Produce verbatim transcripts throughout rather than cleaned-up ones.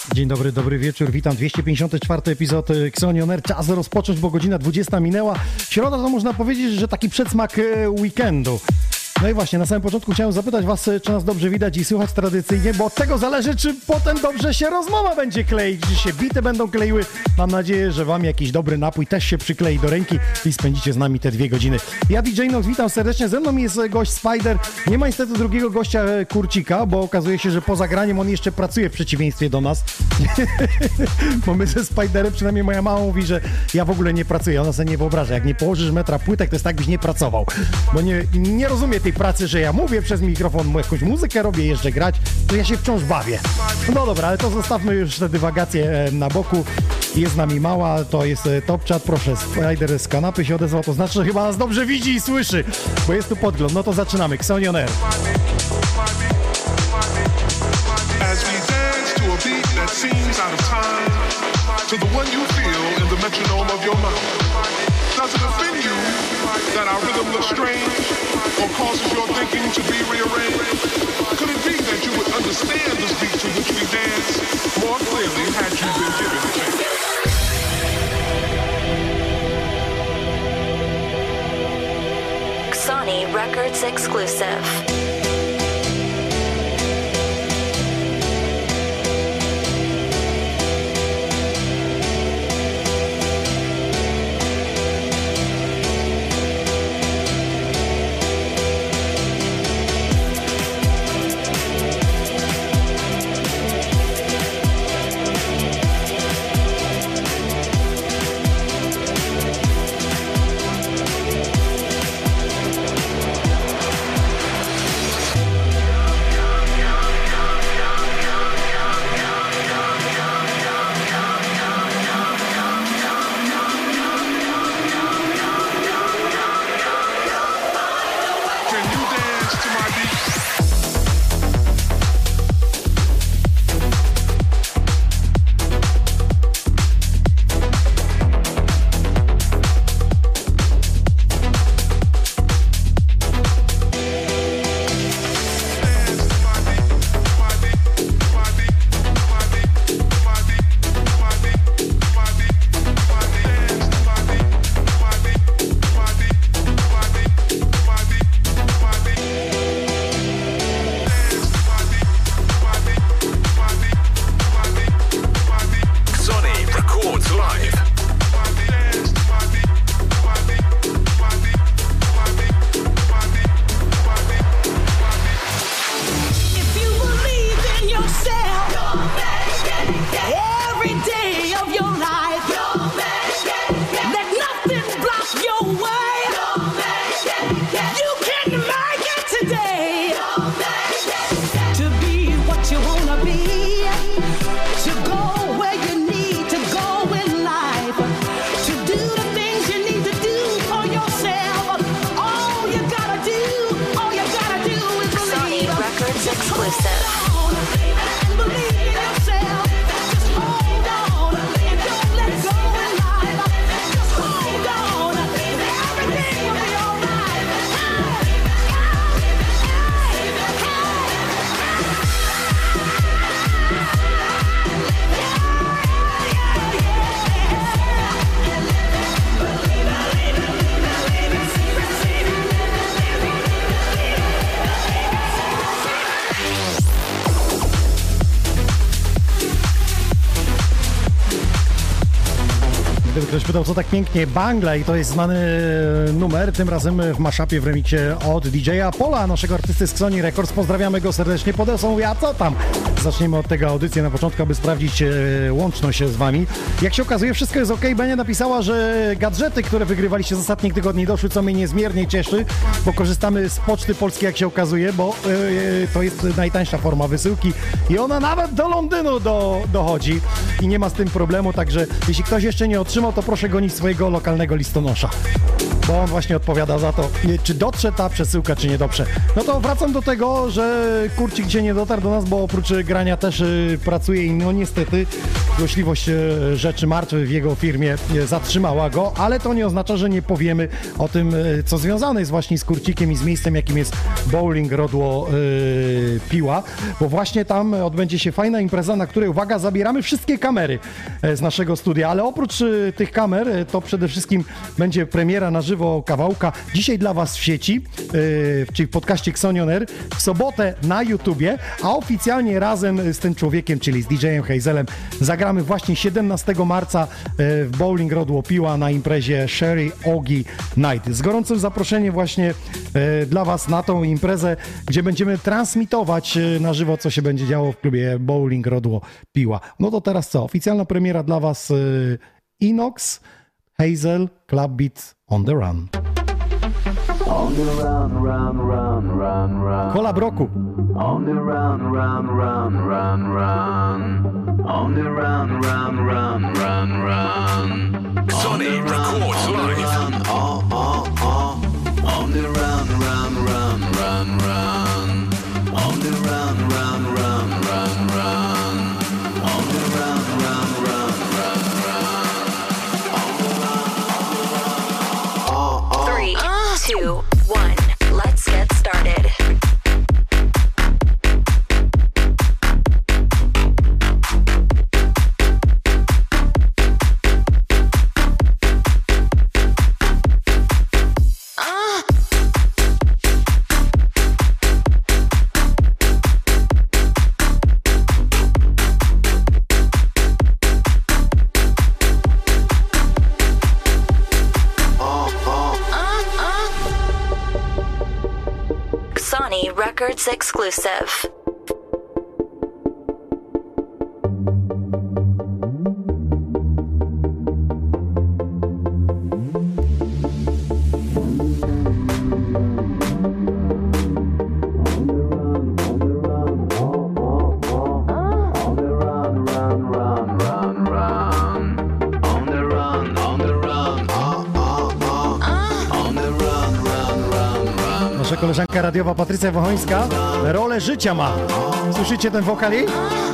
Dzień dobry, dobry wieczór, witam. dwieście pięćdziesiąty czwarty epizod Xoni On Air. Czas rozpocząć, bo godzina dwudziesta minęła. Środa to można powiedzieć, że taki przedsmak weekendu. No i właśnie, na samym początku chciałem zapytać was, czy nas dobrze widać i słychać tradycyjnie, bo od tego zależy, czy potem dobrze się rozmowa będzie kleić, czy się bity będą kleiły. Mam nadzieję, że wam jakiś dobry napój też się przyklei do ręki i spędzicie z nami te dwie godziny. Ja D J Nox, witam serdecznie, ze mną jest gość Spider. Nie ma niestety drugiego gościa Kurcika, bo okazuje się, że poza graniem on jeszcze pracuje w przeciwieństwie do nas. Bo my ze Spiderem, przynajmniej moja mama mówi, że ja w ogóle nie pracuję, ona sobie nie wyobraża. Jak nie położysz metra płytek, to jest tak, byś nie pracował. Bo nie, nie rozumie tej pracy, że ja mówię przez mikrofon, jakąś muzykę robię, jeżdżę grać, to ja się wciąż bawię. No dobra, ale to zostawmy już te dywagacje na boku. Jest z nami Mała, to jest Top Chat, proszę, Spider z kanapy się odezwał, to znaczy, że chyba nas dobrze widzi i słyszy, bo jest tu podgląd. No to zaczynamy, Xoni On Air. As we dance to a beat that seems out of time, to the one you feel in the metronome of your mind. Does it offend you that our rhythm looks strange or causes your thinking to be rearranged? Could it be that you would understand this beat to which we dance more clearly had you been given a chance? Xoni Records exclusive. Ktoś pytał, co tak pięknie Bangla, i to jest znany numer, tym razem w mashupie w remiksie od D J Pola, naszego artysty z Xoni Records. Pozdrawiamy go serdecznie. Podesłał, mówię, a co tam? Zaczniemy od tego audycję na początku, aby sprawdzić e, łączność z wami. Jak się okazuje, wszystko jest ok. Benia napisała, że gadżety, które wygrywaliście z ostatnich tygodni, doszły, co mnie niezmiernie cieszy, bo korzystamy z Poczty Polskiej, jak się okazuje, bo e, to jest najtańsza forma wysyłki i ona nawet do Londynu do, dochodzi i nie ma z tym problemu, także jeśli ktoś jeszcze nie otrzymał, to proszę gonić swojego lokalnego listonosza. bo on właśnie odpowiada za to, czy dotrze ta przesyłka, czy nie dotrze. No to wracam do tego, że Kurcik dzisiaj nie dotarł do nas, bo oprócz grania też pracuje i no niestety złośliwość rzeczy martwych w jego firmie zatrzymała go, ale to nie oznacza, że nie powiemy o tym, co związane jest właśnie z Kurcikiem i z miejscem, jakim jest Bowling Rodło yy, Piła, bo właśnie tam odbędzie się fajna impreza, na której, uwaga, zabieramy wszystkie kamery z naszego studia, ale oprócz yy, tych kamer, to przede wszystkim będzie premiera na żywo kawałka dzisiaj dla was w sieci, yy, czyli w podcaście Xoni Air, w sobotę na YouTubie, a oficjalnie razem z tym człowiekiem, czyli z D J-em Hazelem, zagramy właśnie siedemnastego marca yy, w Bowling Rodło Piła na imprezie Sherry Ogi Night. Z gorącym zaproszeniem właśnie yy, dla was na tą imprezę, gdzie będziemy transmitować yy, na żywo, co się będzie działo w klubie Bowling Rodło Piła. No to teraz co? Oficjalna premiera dla was yy, Inox, Hazel, Club Beat, On The Run. On the run, run, run, run, run. Kolab roku. On the run, run, run, run, run. On the run, run, run, run, run. Sonny records live. Oh, oh, oh. On the run, run, run, run, run. On the run, run, run, run, run. On the run, run, run, run, run. On the run, oh, oh. Three, two, one. Let's get started. Sony Records exclusive. Koleżanka radiowa Patrycja Wochońska rolę życia ma. Słyszycie ten wokal jej?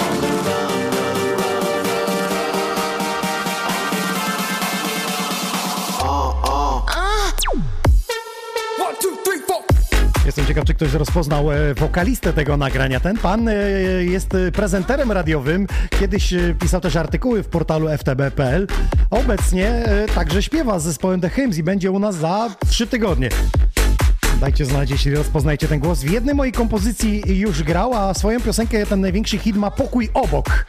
Jestem ciekaw, czy ktoś rozpoznał wokalistę tego nagrania. Ten pan jest prezenterem radiowym. Kiedyś pisał też artykuły w portalu f t b kropka p l. Obecnie także śpiewa z zespołem The Hymns i będzie u nas za trzy tygodnie. Dajcie znać, jeśli rozpoznajcie ten głos. W jednej mojej kompozycji już grał, a swoją piosenkę, ten największy hit, ma Pokój obok.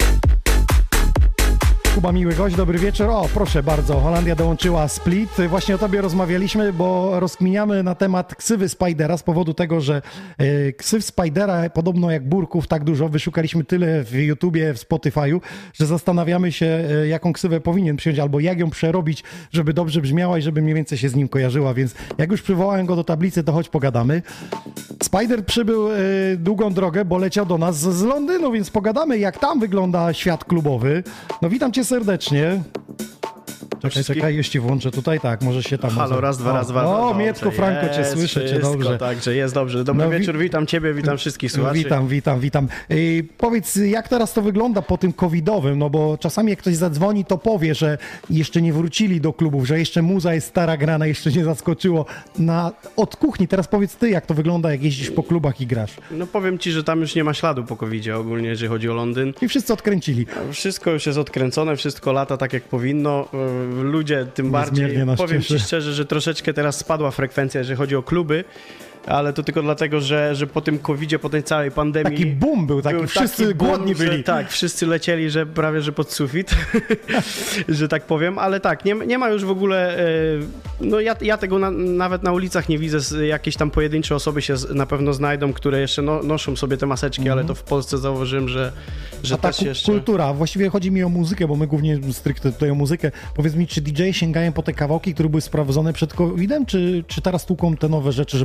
Kuba, miły gość, dobry wieczór. O, proszę bardzo, Holandia dołączyła Split. Właśnie o tobie rozmawialiśmy, bo rozkminiamy na temat ksywy Spidera z powodu tego, że e, ksyw Spidera, podobno jak burków, tak dużo, wyszukaliśmy tyle w YouTubie, w Spotify'u, że zastanawiamy się, e, jaką ksywę powinien przyjąć, albo jak ją przerobić, żeby dobrze brzmiała i żeby mniej więcej się z nim kojarzyła, więc jak już przywołałem go do tablicy, to chodź pogadamy. Spider przybył e, długą drogę, bo leciał do nas z Londynu, więc pogadamy, jak tam wygląda świat klubowy. No witam cię serdecznie. Czekaj, czekaj, już ci włączę tutaj, tak, może się tam... Halo, może... raz, dwa, o, raz, dwa. O, dobrze, Mietko, Franko, cię jest, słyszę, cię wszystko, dobrze. Także jest dobrze. Dobry No, wieczór, witam ciebie, witam wszystkich słuchaczy. Witam, witam, witam. Yy, powiedz, jak teraz to wygląda po tym covidowym, no bo czasami jak ktoś zadzwoni, to powie, że jeszcze nie wrócili do klubów, że jeszcze muza jest stara grana, jeszcze nie zaskoczyło na, od kuchni. Teraz powiedz ty, jak to wygląda, jak jeździsz po klubach i grasz. No powiem ci, że tam już nie ma śladu po covidzie ogólnie, jeżeli chodzi o Londyn. I wszyscy odkręcili. Wszystko już jest odkręcone, wszystko lata tak jak powinno. Ludzie tym bardziej, powiem ci szczerze, że troszeczkę teraz spadła frekwencja, jeżeli chodzi o kluby, ale to tylko dlatego, że, że po tym covidzie, po tej całej pandemii... Taki boom był, taki, był wszyscy taki boom, głodni byli. Że, tak, wszyscy lecieli, że prawie, że pod sufit, że tak powiem, ale tak, nie, nie ma już w ogóle... No ja, ja tego na, nawet na ulicach nie widzę, jakieś tam pojedyncze osoby się na pewno znajdą, które jeszcze no, noszą sobie te maseczki, mm. ale to w Polsce zauważyłem, że, że A też ta jeszcze... kultura, właściwie chodzi mi o muzykę, bo my głównie stricte tutaj o muzykę. Powiedz mi, czy D J sięgają po te kawałki, które były sprawdzone przed covidem, czy, czy teraz tłuką te nowe rzeczy, żeby je wysprzedawać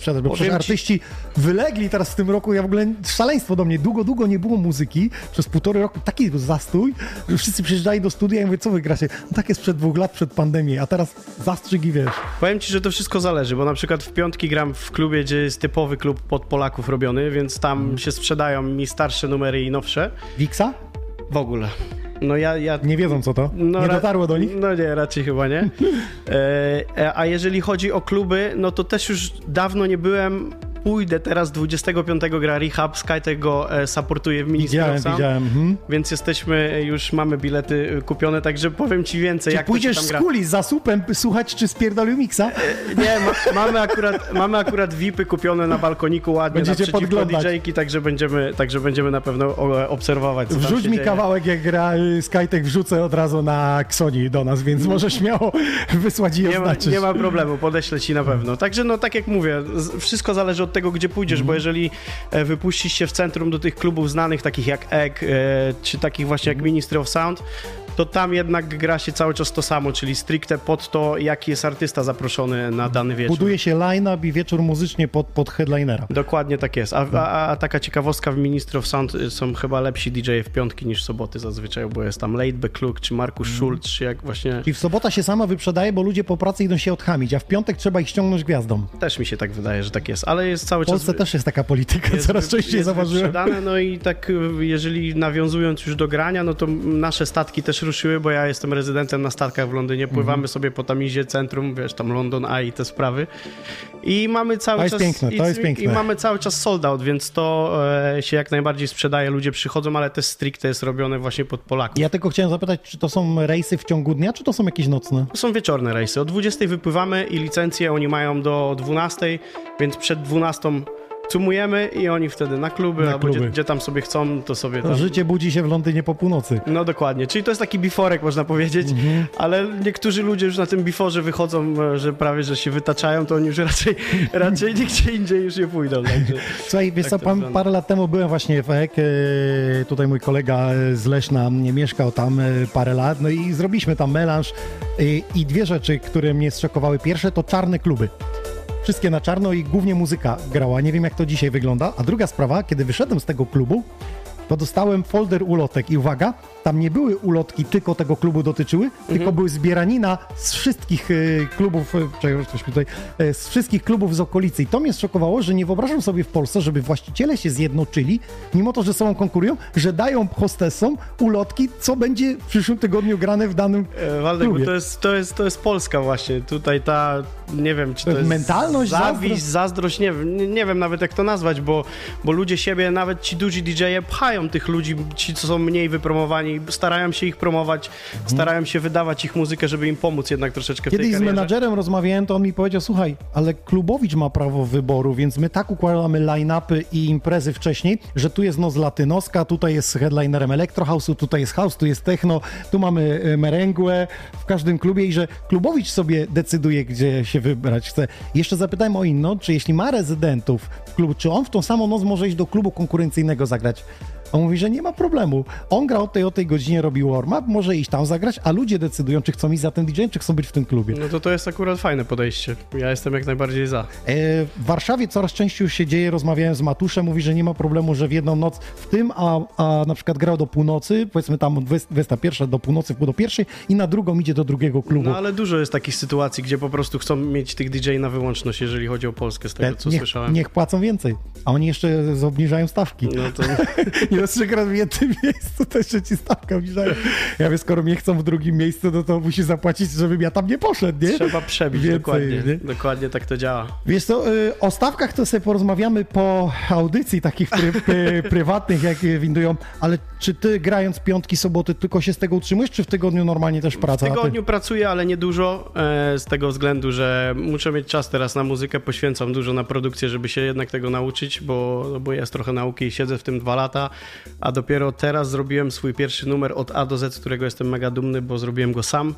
sprzedać, bo Powiem przecież ci- artyści wylegli teraz w tym roku, ja w ogóle szaleństwo do mnie, długo, długo nie było muzyki, przez półtorej roku taki zastój, że wszyscy przyjeżdżali do studia i mówię, co wy gracie? No tak jest przed dwóch lat, przed pandemią, a teraz zastrzyk i wiesz. Powiem ci, że to wszystko zależy, bo na przykład w piątki gram w klubie, gdzie jest typowy klub pod Polaków robiony, więc tam Mhm. się sprzedają mi starsze numery i nowsze. Wiksa? W ogóle. No ja... ja Nie wiedzą co to? no, nie ra- dotarło do nich? No nie, raczej chyba nie. E, a jeżeli chodzi o kluby, no to też już dawno nie byłem. Pójdę teraz, dwudziestego piątego gra Rehab, Skytech go e, supportuje w Ministry Widziałem, of Sound, widziałem. Mhm. więc jesteśmy, już mamy bilety kupione, także powiem ci więcej, Czy jak pójdziesz to się z tam gra. kuli, z zasupem słuchać, czy spierdolił miksa? Nie, ma, mamy akurat mamy akurat V I P-y kupione na balkoniku ładnie Będziecie naprzeciwko podglądać. D J-ki, także będziemy, także będziemy na pewno o, obserwować, co tam Wrzuć się mi dzieje. kawałek, jak gra y, Skytech, wrzucę od razu na Xoni do nas, więc może śmiało wysłać i Nie ma, oznaczyć. nie ma problemu, podeślę ci na pewno. Także no tak jak mówię, z- wszystko zależy od tego, gdzie pójdziesz, bo jeżeli e, wypuścisz się w centrum do tych klubów znanych, takich jak Egg, e, czy takich właśnie jak Ministry of Sound, to tam jednak gra się cały czas to samo, czyli stricte pod to, jaki jest artysta zaproszony na dany wieczór. Buduje się line-up i wieczór muzycznie pod, pod headlinera. Dokładnie tak jest. A, a, a taka ciekawostka, w Ministry of Sound y, są chyba lepsi D J w piątki niż w soboty zazwyczaj, bo jest tam Laidback Luke, czy Markus Schulz, czy jak właśnie... I w sobota się sama wyprzedaje, bo ludzie po pracy idą się odchamić, a w piątek trzeba ich ściągnąć gwiazdą. Też mi się tak wydaje, że tak jest, ale jest cały W Polsce czas... też jest taka polityka, jest coraz wy- częściej jest zauważyłem. wyprzedane, no i tak y, jeżeli nawiązując już do grania, no to nasze statki też ruszyły, bo ja jestem rezydentem na statkach w Londynie, pływamy Mhm. sobie po Tamizie, centrum, wiesz, tam London Eye i te sprawy i mamy cały To jest czas... piękne, to i, jest i, piękne. I mamy cały czas sold out, więc to e, się jak najbardziej sprzedaje, ludzie przychodzą, ale też stricte jest robione właśnie pod Polaków. Ja tylko chciałem zapytać, czy to są rejsy w ciągu dnia, czy to są jakieś nocne? To są wieczorne rejsy. O dwudziestej wypływamy i licencje oni mają do dwunastej, więc przed dwunastą cumujemy i oni wtedy na kluby, Na albo kluby. Gdzie, gdzie tam sobie chcą, to sobie To tam... życie budzi się w Londynie po północy. No dokładnie, czyli to jest taki biforek, można powiedzieć, Mhm. ale niektórzy ludzie już na tym biforze wychodzą, e, że prawie, że się wytaczają, to oni już raczej, raczej nigdzie indziej już nie pójdą. Także... Słuchaj, wiesz Tak co, to pan, wygląda. parę lat temu byłem właśnie w E K, e, tutaj mój kolega z Leszna nie mieszkał tam e, parę lat, no i zrobiliśmy tam melanż e, i dwie rzeczy, które mnie zszokowały. Pierwsze to czarne kluby. Wszystkie na czarno i głównie muzyka grała. Nie wiem, jak to dzisiaj wygląda. A druga sprawa, kiedy wyszedłem z tego klubu, to dostałem folder ulotek i uwaga, tam nie były ulotki tylko tego klubu dotyczyły, tylko były zbieranina z wszystkich e, klubów, e, czekaj, coś mi tutaj, e, z wszystkich klubów z okolicy. I to mnie zszokowało, że nie wyobrażam sobie w Polsce, żeby właściciele się zjednoczyli, mimo to, że sobą konkurują, że dają hostesom ulotki, co będzie w przyszłym tygodniu grane w danym E, Waldek, bo klubie. to jest, to, jest, to jest Polska właśnie. Tutaj ta, nie wiem, czy to, To jest jest mentalność, zawiść, zazdrość? zazdrość, nie wiem, nie, nie wiem nawet jak to nazwać, bo, bo ludzie siebie, nawet ci duzi D J-e pchają tych ludzi, ci co są mniej wypromowani, starają się ich promować, starają się wydawać ich muzykę, żeby im pomóc jednak troszeczkę w tej Kiedyś z karierze. menadżerem rozmawiałem, to on mi powiedział, słuchaj, ale klubowicz ma prawo wyboru, więc my tak układamy line-upy i imprezy wcześniej, że tu jest noc latynoska, tutaj jest headlinerem Electro House'u, tutaj jest house, tu jest techno, tu mamy e, merengue w każdym klubie i że klubowicz sobie decyduje, gdzie się wybrać chce. Jeszcze zapytałem o inną, czy jeśli ma rezydentów w klubu, czy on w tą samą noc może iść do klubu konkurencyjnego zagrać? On mówi, że nie ma problemu. On gra o tej, o tej godzinie, robi warm-up, może iść tam zagrać, a ludzie decydują, czy chcą iść za tym D J-em, czy chcą być w tym klubie. No to to jest akurat fajne podejście. Ja jestem jak najbardziej za. E, w Warszawie coraz częściej już się dzieje, rozmawiałem z Matuszem, mówi, że nie ma problemu, że w jedną noc w tym, a, a na przykład grał do północy, powiedzmy tam od dwudziestej pierwszej do północy, w pół do pierwszej i na drugą idzie do drugiego klubu. No ale dużo jest takich sytuacji, gdzie po prostu chcą mieć tych D J na wyłączność, jeżeli chodzi o Polskę, z tego co niech, słyszałem. niech płacą więcej, a oni jeszcze obniżają stawki. No to... Nie dostrzegasz w jednym miejscu, to jeszcze ci stawkę obniżają. Ja wiem, skoro mnie chcą w drugim miejscu, no to musisz zapłacić, żebym ja tam nie poszedł, nie? Trzeba przebić, Więcej, dokładnie. nie? Dokładnie tak to działa. Wiesz co, y, o stawkach to sobie porozmawiamy po audycji takich pry, pry, prywatnych, jak windują, ale czy ty grając piątki, soboty tylko się z tego utrzymujesz, czy w tygodniu normalnie też praca? W tygodniu pracuję, ale nie dużo, e, z tego względu, że muszę mieć czas teraz na muzykę, poświęcam dużo na produkcję, żeby się jednak tego nauczyć, bo, bo jest trochę nauki i siedzę w tym dwa lata, a dopiero teraz zrobiłem swój pierwszy numer od A do Z, z którego jestem mega dumny, bo zrobiłem go sam.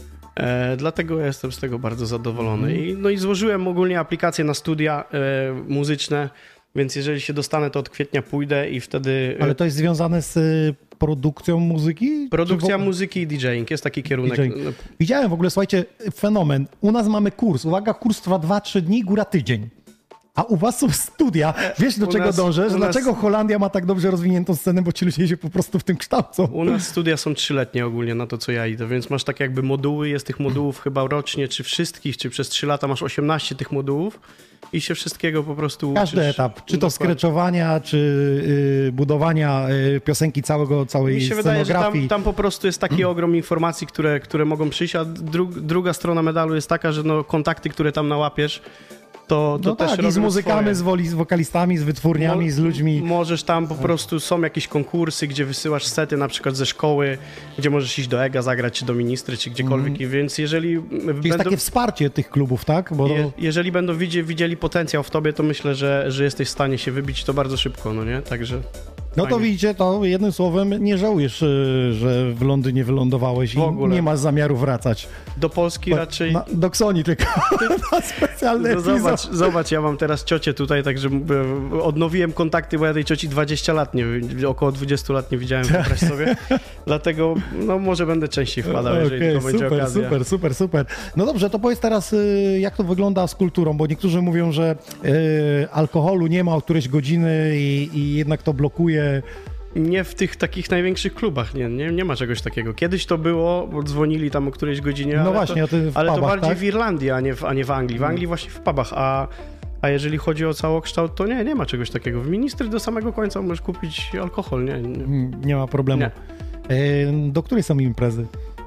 E, dlatego jestem z tego bardzo zadowolony. I, no i złożyłem ogólnie aplikację na studia e, muzyczne, więc jeżeli się dostanę, to od kwietnia pójdę i wtedy... Ale to jest związane z y, produkcją muzyki? Produkcja Czy w- muzyki i DJing, jest taki kierunek. D J. Widziałem w ogóle, słuchajcie, fenomen. U nas mamy kurs. Uwaga, kurs trwa dwa trzy dni, góra tydzień. A u was są studia. Wiesz, do U czego nas- dążę? Że u nas- dlaczego Holandia ma tak dobrze rozwiniętą scenę, bo ci ludzie się po prostu w tym kształcą. U nas studia są trzyletnie ogólnie na to, co ja idę, więc masz tak jakby moduły, jest tych modułów chyba rocznie, czy wszystkich, czy przez trzy lata masz osiemnaście tych modułów i się wszystkiego po prostu Każdy uczysz. etap, czy to Dokładnie. skreczowania, czy y, budowania y, piosenki całego, całej Mi się wydaje, że tam, scenografii. tam po prostu jest taki ogrom informacji, które, które mogą przyjść, a dru, druga strona medalu jest taka, że no, kontakty, które tam nałapiesz, to, to No też tak, i robią z muzykami, swoje. z, woli, z wokalistami, z wytwórniami, Mo- z ludźmi. Możesz tam po prostu, są jakieś konkursy, gdzie wysyłasz sety na przykład ze szkoły, gdzie możesz iść do E G A zagrać, czy do Ministry, czy gdziekolwiek, I więc jeżeli Czyli będą, jest takie wsparcie tych klubów, tak? Bo je, jeżeli będą widzieli, widzieli potencjał w tobie, to myślę, że, że jesteś w stanie się wybić to bardzo szybko, no nie? Także no to fajnie. widzicie, to jednym słowem nie żałujesz, y, że w Londynie wylądowałeś i W ogóle. nie masz zamiaru wracać. do Polski raczej... Na, do Ksoni tylko na specjalny No epizod. zobacz, zobacz, ja mam teraz ciocię tutaj, także e, odnowiłem kontakty, bo ja tej cioci dwadzieścia lat, nie, około dwadzieścia lat nie widziałem, wyobraź sobie. Dlatego, no może będę częściej wpadał, jeżeli Okej, to będzie super, okazja. super, super, super. No dobrze, to powiedz teraz, y, jak to wygląda z kulturą, bo niektórzy mówią, że y, alkoholu nie ma od którejś godziny i, i jednak to blokuje. Nie w tych takich największych klubach, nie, nie, nie ma czegoś takiego. Kiedyś to było, bo dzwonili tam o którejś godzinie, No ale, właśnie, a to, ty w ale to pubach, bardziej tak? w Irlandii, a nie w, a nie w Anglii. W Anglii właśnie w pubach, a, a jeżeli chodzi o całokształt, to nie, nie ma czegoś takiego. W Ministry do samego końca możesz kupić alkohol, nie? nie. Mm, Nie ma problemu. Nie. Y, do której są imprezy?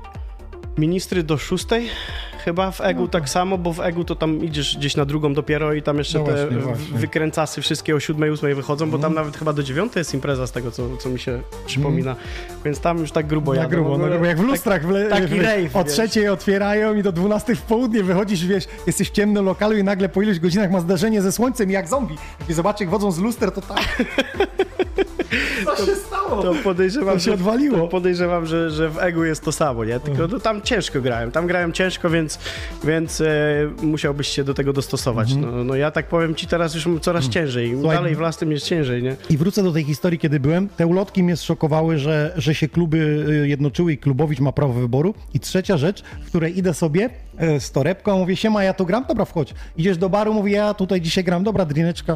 Ministry do szóstej, chyba w E G U tak samo, bo w E G U to tam idziesz gdzieś na drugą dopiero i tam jeszcze No te właśnie, w- właśnie. wykręcasy wszystkie o siódmej, ósmej wychodzą, bo tam nawet chyba do dziewiątej jest impreza z tego, co, co mi się przypomina. Więc tam już tak grubo Na jadę. grubo, W na ogóle grubo. Jak w tak- lustrach w le, taki w, rave, o wiesz. trzeciej otwierają i do dwunastej w południe wychodzisz, wiesz, jesteś w ciemnym lokalu i nagle po iluś godzinach ma zdarzenie ze słońcem i jak zombie. I zobacz, jak wodzą z luster, to tak. Co się stało? To podejrzewam, To się że- odwaliło. To podejrzewam, że, że w E G U jest to samo, nie? Tylko no, tam ciężko grałem. Tam grałem ciężko, więc, więc e, musiałbyś się do tego dostosować. No, no ja tak powiem ci, teraz już mam coraz ciężej. Im Słuchaj, dalej w las, tym jest ciężej, nie? I wrócę do tej historii, kiedy byłem. Te ulotki mnie zszokowały, że, że się kluby y, jednoczyły i klubowicz ma prawo wyboru. I trzecia rzecz, w której idę sobie y, z torebką, mówię, siema, ja tu gram, dobra, wchodź. Idziesz do baru, mówię, ja tutaj dzisiaj gram, dobra, drineczka.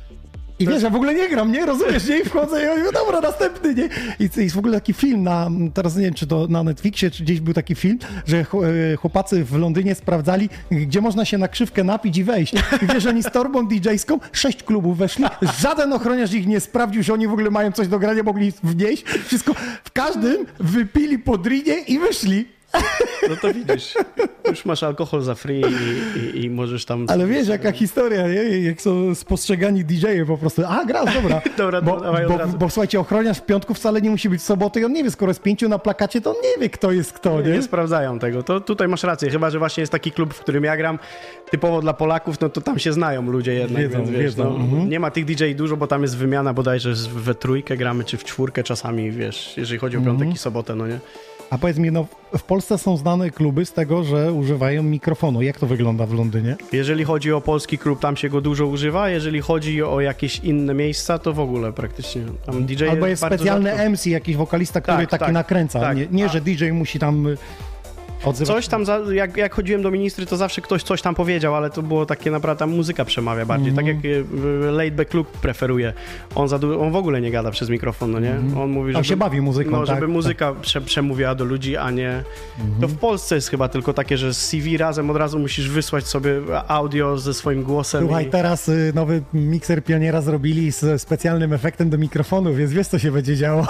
I wiesz, ja w ogóle nie gram, nie? Rozumiesz, nie? I wchodzę i mówię, dobra, następny, nie? I i jest w ogóle taki film na, teraz nie wiem, czy to na Netflixie, czy gdzieś był taki film, że ch- e, chłopacy w Londynie sprawdzali, gdzie można się na krzywkę napić i wejść. I wiesz, oni z torbą didżejską, sześć klubów weszli, żaden ochroniarz ich nie sprawdził, że oni w ogóle mają coś do grania, mogli wnieść. Wszystko, w każdym wypili po drinie i wyszli. No to widzisz. Już masz alkohol za free i, i, i możesz tam... Ale wiesz, jaka historia, nie? Jak są spostrzegani didżeje po prostu. A, gra, dobra. Dobra, bo, dawaj od bo, razu. bo słuchajcie, ochroniarz w piątku wcale nie musi być w sobotę i on nie wie, skoro jest pięciu na plakacie, to on nie wie, kto jest kto, nie? Nie sprawdzają tego. To tutaj masz rację. Chyba że właśnie jest taki klub, w którym ja gram, typowo dla Polaków, no to tam się znają ludzie jednak, Wiedzą, więc wiesz, wiedzą, no, mhm. nie ma tych D J dużo, bo tam jest wymiana bodajże z- we trójkę gramy, czy w czwórkę czasami, wiesz, jeżeli chodzi o piątek Mhm. i sobotę, no nie? A powiedz mi, no w Polsce są znane kluby z tego, że używają mikrofonu. Jak to wygląda w Londynie? Jeżeli chodzi o polski klub, tam się go dużo używa, jeżeli chodzi o jakieś inne miejsca, to w ogóle praktycznie. Tam D J Albo jest bardzo specjalny rzadko. M C, jakiś wokalista, który Tak, taki tak, nakręca. tak. Nie, nie A- że D J musi tam y, odzywać. Coś tam, za, jak, jak chodziłem do Ministry, to zawsze ktoś coś tam powiedział, ale to było takie naprawdę, tam muzyka przemawia bardziej, tak jak y, Late Back Luke preferuje. On, za du- on w ogóle nie gada przez mikrofon, no nie? On mówi, On żeby, się bawi muzyką, no, tak, żeby tak. muzyka prze, przemówiła do ludzi, a nie... To w Polsce jest chyba tylko takie, że z C V razem od razu musisz wysłać sobie audio ze swoim głosem. Słuchaj, i... teraz y, nowy mikser Pioniera zrobili z specjalnym efektem do mikrofonu, więc wiesz, co się będzie działo.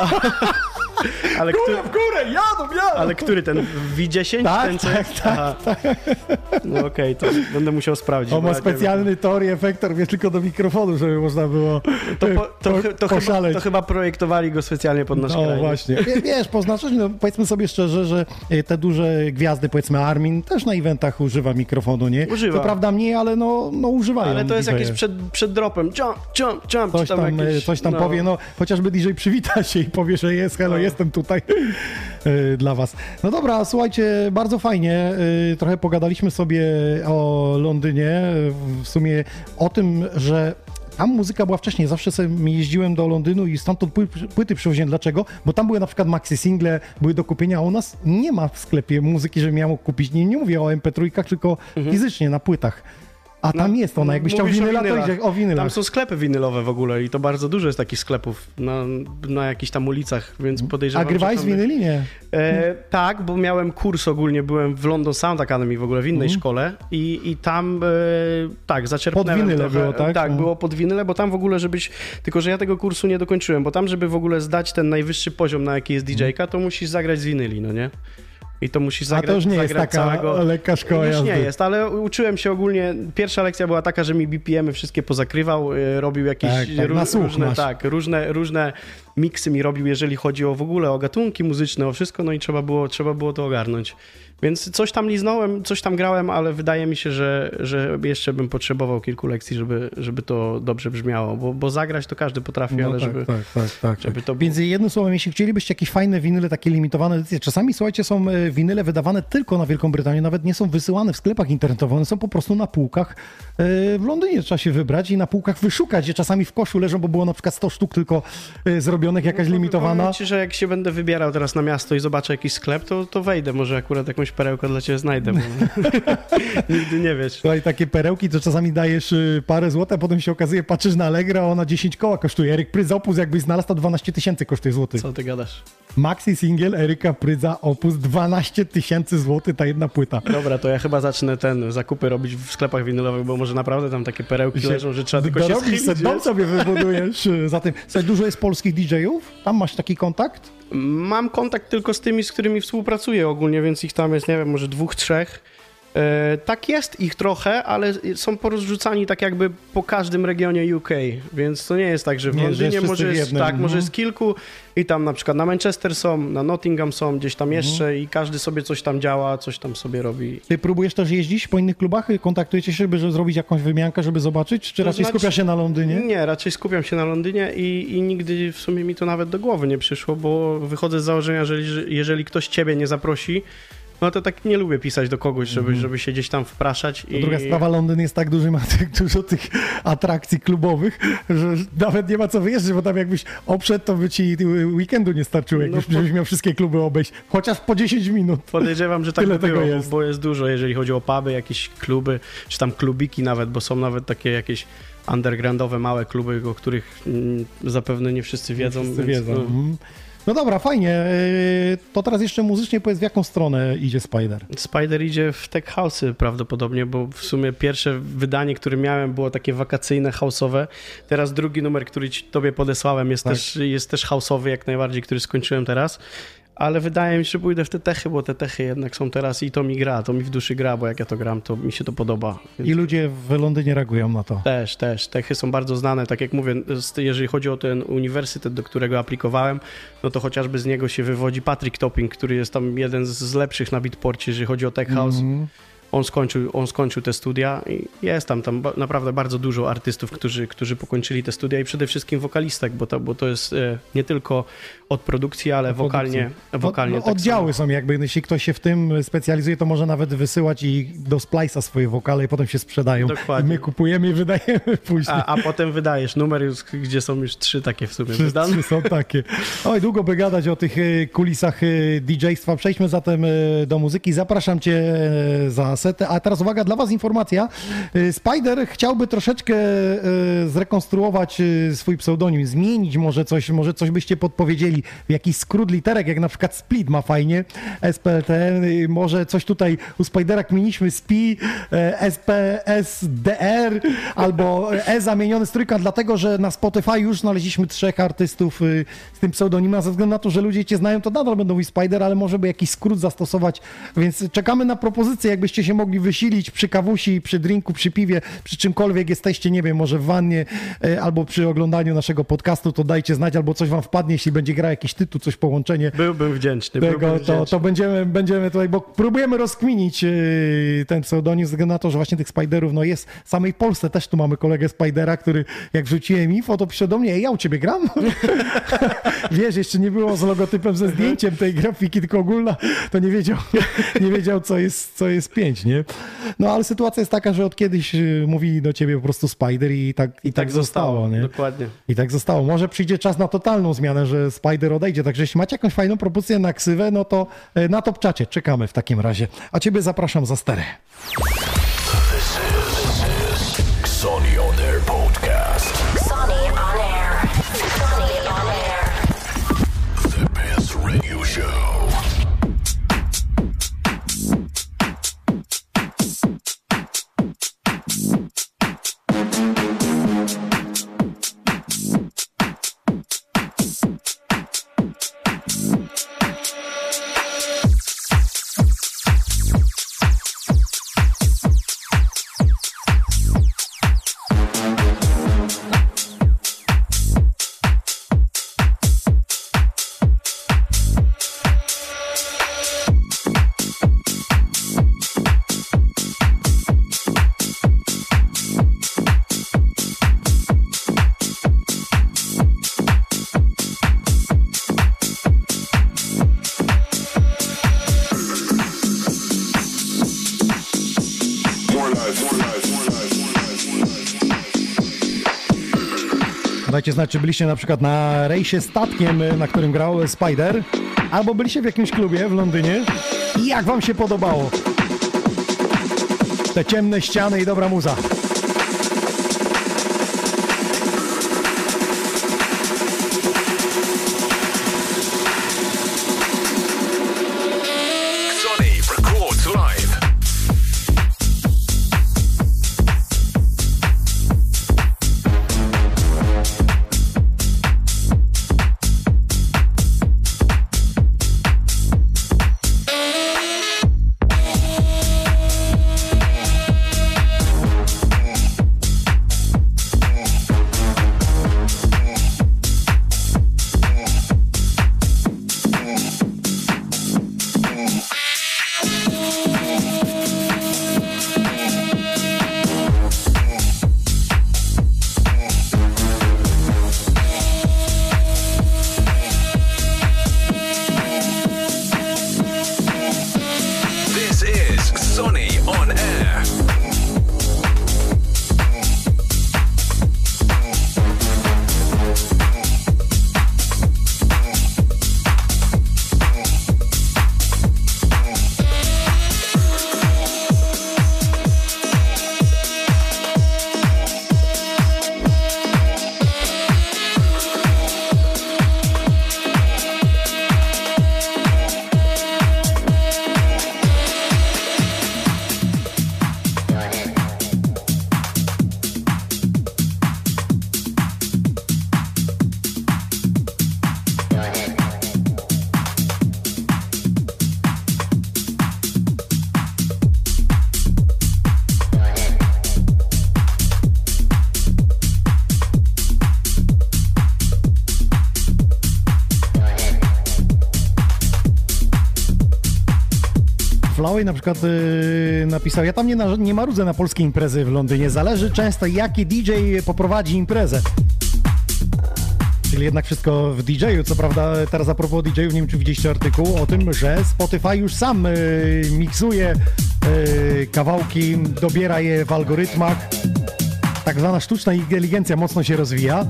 ale, który, w górę, jadą, jadą! ale który ten? V dziesięć? Tak, ten, co tak, jest? tak, Aha. No okej, to będę musiał sprawdzić. On bo ma ja nie wiem. specjalny tor i efektor, wiesz, tylko do mikrofonu, żeby można było To, po, to, po, chy- to, chyba, poszaleć. to chyba projektowali go specjalnie pod nasz No kraj. nie? właśnie. Wie- Wiesz, poznaczyć, no powiedzmy sobie szczerze, że y, te duże gwiazdy, powiedzmy Armin, też na eventach używa mikrofonu, nie? Używa. To prawda mniej, ale no, no używają. Ale to jest D J-e. jakieś przed, przed dropem. Jump, jump, jump. Coś czy tam, tam, jakieś, y, coś tam powie, no chociażby D J przywita się i powie, że jest, hello, No. jestem tutaj y, dla was. No dobra, słuchajcie, bardzo fajnie, y, trochę pogadaliśmy sobie o Londynie, y, w sumie o tym, że tam muzyka była wcześniej, zawsze sobie jeździłem do Londynu i stamtąd pły- płyty przywoziłem. Dlaczego? Bo tam były na przykład maxi single, były do kupienia, a u nas nie ma w sklepie muzyki, żeby miał kupić. Nie, nie mówię o em pe trzy, tylko Mhm. fizycznie na płytach. A tam No, jest ona, jakbyś chciał mówisz o winyla, to winylach. idzie o winylach. Tam są sklepy winylowe w ogóle i to bardzo dużo jest takich sklepów na, na jakichś tam ulicach, więc podejrzewam, A grywałeś że z tam winyli? Nie. E, tak, bo miałem kurs ogólnie, byłem w London Sound Academy w ogóle, w innej Mhm. szkole i, i tam e, tak, zaczerpnąłem Pod winyle trochę. było, tak? Tak, No. było pod winyle, bo tam w ogóle, żebyś, tylko że ja tego kursu nie dokończyłem, bo tam, żeby w ogóle zdać ten najwyższy poziom, na jaki jest didżejka, to musisz zagrać z winyli, no nie? I to musisz A zagrać, to już nie jest zagrać taka całego... lekka szkoła Już jazdy. nie jest, ale uczyłem się ogólnie, pierwsza lekcja była taka, że mi B P M-y wszystkie pozakrywał, y, robił jakieś Tak, tak, ró- na słuch różne, masz. tak, różne, różne miksy mi robił, jeżeli chodzi o w ogóle o gatunki muzyczne, o wszystko, no i trzeba było, trzeba było to ogarnąć. Więc coś tam liznąłem, coś tam grałem, ale wydaje mi się, że, że jeszcze bym potrzebował kilku lekcji, żeby, żeby to dobrze brzmiało, bo, bo zagrać to każdy potrafi, No ale tak, żeby... tak, tak, tak. żeby to Więc jednym słowem, jeśli chcielibyście jakieś fajne winyle, takie limitowane edycje, czasami, słuchajcie, są e, winyle wydawane tylko na Wielką Brytanię, nawet nie są wysyłane w sklepach internetowych, one są po prostu na półkach. E, W Londynie trzeba się wybrać i na półkach wyszukać, gdzie czasami w koszu leżą, bo było na przykład sto sztuk tylko e, zrobionych, jakaś limitowana. Powiem ci, że jak się będę wybierał teraz na miasto i zobaczę jakiś sklep, to, to wejdę, może akurat jakąś perełkę dla ciebie znajdę, bo nigdy nie wiesz. Słuchaj, takie perełki, to czasami dajesz y, parę złotych, a potem się okazuje, patrzysz na Allegro, a ona dziesięć koła kosztuje. Eryk Prydza Opus, jakbyś znalazł, to dwanaście tysięcy kosztuje złotych. Co ty gadasz? Maxi single Eryka Prydza Opus, dwanaście tysięcy złotych ta jedna płyta. Dobra, to ja chyba zacznę ten zakupy robić w sklepach winylowych, bo może naprawdę tam takie perełki leżą, że trzeba tylko się Dorobisz schylić. se, dom wiesz? sobie wybudujesz. y, Zatem, słuchaj, dużo jest polskich didżejów? Tam masz taki kontakt? Mam kontakt tylko z tymi, z którymi współpracuję ogólnie, więc ich tam jest, nie wiem, może dwóch, trzech. E, tak jest ich trochę, ale są porozrzucani tak jakby po każdym regionie U K, więc to nie jest tak, że w Nie, że Londynie jest wszyscy może w jest, jednym, tak, mhm. może jest kilku i tam na przykład na Manchester są, na Nottingham są, gdzieś tam jeszcze i każdy sobie coś tam działa, coś tam sobie robi. Ty próbujesz też jeździć po innych klubach? Kontaktujecie się, żeby zrobić jakąś wymiankę, żeby zobaczyć? Czy To raczej znaczy- skupiasz się na Londynie? Nie, raczej skupiam się na Londynie i, i nigdy w sumie mi to nawet do głowy nie przyszło, bo wychodzę z założenia, że jeżeli, jeżeli ktoś ciebie nie zaprosi, no to tak nie lubię pisać do kogoś, żeby, żeby się gdzieś tam wpraszać. To I... druga sprawa, Londyn jest tak duży, ma tak dużo tych atrakcji klubowych, że nawet nie ma co wyjeżdżać, bo tam jakbyś obszedł, to by ci weekendu nie starczyło, jakbyś No, po- miał wszystkie kluby obejść, chociaż po dziesięć minut. Podejrzewam, że tak Tyle by było, tego bo- jest. bo jest dużo, jeżeli chodzi o puby, jakieś kluby, czy tam klubiki nawet, bo są nawet takie jakieś undergroundowe, małe kluby, o których mm, zapewne nie wszyscy wiedzą. Wszyscy więc, wiedzą. no. Mhm. No dobra, fajnie. Yy, To teraz jeszcze muzycznie powiedz, w jaką stronę idzie Spider? Spider idzie w tech house'y prawdopodobnie, bo w sumie pierwsze wydanie, które miałem, było takie wakacyjne, house'owe. Teraz drugi numer, który ci, tobie podesłałem, jest, Tak. też, jest też house'owy jak najbardziej, który skończyłem teraz. Ale wydaje mi się, że pójdę w te techy, bo te techy jednak są teraz i to mi gra, to mi w duszy gra, bo jak ja to gram, to mi się to podoba. Więc I ludzie w Londynie reagują na to. Też, też. Techy są bardzo znane. Tak jak mówię, z- jeżeli chodzi o ten uniwersytet, do którego aplikowałem, no to chociażby z niego się wywodzi Patrick Topping, który jest tam jeden z, z lepszych na Beatporcie, jeżeli chodzi o Tech House. Mhm. On skończył, on skończył te studia i jest tam, tam ba- naprawdę bardzo dużo artystów, którzy, którzy pokończyli te studia i przede wszystkim wokalistek, bo to, bo to jest e, nie tylko od produkcji, ale Od wokalnie, produkcji. wokalnie no, tak oddziały samo. są jakby, jeśli ktoś się w tym specjalizuje, to może nawet wysyłać i do Splice'a swoje wokale i potem się sprzedają. Dokładnie. I my kupujemy i wydajemy później. A, a potem wydajesz numer, już, gdzie są już trzy takie w sumie Wszyscy wydane. są takie. Oj, długo by gadać o tych e, kulisach e, didżejstwa. Przejdźmy zatem e, do muzyki. Zapraszam cię e, za setę. A teraz uwaga, dla was informacja. E, Spider chciałby troszeczkę e, zrekonstruować e, swój pseudonim, zmienić może coś, może coś byście podpowiedzieli. Jakiś skrót literek, jak na przykład Split ma fajnie, S P L T, e, może coś tutaj u Spidera kminiliśmy, S P I, e, S P S D R albo E zamieniony z trójkąt, dlatego że na Spotify już znaleźliśmy trzech artystów y, z tym pseudonimem, ze względu na to, że ludzie cię znają, to nadal będą mówić Spider, ale może by jakiś skrót zastosować, więc czekamy na propozycje, jakbyście się mogli wysilić przy kawusi, przy drinku, przy piwie, przy czymkolwiek jesteście, nie wiem, może w wannie y, albo przy oglądaniu naszego podcastu, to dajcie znać, albo coś wam wpadnie, jeśli będzie grał jakiś tytuł, coś połączenie Byłbym wdzięczny. tego, byłbym to, wdzięczny. to będziemy, będziemy tutaj, bo próbujemy rozkminić yy, ten pseudonim, ze względu na to, że właśnie tych Spiderów, no jest w samej Polsce też tu mamy kolegę Spidera, który jak wrzuciłem info, to pisze do mnie, ej, ja u ciebie gram? Wiesz, jeszcze nie było z logotypem, ze zdjęciem tej grafiki, tylko ogólna, to nie wiedział, nie wiedział, co jest, co jest pięć, nie? No ale sytuacja jest taka, że od kiedyś yy, mówi do ciebie po prostu Spider i tak, i tak, tak zostało, nie? Dokładnie. I tak zostało. Może przyjdzie czas na totalną zmianę, że Spider odejdzie. Także jeśli macie jakąś fajną propozycję na ksywę, no to e, na top czacie czekamy w takim razie. A ciebie zapraszam za sterę. This is, this is Dajcie znać, czy byliście na przykład na rejsie statkiem, na którym grał Spider, albo byliście w jakimś klubie w Londynie i jak wam się podobało? Te ciemne ściany i dobra muza. Flowey na przykład yy, napisał, ja tam nie, na, nie marudzę na polskie imprezy w Londynie, zależy często jaki D J poprowadzi imprezę. Czyli jednak wszystko w D J-u, co prawda teraz a propos D J-ów, nie wiem czy widzieliście artykuł o tym, że Spotify już sam yy, miksuje yy, kawałki, dobiera je w algorytmach. Tak zwana sztuczna inteligencja mocno się rozwija.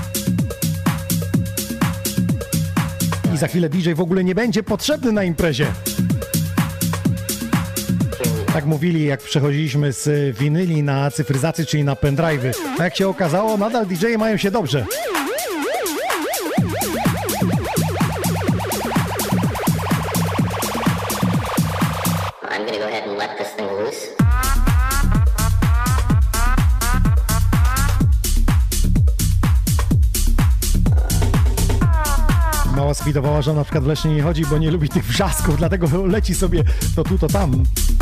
I za chwilę D J w ogóle nie będzie potrzebny na imprezie. Tak mówili, jak przechodziliśmy z winyli na cyfryzację, czyli na pendrive'y. A jak się okazało, nadal D J-e mają się dobrze. I'm gonna go ahead and let this thing loose. Mała skwitowała, że na przykład w Lesznie nie chodzi, bo nie lubi tych wrzasków, dlatego leci sobie to tu, to tam.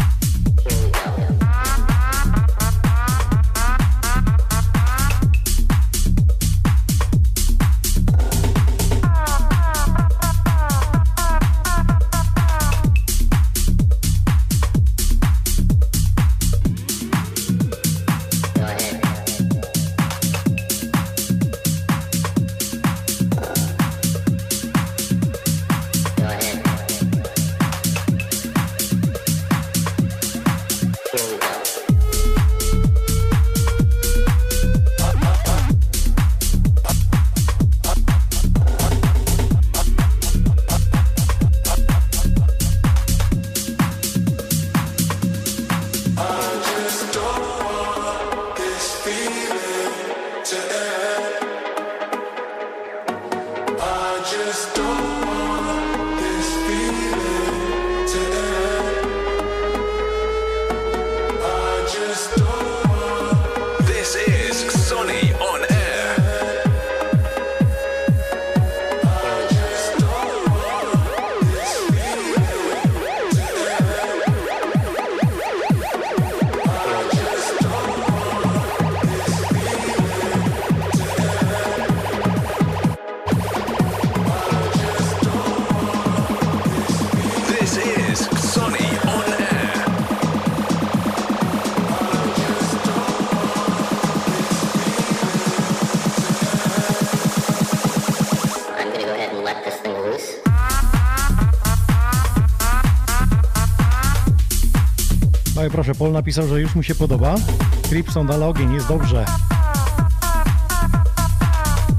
Proszę, Paul napisał, że już mu się podoba. Cripson, ale ogień, jest dobrze.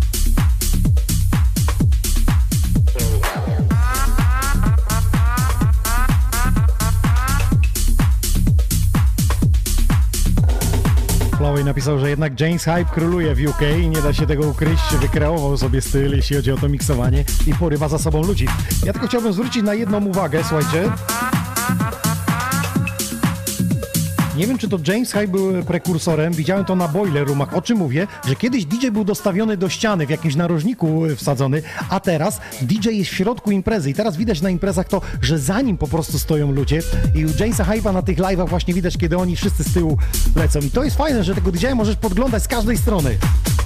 napisał, że jednak James Hype króluje w U K i nie da się tego ukryć, wykreował sobie styl, jeśli chodzi o to miksowanie i porywa za sobą ludzi. Ja tylko chciałbym zwrócić na jedną uwagę, słuchajcie. Nie wiem, czy to James Hype był prekursorem, widziałem to na Boiler Roomach. O czym mówię? Że kiedyś D J był dostawiony do ściany, w jakimś narożniku wsadzony, a teraz D J jest w środku imprezy i teraz widać na imprezach to, że za nim po prostu stoją ludzie i u Jamesa Hype'a na tych live'ach właśnie widać, kiedy oni wszyscy z tyłu lecą. I to jest fajne, że tego D J możesz podglądać z każdej strony.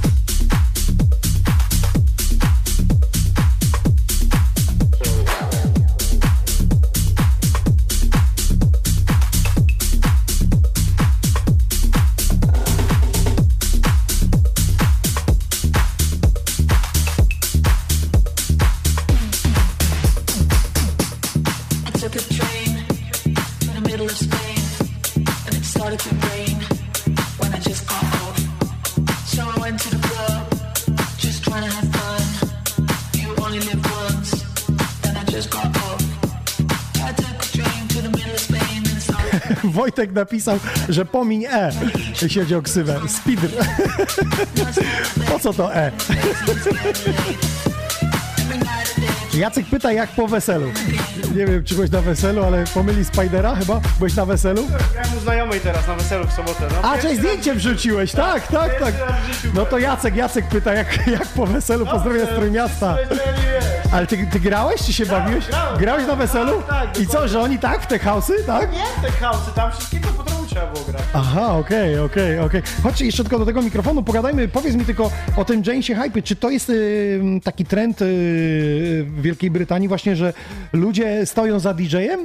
Wojtek napisał, że pomiń E, jeśli chodzi o ksywę. Speeder. Po co to E? Jacek pyta, jak po weselu. Nie wiem, czy byłeś na weselu, ale pomyli Spidera chyba? Byłeś na weselu? Grałem u znajomej teraz na weselu w sobotę. No. A, czyli zdjęcie wrzuciłeś, tak, tak, tak. No to Jacek, Jacek pyta, jak, jak po weselu, pozdrowienia z Trójmiasta. Ale ty, ty grałeś, czy się bawiłeś? Grałeś na weselu? I co, że oni tak, w te house'y, tak? Nie, te house'y, tam wszystkiego po trochu trzeba było grać. Aha, okej, okay, okej, okay, okej. Okay. Chodźcie jeszcze tylko do tego mikrofonu, pogadajmy, powiedz mi tylko o tym Jamesie Hype'ie. Czy to jest y, taki trend y, w Wielkiej Brytanii właśnie, że ludzie stoją za D J-em?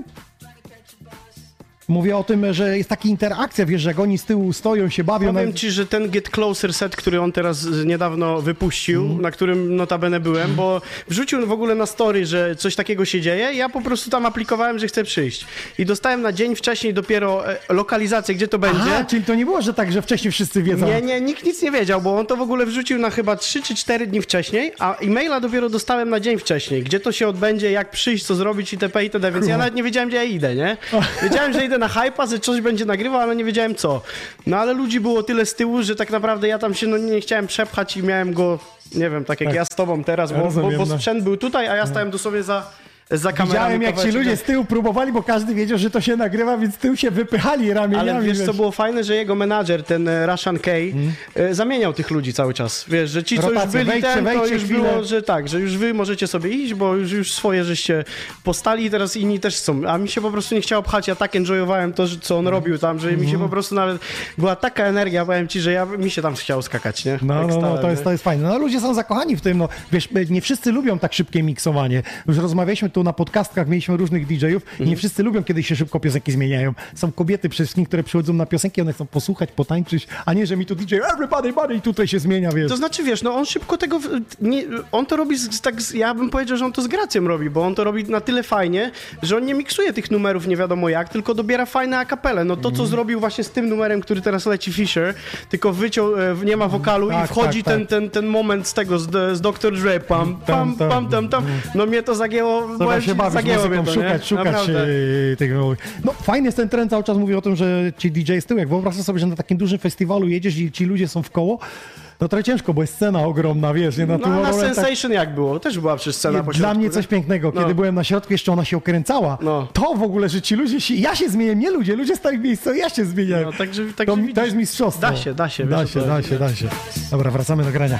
Mówię o tym, że jest taka interakcja, wiesz, że jak oni z tyłu stoją, się bawią. Powiem na... ci, że ten Get Closer set, który on teraz niedawno wypuścił, mm. na którym notabene byłem, bo wrzucił w ogóle na story, że coś takiego się dzieje, ja po prostu tam aplikowałem, że chcę przyjść. I dostałem na dzień wcześniej dopiero lokalizację, gdzie to będzie. Aha, czyli to nie było, że tak, że wcześniej wszyscy wiedzą. Nie, nie, nikt nic nie wiedział, bo on to w ogóle wrzucił na chyba trzy czy cztery dni wcześniej, a e-maila dopiero dostałem na dzień wcześniej, gdzie to się odbędzie, jak przyjść, co zrobić itp. itd. Więc ja nawet nie wiedziałem, gdzie ja idę, nie? Wiedziałem, że idę na Hype'a, że coś będzie nagrywał, ale nie wiedziałem co. No ale ludzi było tyle z tyłu, że tak naprawdę ja tam się no, nie chciałem przepchać i miałem go, nie wiem, tak jak tak. ja z tobą teraz, bo, rozumiem, bo, bo sprzęt był tutaj, a ja stałem dosłownie za, za kamerą. Widziałem, jak ci ludzie z tyłu próbowali, bo każdy wiedział, że to się nagrywa, więc z tyłu się wypychali ramieniami. Ale wiesz, wiesz, co było fajne, że jego menadżer, ten Russian K, hmm. zamieniał tych ludzi cały czas. Wiesz, że ci, co Rotacja, już byli wejdźcie, ten, to już chwilę. było, że tak, że już wy możecie sobie iść, bo już, już swoje żeście postali i teraz inni też są. A mi się po prostu nie chciało pchać, ja tak enjoyowałem to, że, co on robił tam, że mi się po prostu nawet była taka energia, powiem ci, że ja, mi się tam chciało skakać, nie? No, no, no, to jest, to jest fajne. No ludzie są zakochani w tym, no wiesz, nie wszyscy lubią tak szybkie miksowanie. Już rozmawialiśmy tu na podcastkach, mieliśmy różnych D J-ów i nie wszyscy lubią, kiedy się szybko piosenki zmieniają. Są kobiety przede wszystkim, które przychodzą na piosenki, one chcą posłuchać, potańczyć, a nie, że mi tu D J everybody, buddy i tutaj się zmienia, wiesz. To znaczy, wiesz, no on szybko tego, nie, on to robi z, tak, ja bym powiedział, że on to z gracją robi, bo on to robi na tyle fajnie, że on nie miksuje tych numerów nie wiadomo jak, tylko dobiera fajne a cappelle. No to, co mm. zrobił właśnie z tym numerem, który teraz leci Fisher, tylko wyciął, nie ma wokalu tak, i wchodzi tak, ten, tak. Ten, ten moment z tego, z, z doktor Dre, pam, pam, pam, pam, tam, tam. No mnie to zagięło, bo się bawić, zagięło mnie to, szukać, nie? szukać e, tego. No fajny jest ten trend, cały czas mówię o tym, że ci D J z tyłu, jak wyobraź sobie, że na takim dużym festiwalu jedziesz i ci ludzie są w koło, no trochę ciężko, bo jest scena ogromna, wiesz, nie? Na no, na Sensation tak... jak było? Też była przecież scena po środku. Dla mnie coś pięknego, kiedy no. byłem na środku, jeszcze ona się okręcała. No. To w ogóle, że ci ludzie się... Ja się zmieniam, nie ludzie, ludzie stali w miejscu, ja się zmieniam. No, tak, że, tak, to, że to jest mistrzostwo. Da się, da się. Da wiesz, się, da się, da się. Dobra, wracamy do grania.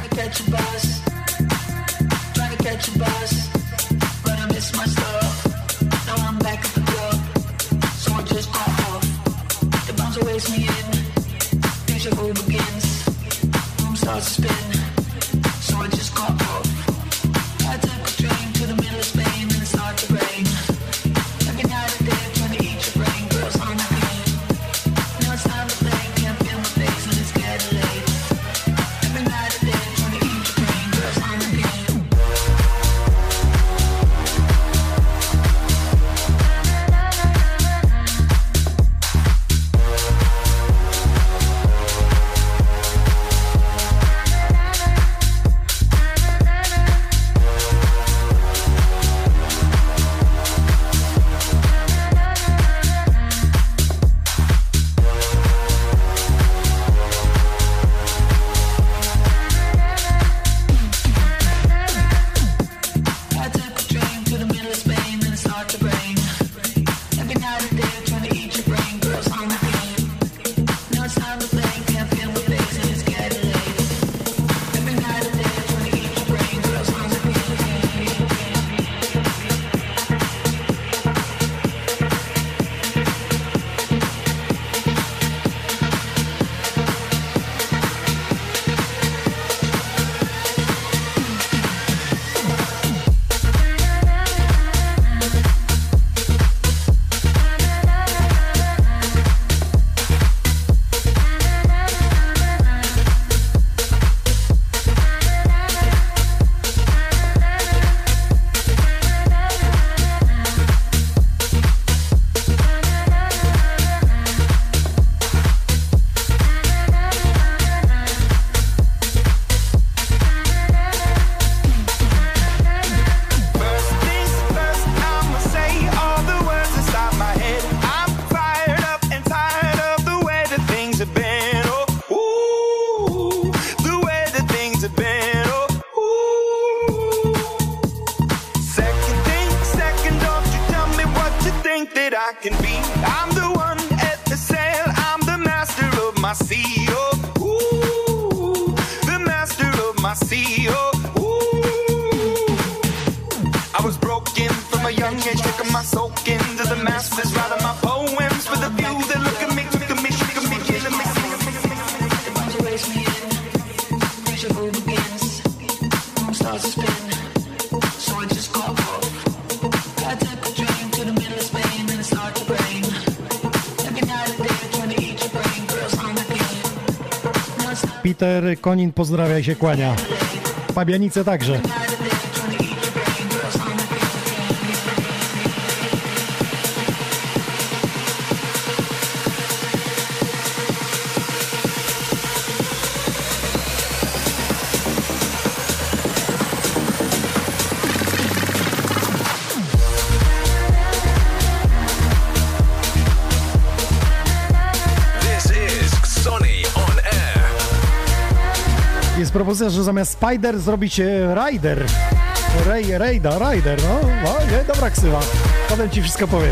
Starts to spin, so I just got off. I took a train to the middle of Spain and it started to rain. Every night I did, trying to eat your brain, girls on the plane. Now it's time to play, can't feel my face and it's getting late. Every night I did, trying to eat your brain, girls I can be. I'm the one at the sail, I'm the master of my sea, oh, ooh, the master of my sea, oh, ooh. I was broken from a young age, taking my soak into the masses, writing my poems for the few that look at me, look at me, look at me, killing me. Once you raise me in, deja vu begins. Starts to spin, so I just got off. I took a train to the middle of Spain and it started to rain. Every night and day trying to eat your brain, girls on the game. Now it's not Peter Konin pozdrawia i się kłania. Fabianice także. night and day trying to eat your brain, girls on the game. This is Xoni on air. Jest propozycja, że zamiast Spider zrobić e, Rider. Ray, Rayda, Rider, no, no nie, dobra ksywa. Potem ci wszystko powiem.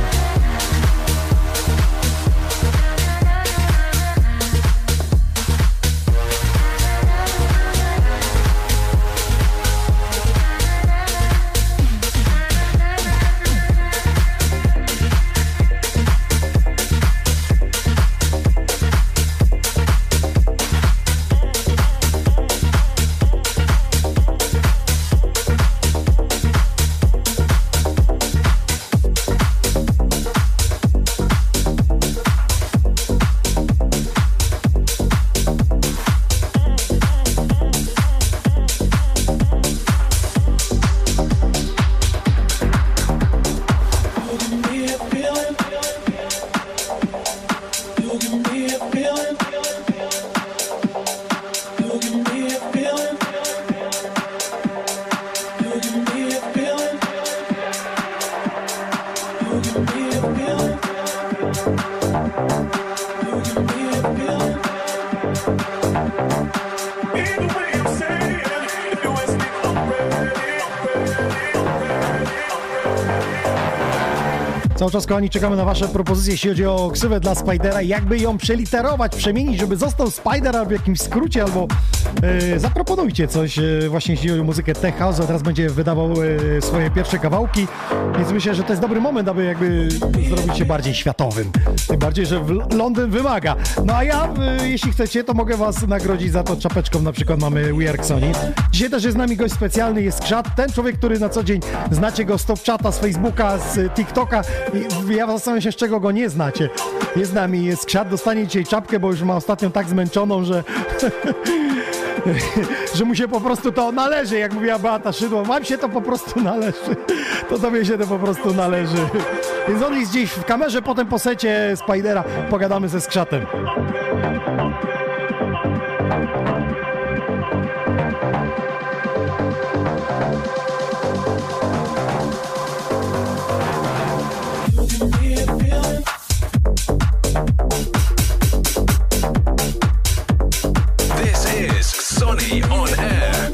Cały czas, kochani, czekamy na wasze propozycje, jeśli chodzi o ksywę dla Spidera, jakby ją przeliterować, przemienić, żeby został Spider albo w jakimś skrócie, albo e, zaproponujcie coś, e, właśnie jeśli chodzi o muzykę Tech House, a teraz będzie wydawał e, swoje pierwsze kawałki, więc myślę, że to jest dobry moment, aby jakby zrobić się bardziej światowym. Tym bardziej, że w Londyn wymaga. No a ja, e, jeśli chcecie, to mogę was nagrodzić za to czapeczką, na przykład mamy We Are Xoni. Dzisiaj też jest z nami gość specjalny, jest Krzat, ten człowiek, który na co dzień znacie go z Top Chata, z Facebooka, z TikToka. I ja zastanawiam się, z czego go nie znacie. Jest z nami, jest Krzat, dostanie dzisiaj czapkę, bo już ma ostatnio tak zmęczoną, że że mu się po prostu to należy, jak mówiła Beata Szydło. Wam się to po prostu należy. To tobie się to po prostu należy. Więc on jest gdzieś w kamerze, potem po secie Spidera pogadamy ze Skrzatem. This is Xoni on air.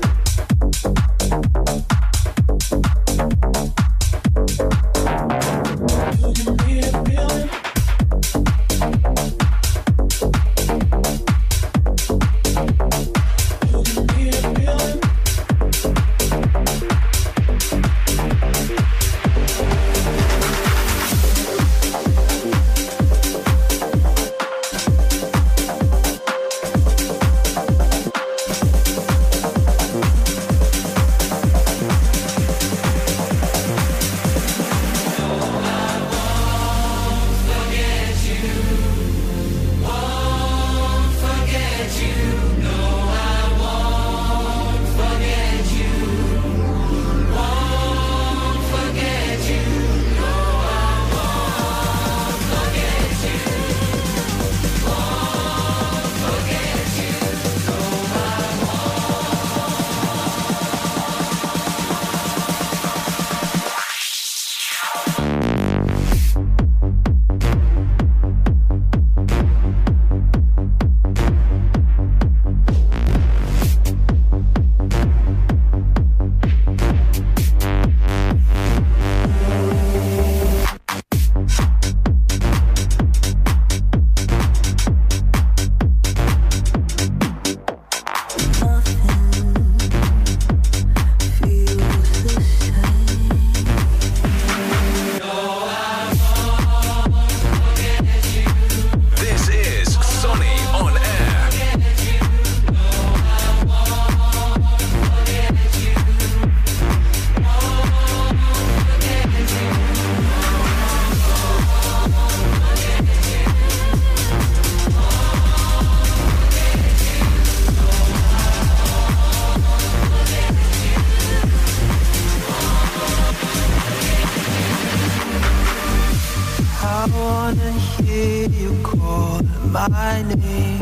hear you call my name.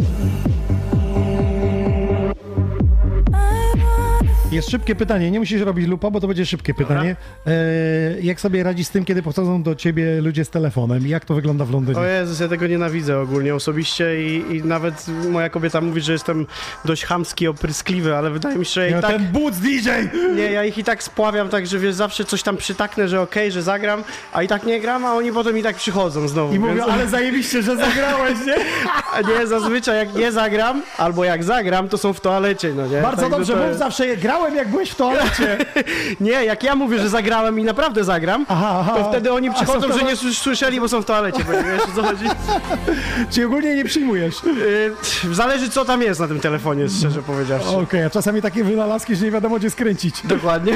Jest szybkie pytanie, nie musisz robić lupa, bo to będzie szybkie pytanie. E, jak sobie radzisz z tym, kiedy podchodzą do ciebie ludzie z telefonem? Jak to wygląda w Londynie? O Jezus, ja tego nienawidzę ogólnie osobiście i, i nawet moja kobieta mówi, że jestem dość chamski, opryskliwy, ale wydaje mi się, że No i tak... ten but D J! Nie, ja ich i tak spławiam tak, że wiesz, zawsze coś tam przytaknę, że okej, że zagram, a i tak nie gram, a oni potem i tak przychodzą znowu. I mówią, więc... ale zajebiście, że zagrałeś, nie? A nie, zazwyczaj jak nie zagram, albo jak zagram, to są w toalecie, no nie? Bardzo Także dobrze, to mów jest- zawsze, grałem jak byłeś w toalecie. Nie, jak ja mówię, że zagrałem i naprawdę zagram, Aha, aha. to wtedy oni A przychodzą, są w że nie toalecie? słys- słyszeli, bo są w toalecie, bo nie wiesz, o co chodzi. Czyli ogólnie nie przyjmujesz. Yy, zależy, co tam jest na tym telefonie, szczerze powiedziawszy. Okej, a czasami takie wynalazki, że nie wiadomo, gdzie skręcić. Dokładnie.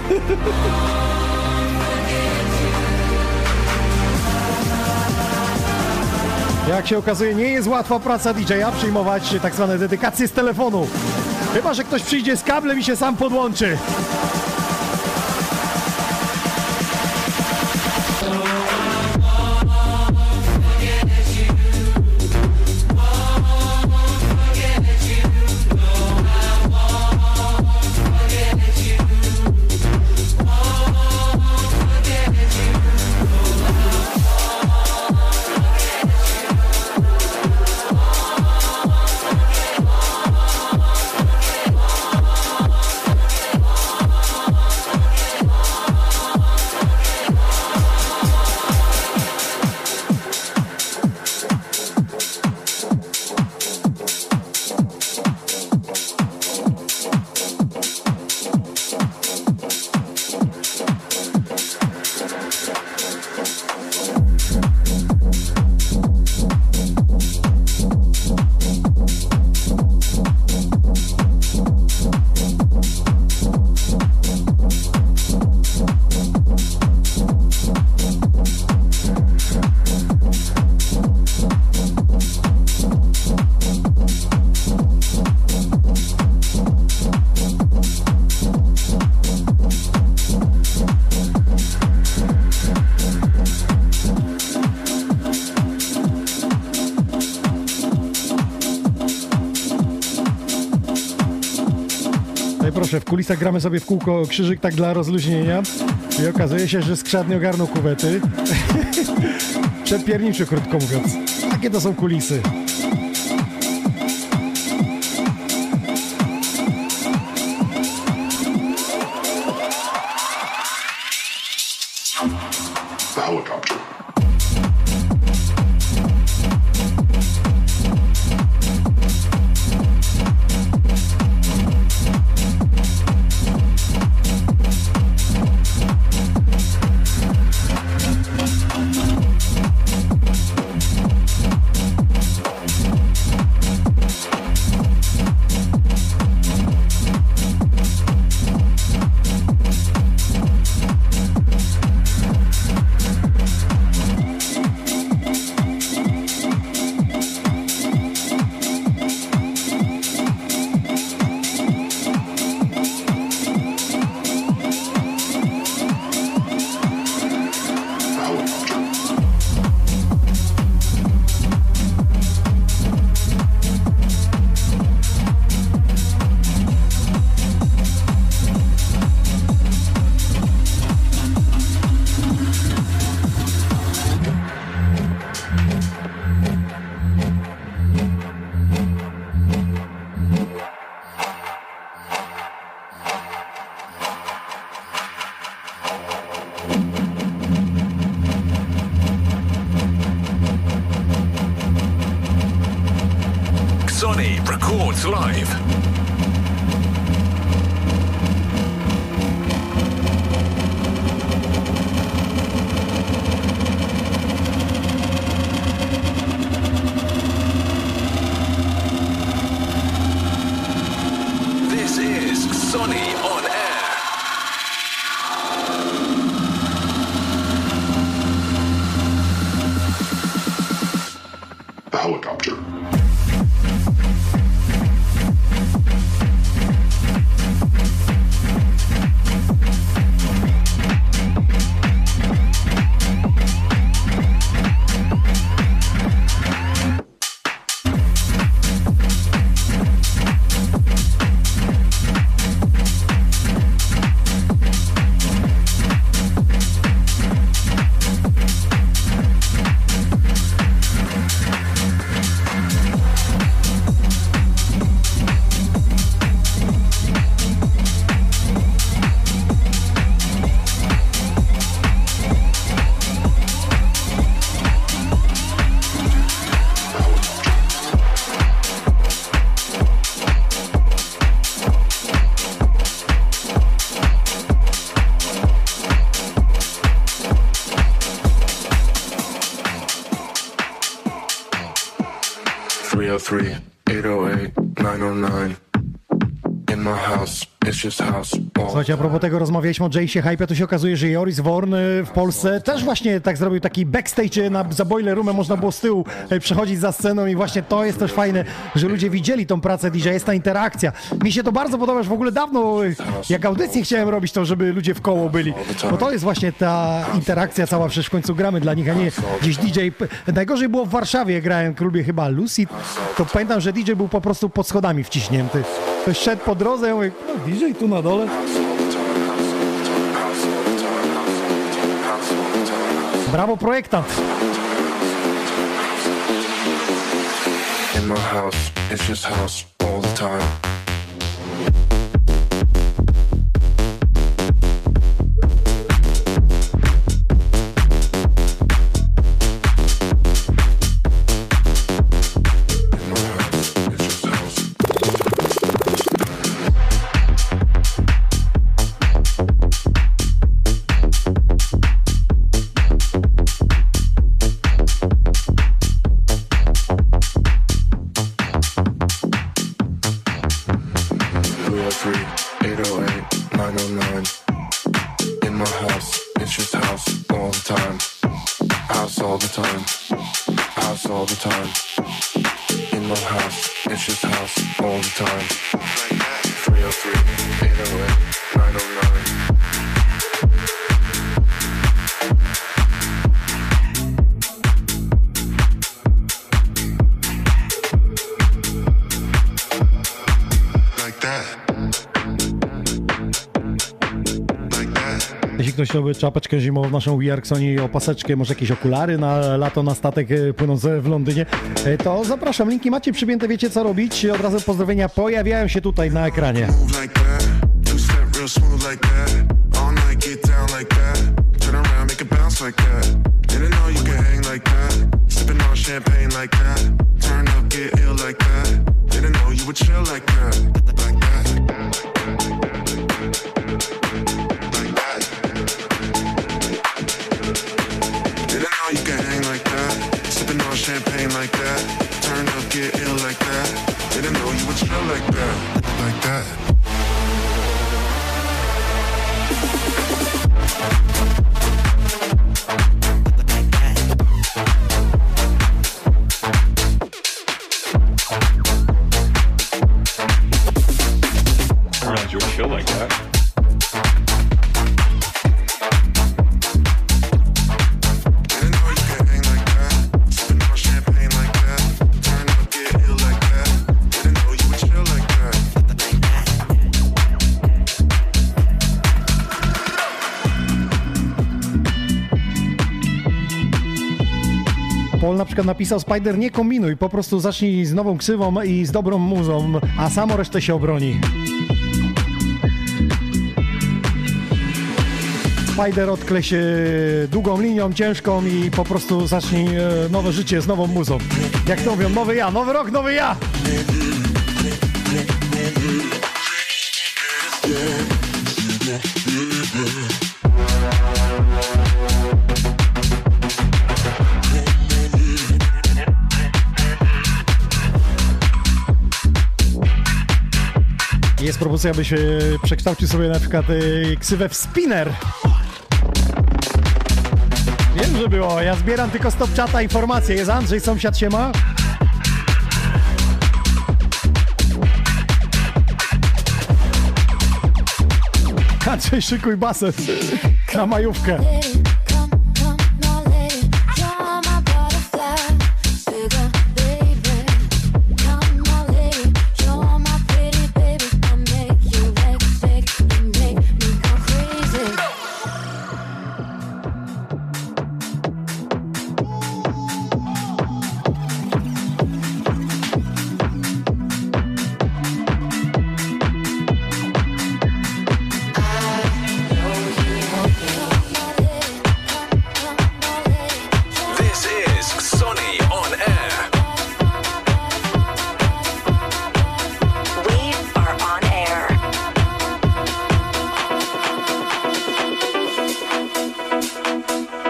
Jak się okazuje, nie jest łatwa praca D J a przyjmować tak zwane dedykacje z telefonu. Chyba że ktoś przyjdzie z kablem i się sam podłączy. Tutaj proszę, w kulisach gramy sobie w kółko krzyżyk tak dla rozluźnienia i okazuje się, że skrzat nie ogarnął kuwety. Przepierniczy, krótko mówiąc. Takie to są kulisy. The helicopter. Sonny records live. This is Sonny on air. The helicopter. three, eight oh eight, nine oh nine. In my house, it's just house. Słuchajcie, a propos tego rozmawialiśmy o Jace'ie Hype, to się okazuje, że Joris Vorn w Polsce też właśnie tak zrobił taki backstage na, za Boiler Roomem, można było z tyłu przechodzić za sceną i właśnie to jest też fajne, że ludzie widzieli tą pracę D J, jest ta interakcja. Mi się to bardzo podoba, że w ogóle dawno jak audycję chciałem robić to, żeby ludzie w koło byli, bo to jest właśnie ta interakcja cała, przecież w końcu gramy dla nich, a nie gdzieś D J. Najgorzej było w Warszawie, grałem w klubie chyba Lucid, to pamiętam, że D J był po prostu pod schodami wciśnięty. Ktoś szedł po drodze, ja mówię, no D J tu na dole. Brawo, projektant. In my house, it's just house all the time. Jeśli ktoś chciałby czapeczkę zimową w naszą We Are Xoni, opaseczkę, może jakieś okulary na lato, na statek płynąc w Londynie, to zapraszam. Linki macie przypięte, wiecie co robić. Od razu pozdrowienia pojawiają się tutaj na ekranie. Champagne like that, turn up, get ill like that. Didn't know you would chill like that, like that. You would chill like that. Paul na przykład napisał: Spider, nie kombinuj, po prostu zacznij z nową ksywą i z dobrą muzą, a samo resztę się obroni. Spider, odklej się długą linią, ciężką i po prostu zacznij nowe życie z nową muzą. Jak to mówią, nowy ja, nowy rok, nowy ja! Jest propozycja, abyś przekształcił sobie na przykład ksywę w spinner. Wiem, że było. Ja zbieram tylko z Top Chata informacje. Jest Andrzej, sąsiad się ma. Andrzej, szykuj basen na majówkę.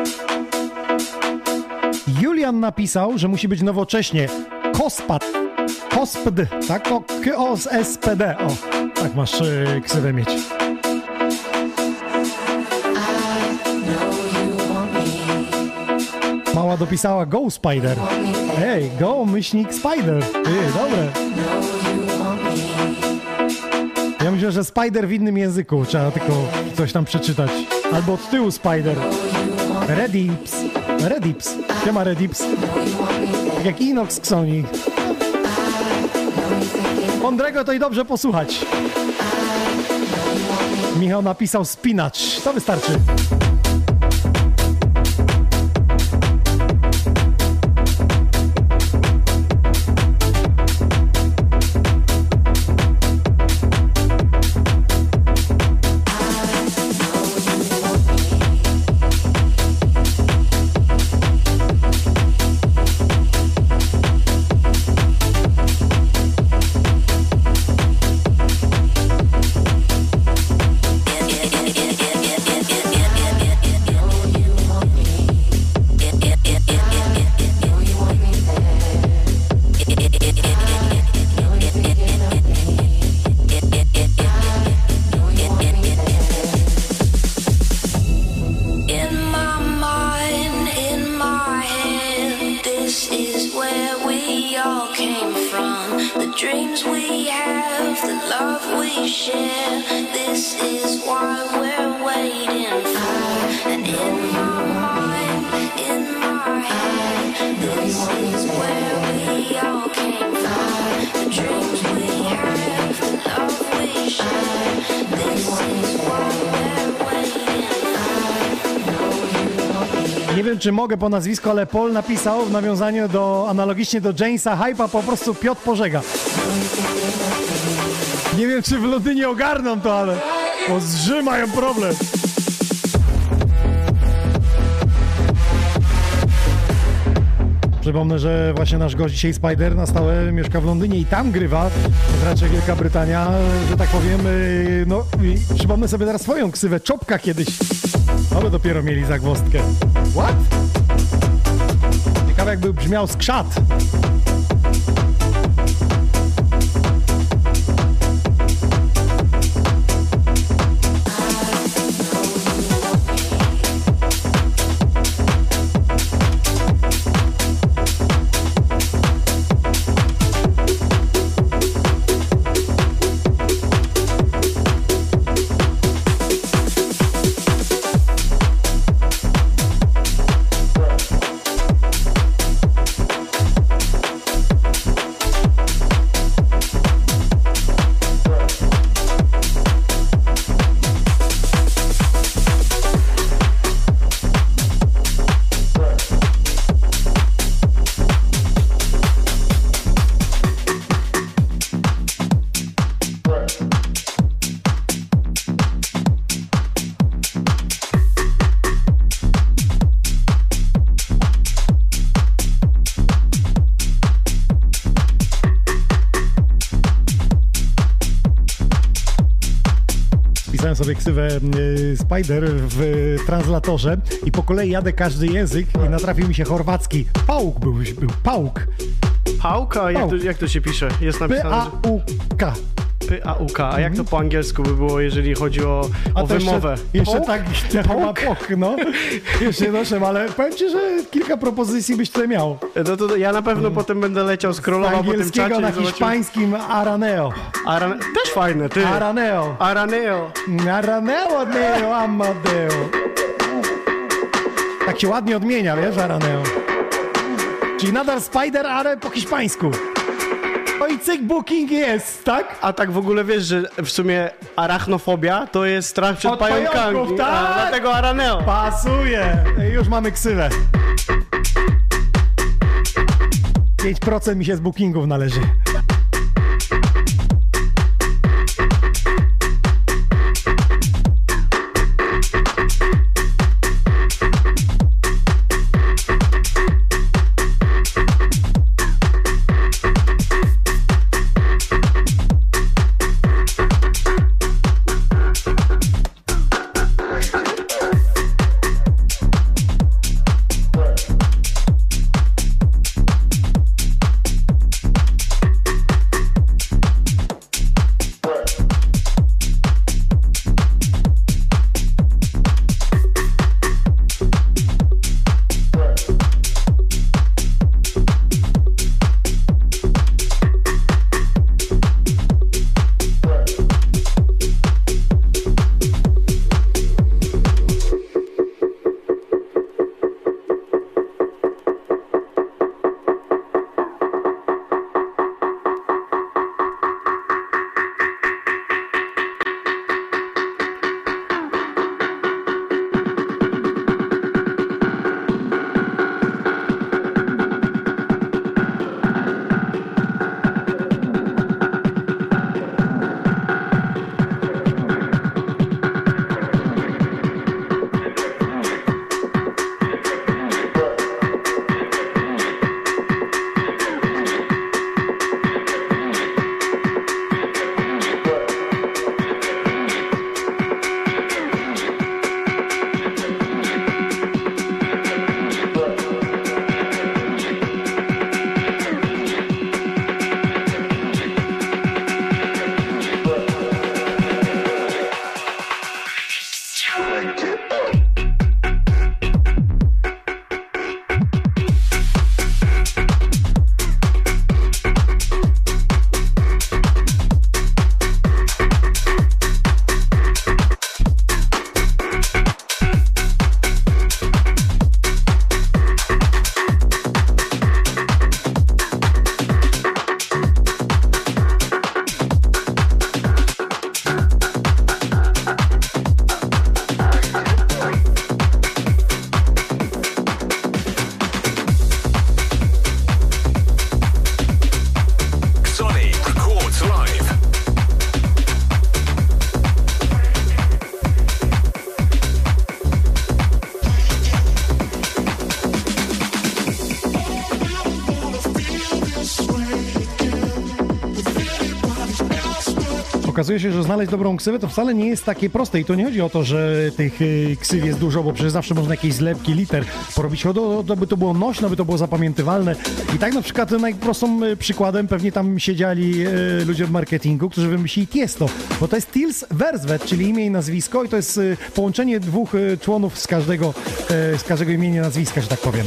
napisał, że musi być nowocześnie. Kospat Kospd, tak? O, K O S S P D. O, tak masz yy, ksywę mieć. Mała dopisała Go Spider. Ej, Go myślnik Spider. Ty, dobre. Ja myślę, że Spider w innym języku. Trzeba tylko coś tam przeczytać. Albo od tyłu Spider. Redips. Redips. Gdzie ma Redips? Tak jak Inox Xoni. Mądrego to i dobrze posłuchać. Michał napisał spinacz. To wystarczy. Nie wiem, czy mogę po nazwisku, ale Paul napisał w nawiązaniu do, analogicznie do Jamesa Hype'a, po prostu Piotr Pożega. Nie wiem, czy w Londynie ogarną to, ale bo zrzy mają problem. Przypomnę, że właśnie nasz gość dzisiaj, Spider, na stałe mieszka w Londynie i tam grywa, raczej Wielka Brytania, że tak powiem, no i przypomnę sobie teraz swoją ksywę, Czopka kiedyś. No by dopiero mieli zagwozdkę. What? Ciekawe, jakby brzmiał skrzat. Sobie ksywę y, Spider w y, translatorze i po kolei jadę każdy język i natrafił mi się chorwacki. Pałk był, był Pałk. Pałk? A jak to, jak to się pisze? Jest napisane, P A U K. P A U K. A jak to po angielsku by było, jeżeli chodzi o, o wymowę? Jeszcze, jeszcze tak, chyba pok, no. Jeszcze nie doszedłem, ale powiem ci, że kilka propozycji byś tutaj miał. No to ja na pewno hmm. potem będę leciał, scrollował po tym czacie. Na hiszpańskim Araneo. Aran... Też fajne, ty. Araneo. Araneo. Araneo, Neo, Amadeo. Tak się ładnie odmienia, wiesz, Araneo. Czyli nadal Spider, ale po hiszpańsku. No i cyk, booking jest, tak? A tak w ogóle wiesz, że w sumie arachnofobia to jest strach przed od pająkami. pająków, tak? A, dlatego Araneo. Pasuje. Już mamy ksywę. pięć procent mi się z bookingów należy. okazuje się, że znaleźć dobrą ksywę to wcale nie jest takie proste i to nie chodzi o to, że tych y, ksyw jest dużo, bo przecież zawsze można jakieś zlepki, liter porobić, chodzi o to, by to było nośne, by to było zapamiętywalne i tak na przykład najprostszym y, przykładem pewnie tam siedzieli y, ludzie od marketingu, którzy wymyślili Tiesto, bo to jest Tils Versvet, czyli imię i nazwisko i to jest y, połączenie dwóch y, członów z każdego, y, z każdego imienia i nazwiska, że tak powiem.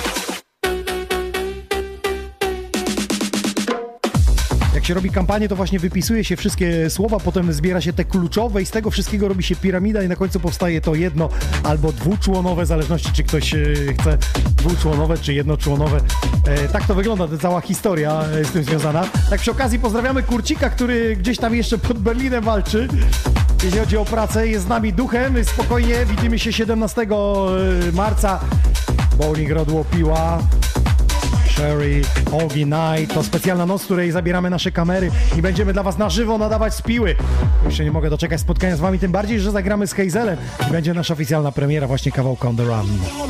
Jak się robi kampanię, to właśnie wypisuje się wszystkie słowa, potem zbiera się te kluczowe i z tego wszystkiego robi się piramida i na końcu powstaje to jedno albo dwuczłonowe, w zależności czy ktoś chce dwuczłonowe czy jednoczłonowe. E, tak to wygląda, ta cała historia z tym związana. Tak przy okazji pozdrawiamy Kurcika, który gdzieś tam jeszcze pod Berlinem walczy. Jeśli chodzi o pracę, jest z nami duchem. Spokojnie, widzimy się siedemnastego marca. Bowling Rodło Piła. Sherry, Ogi Night, to specjalna noc, w której zabieramy nasze kamery i będziemy dla was na żywo nadawać z Piły. Jeszcze nie mogę doczekać spotkania z wami, tym bardziej, że zagramy z Hazelem i będzie nasza oficjalna premiera właśnie kawałka On The Run.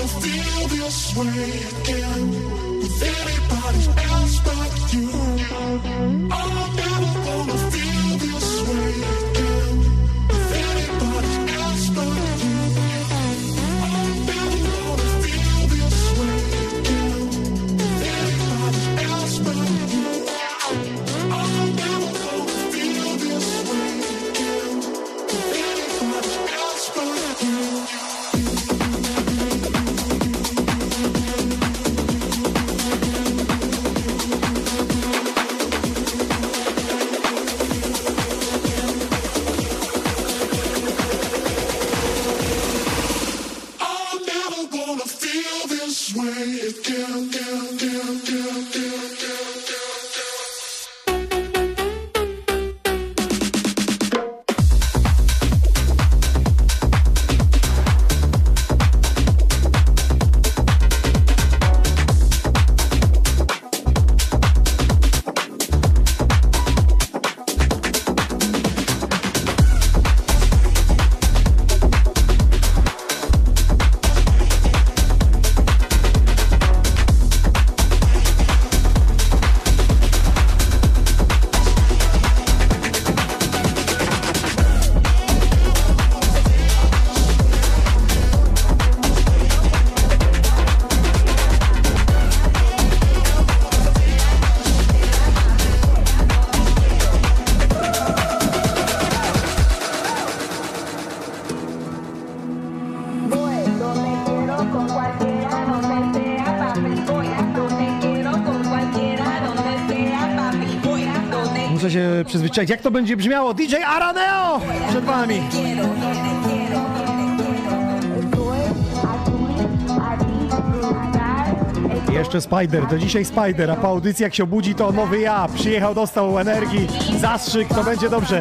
Przyzwyczaić. Jak to będzie brzmiało? D J Araneo przed wami. Jeszcze Spider, to dzisiaj Spider, a po audycji jak się obudzi, to nowy ja. Przyjechał, dostał energii, zastrzyk, to będzie dobrze.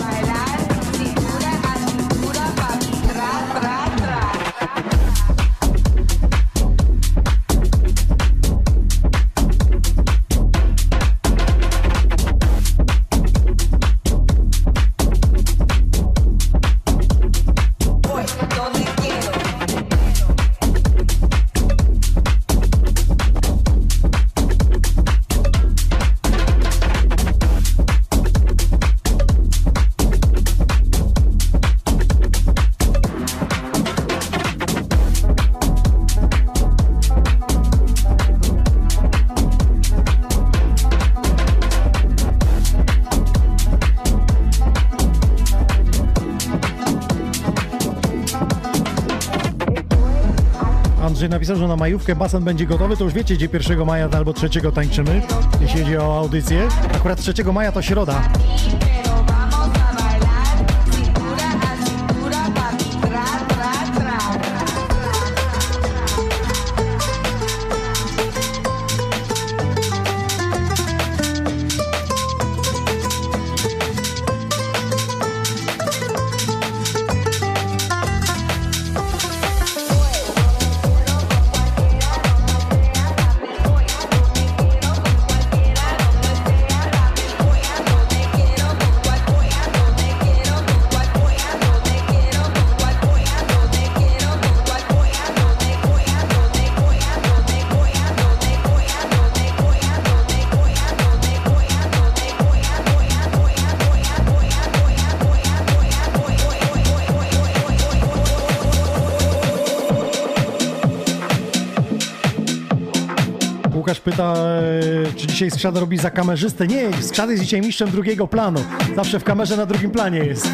Napisał, że na majówkę basen będzie gotowy, to już wiecie, gdzie pierwszego maja albo trzeciego tańczymy, jeśli chodzi o audycję. Akurat trzeciego maja to środa. Quiero Łukasz pyta, e, czy dzisiaj Skrzat robi za kamerzystę. Nie, Skrzat jest dzisiaj mistrzem drugiego planu. Zawsze w kamerze na drugim planie jest.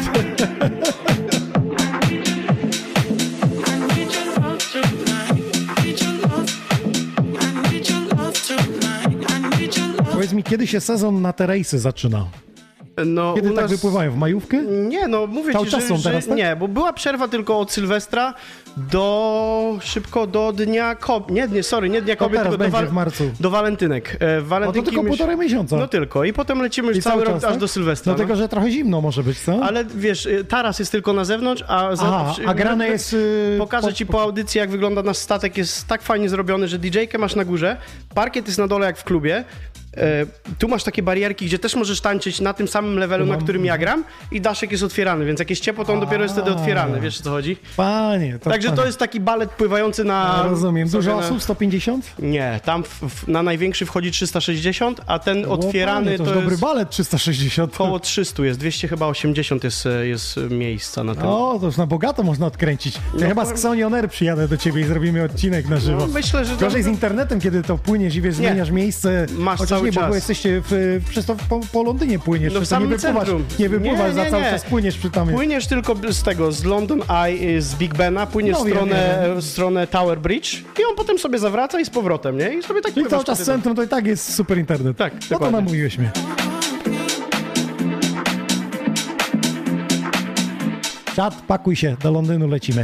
Powiedz mi, kiedy się sezon na te rejsy zaczyna? No, Kiedy u tak nas- wypływają? W majówkę? Nie, no mówię Cały ci, czas że, są że teraz, tak? nie, bo była przerwa tylko od Sylwestra do szybko do Dnia Kobiet. Nie, nie, sorry, nie Dnia Kobiet, teraz tylko do, będzie w marcu. do walentynek. E, walentynki tylko myśl- półtorej miesiąca. No tylko. I potem lecimy już I cały rok czas, aż tak? do Sylwestra. Dlatego, no. że trochę zimno może być, co? Ale wiesz, y, taras jest tylko na zewnątrz, a... Za, Aha, a grane jest... Yy, Pokażę ci po audycji, jak wygląda nasz statek. Jest tak fajnie zrobiony, że D J-kę masz na górze, parkiet jest na dole jak w klubie. E, tu masz takie barierki, gdzie też możesz tańczyć na tym samym levelu, na mam- którym ja gram, i daszek jest otwierany, więc jak jest ciepło, to on dopiero jest wtedy otwierany, wiesz o co chodzi? Panie, to Także to fajnie. jest taki balet pływający na... Ja rozumiem. sobie Dużo na- osób? sto pięćdziesiąt? Nie, tam w, w, na największy wchodzi trzysta sześćdziesiąt, a ten O, otwierany panie, to, to już dobry jest balet trzysta sześćdziesiąt. koło trzysta, jest dwieście chyba osiemdziesiąt jest, jest miejsca na tym. O, to już na bogato można odkręcić. Ja No, chyba z powiem- Xonioner przyjadę do ciebie i zrobimy odcinek na żywo. No, myślę, że to- Gorzej z internetem, kiedy to płyniesz i wiesz, zmieniasz miejsce. Masz Chociaż cały nie, bo czas. jesteście w, przez to po, po Londynie płyniesz. No w przez to nie samym wypływasz, centrum. nie wypływasz, Nie, za nie, cały nie. czas płyniesz przy tamie. Płyniesz tylko z tego, z London Eye, z Big Bena, płyniesz No, w wiem, stronę, wiem, wiem. w stronę Tower Bridge i on potem sobie zawraca i z powrotem, nie? I sobie tak Czyli pływasz cały czas po w tym. centrum to i tak jest super internet. Tak, No to dokładnie. namówiłeś mnie. Czad, pakuj się, do Londynu lecimy.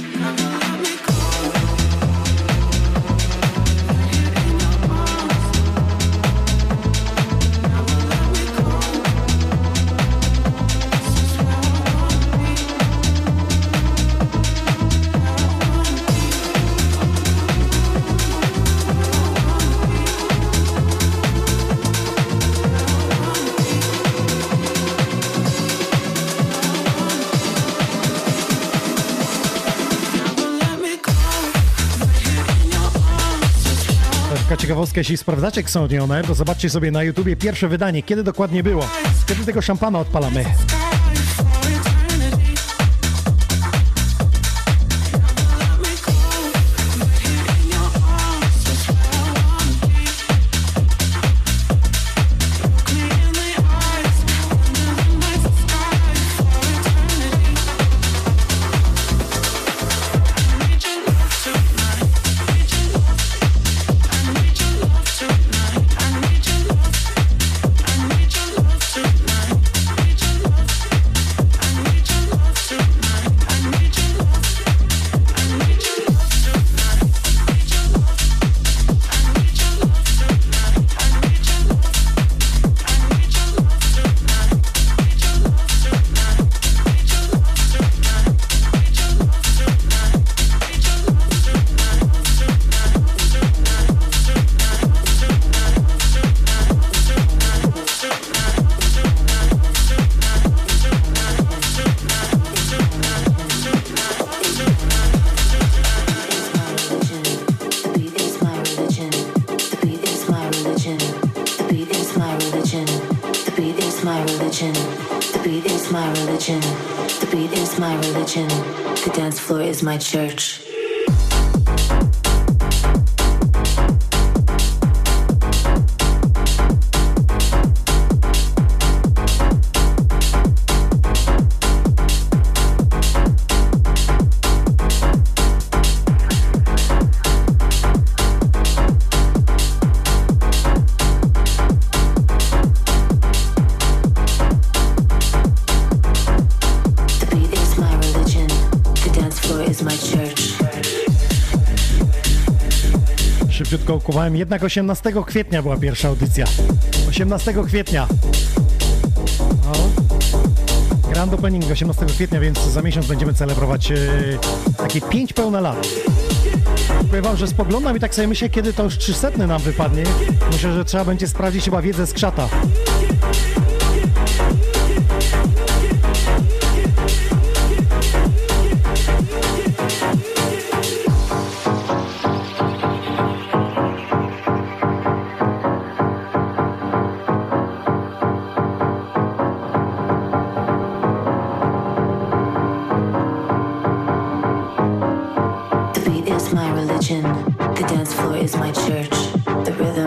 Taka ciekawostka, jeśli sprawdzacie Xonioner, to zobaczcie sobie na YouTubie pierwsze wydanie, kiedy dokładnie było. Kiedy tego szampana odpalamy. My church. Szybciutko ukowałem, jednak osiemnastego kwietnia była pierwsza audycja. osiemnastego kwietnia. No. Grand Opening osiemnastego kwietnia, więc za miesiąc będziemy celebrować e, takie pięć pełne lat. Powiem wam, że spoglądam i tak sobie myślę, kiedy to już trzysetny nam wypadnie. Myślę, że trzeba będzie sprawdzić chyba wiedzę z Krzata. The beat is my religion, the dance floor is my church, the rhythm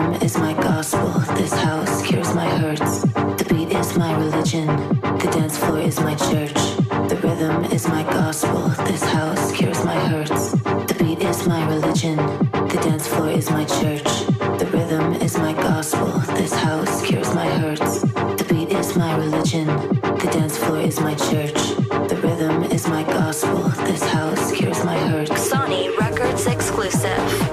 religion. The dance floor is my church. The rhythm is my gospel. This house cures my hurts. The beat is my religion. The dance floor is my church. The rhythm is my gospel. This house cures my hurts. Sony Records exclusive.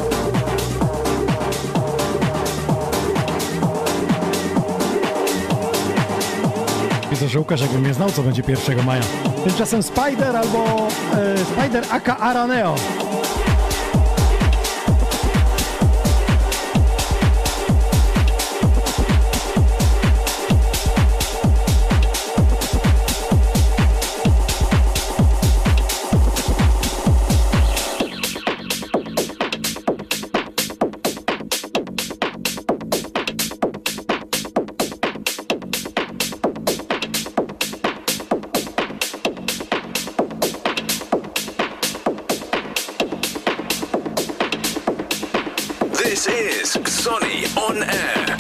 Widzę, że Łukasz jakby mnie znał, co będzie pierwszego maja. Tymczasem Spider albo e, Spider aka Araneo. This is Sonny on Air.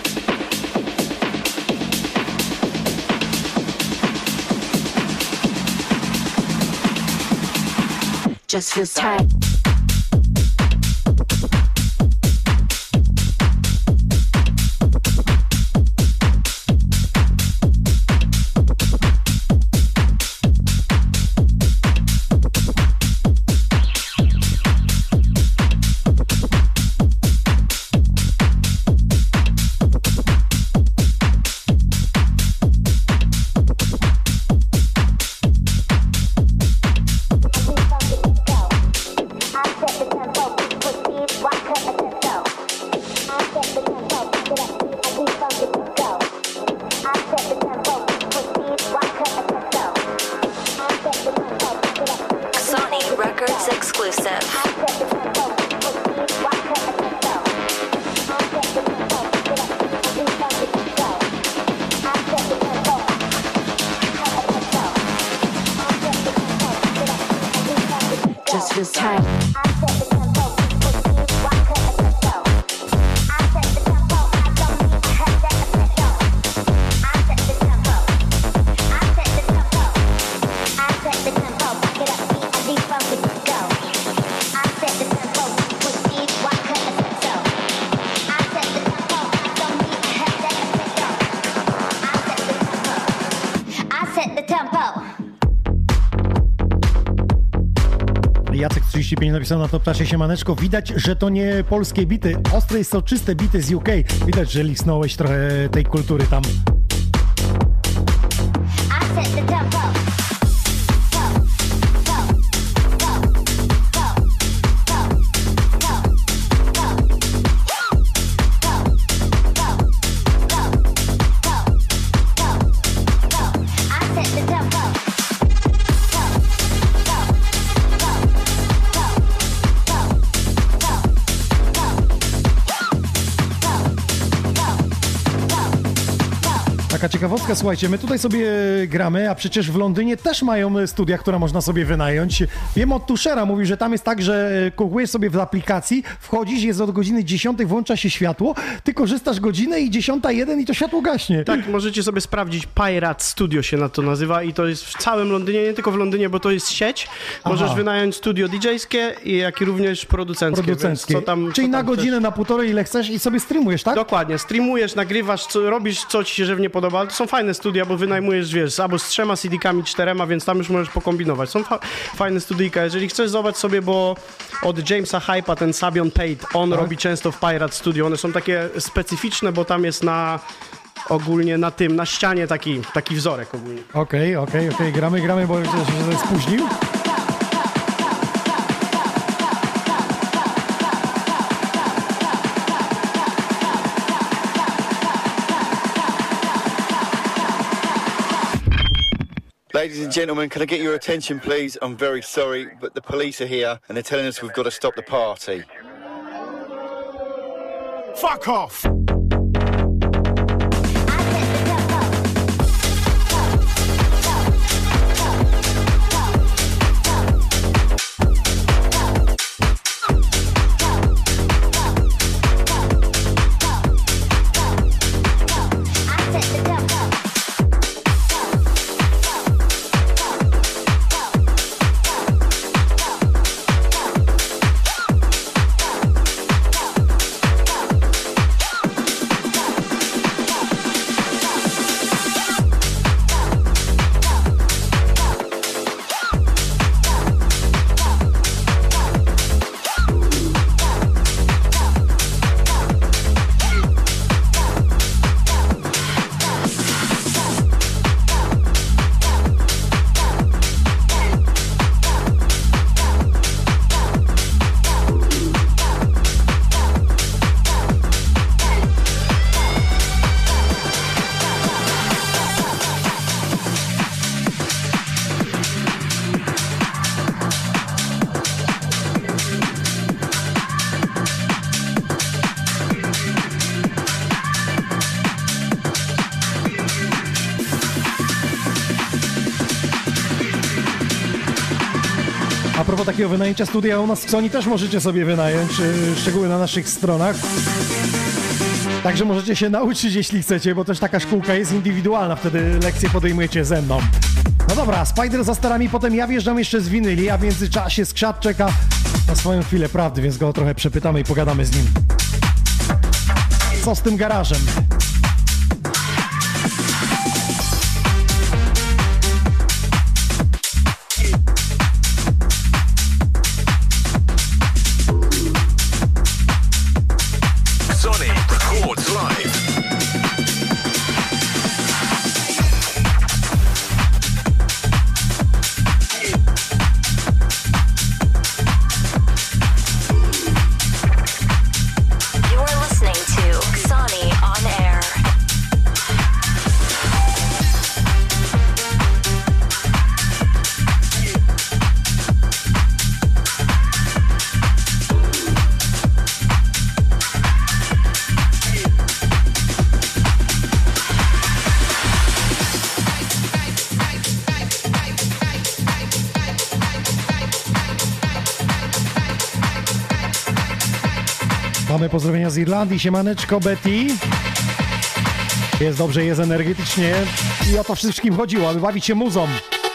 Just feels tight. trzydzieści pięć napisał na Topczasie: siemaneczko, widać, że to nie polskie bity, ostre i soczyste bity z U K. Widać, że lisnąłeś trochę tej kultury tam. Taka ciekawostka, słuchajcie, my tutaj sobie gramy, a przecież w Londynie też mają studia, które można sobie wynająć. Wiem od Tuszera, mówił, że tam jest tak, że kupujesz sobie w aplikacji, wchodzisz, jest od godziny dziesiątej, włącza się światło, ty korzystasz godzinę i dziesiąta jeden i to światło gaśnie. Tak, możecie sobie sprawdzić, Pirate Studio się na to nazywa i to jest w całym Londynie, nie tylko w Londynie, bo to jest sieć. Możesz Aha. wynająć studio didżejskie, jak i również producenckie. Producenckie. Co tam, Czyli co na tam godzinę, chcesz. Na półtorej, ile chcesz i sobie streamujesz, tak? Dokładnie, streamujesz, nagrywasz, co, robisz, co ci się żywnie podoba. Ale to są fajne studia, bo wynajmujesz, wiesz, albo z trzema C D-kami, czterema, więc tam już możesz pokombinować. Są fa- fajne studyjka. Jeżeli chcesz, zobacz sobie, bo od Jamesa Hype'a ten Sabion Tate, on tak. robi często w Pirate Studio. One są takie specyficzne, bo tam jest na ogólnie na tym, na ścianie taki, taki wzorek ogólnie. Okej, okay, okej, okay, okej, okay. gramy, gramy, bo się spóźnił. Ladies and gentlemen, can I get your attention, please? I'm very sorry, but the police are here and they're telling us we've got to stop the party. Fuck off! propos takiego wynajęcia studia, u nas w Sony też możecie sobie wynająć, yy, szczegóły na naszych stronach. Także możecie się nauczyć, jeśli chcecie, bo też taka szkółka jest indywidualna, wtedy lekcje podejmujecie ze mną. No dobra, Spider za starami, potem ja wjeżdżam jeszcze z winyli, a w międzyczasie Skrzat czeka na swoją chwilę prawdy, więc go trochę przepytamy i pogadamy z nim. Co z tym garażem? Sony records live. You're listening to Sony on Air. Mamy pozdrowienia z Irlandii, siemaneczko Betty. Jest dobrze, jest energetycznie i o to wszystkim chodziło, aby bawić się muzą.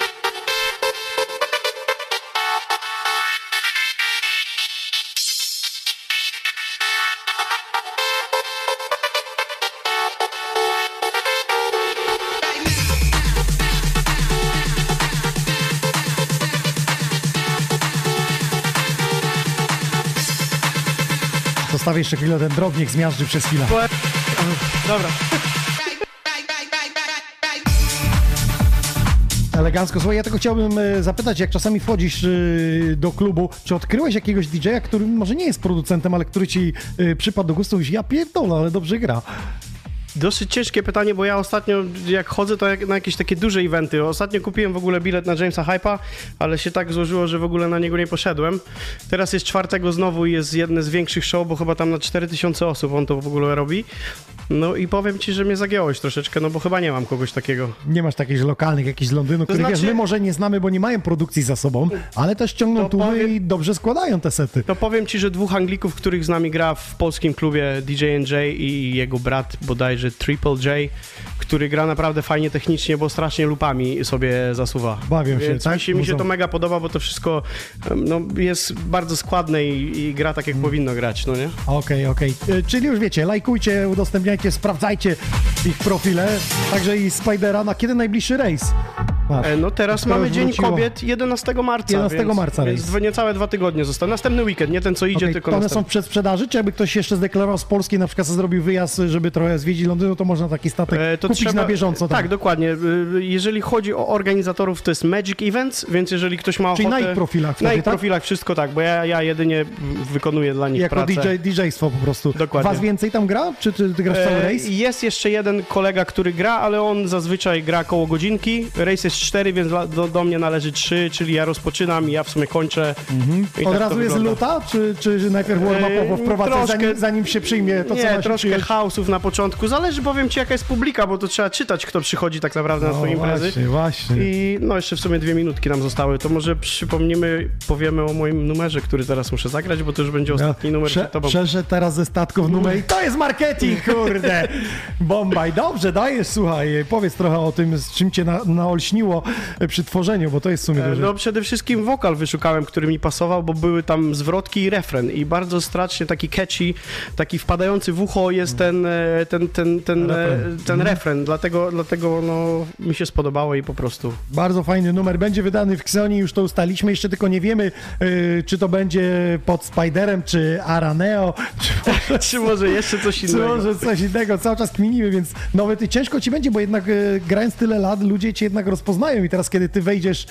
Zostawię jeszcze chwilę ten drobnik, zmiażdży przez chwilę. Dobra. Elegancko. Słuchaj, ja tego chciałbym e, zapytać, jak czasami wchodzisz e, do klubu, czy odkryłeś jakiegoś didżeja, który może nie jest producentem, ale który ci e, przypadł do gustu i ja pierdolę, ale dobrze gra. Dosyć ciężkie pytanie, bo ja ostatnio jak chodzę to jak na jakieś takie duże eventy. Ostatnio kupiłem w ogóle bilet na Jamesa Hype'a, ale się tak złożyło, że w ogóle na niego nie poszedłem. Teraz jest czwartego znowu i jest jedne z większych show, bo chyba tam na cztery tysiące osób on to w ogóle robi. No i powiem ci, że mnie zagiąłeś troszeczkę, no bo chyba nie mam kogoś takiego. Nie masz takich lokalnych, jakichś z Londynu, których znaczy- wiesz, my może nie znamy, bo nie mają produkcji za sobą, ale też ciągną To tuby powiem- i dobrze składają te sety. To powiem ci, że dwóch Anglików, których z nami gra w polskim klubie, D J N J i jego brat bodajże Triple J, który gra naprawdę fajnie technicznie, bo strasznie lupami sobie zasuwa. Bawią się, Więc tak? mi się, mi się to Muszą- mega podoba, bo to wszystko em, no, jest bardzo składne i, i gra tak, jak powinno grać, no nie? Okej, okej. E, Czyli już wiecie, lajkujcie, udostępniajcie, sprawdzajcie ich profile, także i Spidera. Na kiedy najbliższy rejs? Masz. E, No teraz Skoro mamy już Dzień wróciło. Kobiet jedenastego marca. jedenastego więc, marca Więc rejs. dwa- niecałe dwa tygodnie zostały. Następny weekend, nie ten co idzie, Okej, tylko to one są następny. w przedsprzedaży, czy jakby ktoś jeszcze zdeklarował z Polski, na przykład sobie zrobił wyjazd, żeby trochę zwiedzić Londynu, to można taki statek E, to kupić trzeba- na bieżąco. Tak, tam. dokładnie. Y, Jeżeli chodzi o organizatorów, to jest Magic Events, więc jeżeli ktoś ma Czyli ochotę... na ich profilach wtedy, Na ich tak? profilach wszystko tak, bo ja, ja jedynie wykonuję dla nich Jako pracę. D J, D J-stwo po prostu. Dokładnie. Was więcej tam gra? Czy ty, ty grasz cały E, rejs? Jest jeszcze jeden kolega, który gra, ale on zazwyczaj gra koło godzinki. Rejs jest cztery, więc dla- do, do mnie należy trzy, czyli ja rozpoczynam i ja w sumie kończę. I Od tak razu to jest wygląda. luta, czy, czy najpierw warm-upowo E, wprowadzę, troszkę- zanim, zanim się przyjmie to, co ma Nie, się troszkę przyjąć? chaosów na początku. Zależy, powiem ci, jaka jest publika, bo to trzeba czytać, kto przychodzi tak naprawdę na No swoje imprezy. właśnie, właśnie. I no jeszcze w sumie dwie minutki nam zostały. To może przypomnimy, powiemy o moim numerze, który teraz muszę zagrać, bo to już będzie ostatni numer Prze- przed tobą. Przeszedł teraz ze statków numer i to jest marketing, kurde! Bomba i dobrze, dajesz, słuchaj, powiedz trochę o tym, z czym cię na, naolśniło przy tworzeniu, bo to jest w sumie E, duży. No przede wszystkim wokal wyszukałem, który mi pasował, bo były tam zwrotki i refren i bardzo strasznie taki catchy, taki wpadający w ucho jest ten, e, ten, ten, ten, e, Refren. ten refren, dlatego, dlatego no, mi się spodobało i po prostu. Bardzo fajny numer, będzie wydany w Xoni, już to ustaliśmy, jeszcze tylko nie wiemy, y, czy to będzie pod Spiderem, czy Araneo, czy może, Czy może jeszcze coś czy innego? może coś innego, cały czas kminimy, więc nowy ty ciężko ci będzie, bo jednak y, grając tyle lat, ludzie cię jednak rozpoznają i teraz, kiedy ty wejdziesz y,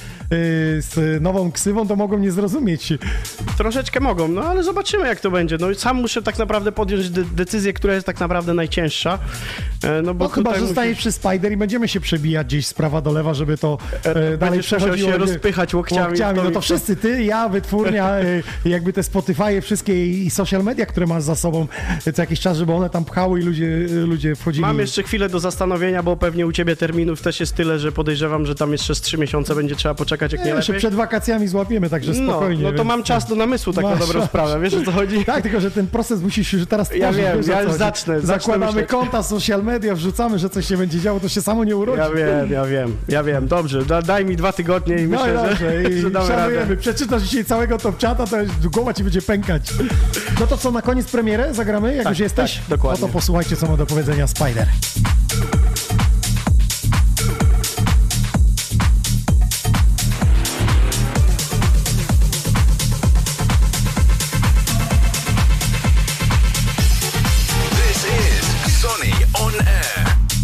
z nową ksywą, to mogą nie zrozumieć. Troszeczkę mogą, no ale zobaczymy jak to będzie. No sam muszę tak naprawdę podjąć de- decyzję, która jest tak naprawdę najcięższa. E, no bo No chyba, że musisz... zostaniesz przy Spider i będziemy się przebijać gdzieś z prawa do lewa, żeby to e, dalej Będziesz musiał przechodziło. się rozpychać łokciami. łokciami. No w to to- wszyscy, ty, ja, wytwórnia, e, jakby te Spotify, wszystkie i social media, które masz za sobą e, co jakiś czas, żeby one tam pchały i ludzie, e, ludzie wchodzili. Mam jeszcze chwilę do zastanowienia, bo pewnie u ciebie terminów też jest tyle, że podejrzewam, że tam jeszcze z trzy miesiące będzie trzeba poczekać, jak nie, Nie, jeszcze lepiej. przed wakacjami złapiemy, także No, spokojnie. no to więc- mam czas do namysłu, tak na Masz, dobrą masz. sprawę, wiesz o co chodzi? Tak, tylko że ten proces musisz już teraz Ja tworzyć, wiem, wiesz, o ja co już chodzi. zacznę, zacznę Zakładamy myśleć. konta, social media, wrzucamy, że coś się będzie działo, to się samo nie urodzi. Ja wiem, ja wiem, ja wiem, dobrze, da, daj mi dwa tygodnie i No myślę, i dobrze, że, i że damy szanujemy. radę. Przeczytasz dzisiaj całego top chata, to już głowa ci będzie pękać. No to co, na koniec premierę zagramy, jak Tak, już jesteś? tak, dokładnie. No to posłuchajcie, co ma do powiedzenia Spider. This is Sonny on air.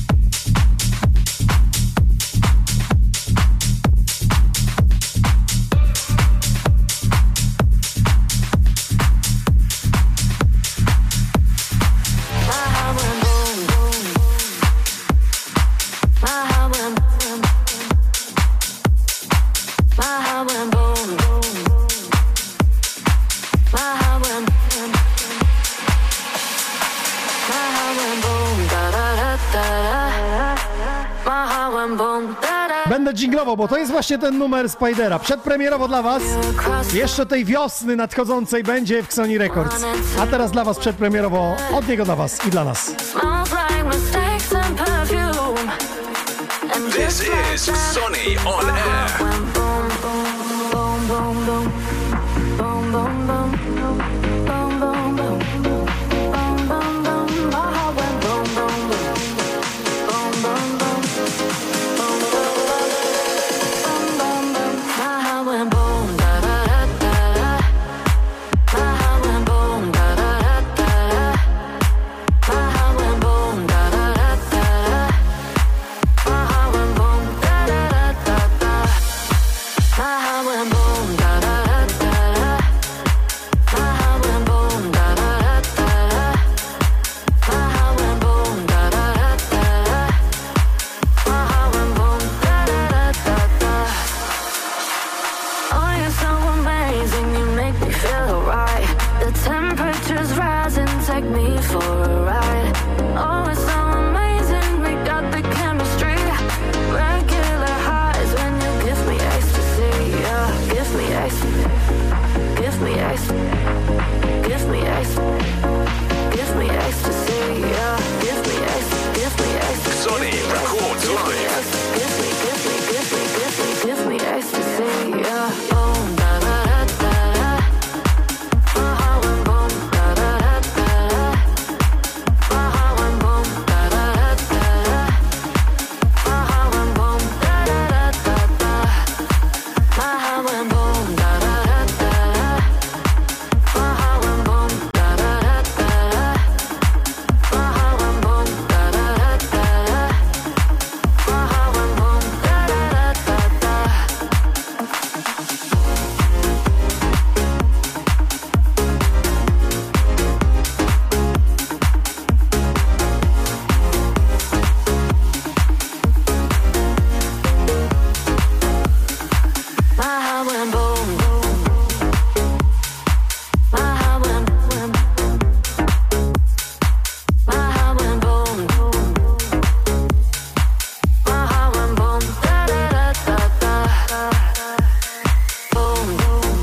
Będę dżinglował, bo to jest właśnie ten numer Spidera. Przedpremierowo dla was. Jeszcze tej wiosny nadchodzącej będzie w Xoni Records. A teraz dla was przedpremierowo od niego dla was i dla nas. Smells like mistakes and perfume. And This just like is that, Sonny on my air. heart went boom, boom, boom, boom, boom. Boom, boom, boom. Boom, boom, boom. Boom, boom, boom. My heart went boom, boom, boom. Boom, boom, boom. Boom, boom, boom. Boom, boom, boom. My heart went boom, da da da da da. My heart went boom, da da da da da. My heart went boom, da da da da da. My heart went boom, da da da da da. My heart went boom, da da da da da. My heart went boom, da da da da da. My heart went boom, da da da da da. My heart went boom, da da da da da. Oh, you're so amazing, you make me feel alright. The temperature's rising, take me for a ride. Oh, it's so amazing, we got the chemistry. Regular highs when you give me ecstasy, yeah. Give me ecstasy, give me ecstasy, give me ecstasy, give me ecstasy, yeah. Give me ecstasy, give me ecstasy. Sonny records live. Give me, give me, give me, give me, give me ecstasy, yeah. Boom, da da da da da. My heart went boom, da da da da da. My heart went boom, da da da da da. My heart went boom, da da da da da. My heart went boom, da da da da da. My heart went boom, da da da da da. My heart went boom, da da da da da. My heart went boom, da da da da da. My heart went boom, boom. My heart went boom. My heart went boom, boom. My heart went boom, da da da da da. Boom, boom.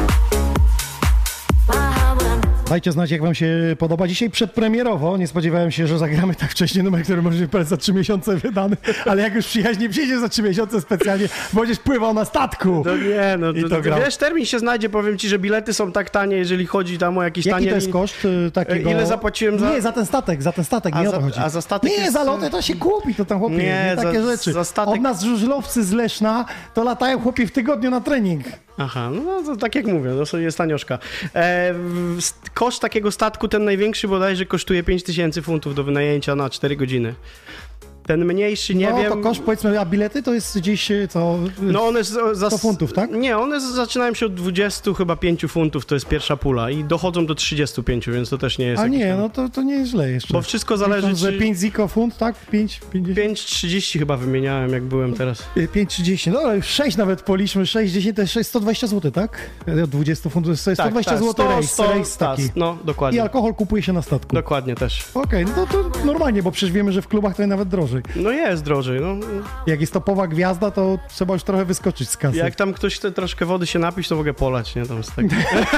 My heart went. Dajcie znać, jak wam się podoba. Dzisiaj przedpremierowo, nie spodziewałem się, że zagramy tak wcześnie numer, który może być za trzy miesiące wydany, ale jak już przyjaźnie przyjdzie za trzy miesiące specjalnie, będziesz pływał na statku. No nie, no I to, to to, grał. wiesz, termin się znajdzie, powiem ci, że bilety są tak tanie, jeżeli chodzi tam o jakieś Jaki tanie... to jest lin- koszt y, takiego? Ile zapłaciłem za- Nie, za ten statek, za ten statek, A nie za- o to chodzi. a za statek Nie, jest- za loty to się kupi, to tam chłopie, Nie, nie, za- takie rzeczy. za statek- Od nas żużlowcy z Leszna to latają chłopie w tygodniu na trening. Aha, no to tak jak mówię, to sobie jest tanioszka. E, w- s- koszt takiego statku, ten największy bodajże kosztuje pięć tysięcy funtów do wynajęcia na cztery godziny. Ten mniejszy, nie no, wiem. to koszt, powiedzmy, a bilety to jest gdzieś to No one z, za, sto funtów, tak? Nie, one z, zaczynają się od dwudziestu chyba pięciu funtów, to jest pierwsza pula i dochodzą do trzydziestu pięciu, więc to też nie jest A nie, tam... no to, to nie jest źle jeszcze. Bo wszystko zależy, Myślę, czy... że pięć ziko funt, tak? pięć pięćdziesiąt pięć trzydzieści chyba wymieniałem, jak byłem teraz. pięć trzydzieści, no ale już sześć nawet policzmy, sześć dziesięć to jest sto dwadzieścia złotych, tak? Od dwudziestu funtów to jest sto dwadzieścia złotych sto, rejs, sto, rejs taki. No, dokładnie. I alkohol kupuje się na statku. Dokładnie też. Okej, okay, no to, to normalnie, bo przecież wiemy, że w klubach to jest nawet drożej. No jest drożej, no. Jak jest topowa gwiazda, to trzeba już trochę wyskoczyć z kasy. Jak tam ktoś chce troszkę wody się napić, to mogę polać, nie? Tam z tego.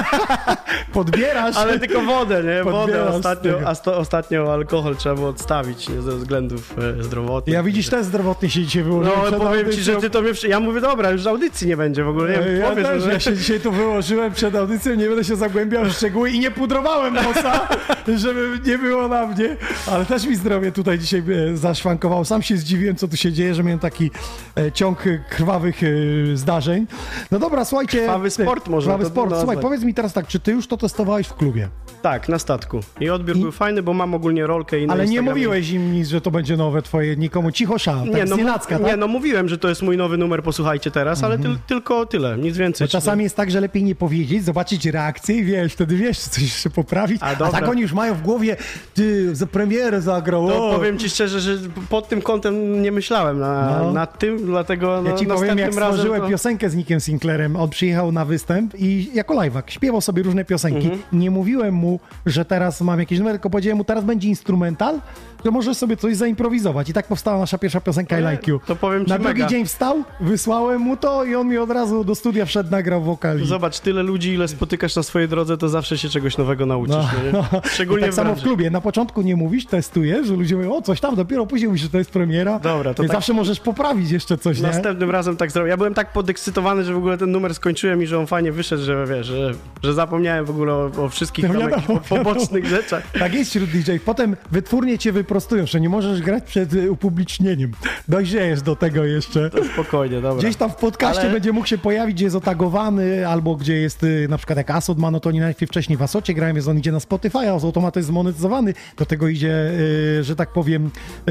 Podbierasz. Ale tylko wodę, nie? Wodę. Podbierasz Ostatnio, a sto, ostatnio alkohol trzeba było odstawić, nie? Ze względów e, zdrowotnych. Ja widzisz, też zdrowotnie się dzisiaj wyłożyłem. No, przed powiem audycją. ci, że ty to mnie... Ja mówię, dobra, już audycji nie będzie w ogóle, nie wiem, Ja powiedz, też, że... ja się dzisiaj tu wyłożyłem przed audycją, nie będę się zagłębiał w szczegóły i nie pudrowałem nosa, żeby nie było na mnie, ale też mi zdrowie tutaj dzisiaj e, zaszwankowało. Sam się zdziwiłem, co tu się dzieje, że miałem taki e, ciąg e, krwawych e, zdarzeń. No dobra, słuchajcie... Krwawy sport można Krwawy to sport. nazwać. Słuchaj, powiedz mi teraz tak, czy ty już to testowałeś w klubie? Tak, na statku. I odbiór I... był fajny, bo mam ogólnie rolkę i na Ale nie Instagramie... mówiłeś im nic, że to będzie nowe twoje, nikomu cicho szał, tak Nie, no, znienacka, tak? nie, no mówiłem, że to jest mój nowy numer, posłuchajcie teraz, ale ty, tylko tyle, nic więcej. Bo czasami jest tak, że lepiej nie powiedzieć, zobaczyć reakcję i wiesz, wtedy wiesz, czy coś jeszcze poprawić, A, a, dobra. tak oni już mają w głowie, ty, za premierę zagrał, To o. powiem ci szczerze, że pod tym kątem nie myślałem na, No. nad tym, dlatego Ja no, ci powiem, następnym jak razem stworzyłem to... piosenkę z Nickiem Sinclairem, on przyjechał na występ i jako live'ak śpiewał sobie różne piosenki. Mhm. Nie mówiłem mu, że teraz mam jakiś numer, tylko powiedziałem mu, teraz będzie instrumental, że możesz sobie coś zaimprowizować. I tak powstała nasza pierwsza piosenka I Like You. To powiem ci Na drugi mega. dzień wstał, wysłałem mu to i on mi od razu do studia wszedł, nagrał wokal. Zobacz, tyle ludzi, ile spotykasz na swojej drodze, to zawsze się czegoś nowego nauczysz. No, nie? no. Szczególnie I tak w samo w branży. klubie. Na początku nie mówisz, testujesz, że ludzie mówią, o coś tam, dopiero później mówisz, że to jest premiera. Dobra, to Więc tak- zawsze możesz poprawić jeszcze coś, nie? Następnym razem tak zrobię. Ja byłem tak podekscytowany, że w ogóle ten numer skończyłem i że on fajnie wyszedł, że wiesz, że, że zapomniałem w ogóle o, o wszystkich No tam wiadomo, jakichś po- pobocznych rzeczach. Tak jest wśród D J. Potem wytwórnie cię wyprostują, że nie możesz grać przed y, upublicznieniem. Dojrzejesz do tego jeszcze. To spokojnie, dobra. Gdzieś tam w podcaście Ale- będzie mógł się pojawić, gdzie jest otagowany, albo gdzie jest y, na przykład jak Asod ma, no to oni najpierw wcześniej w Asocie grałem, więc on idzie na Spotify, a z automatu jest zmonetyzowany. Do tego idzie, y, że tak powiem,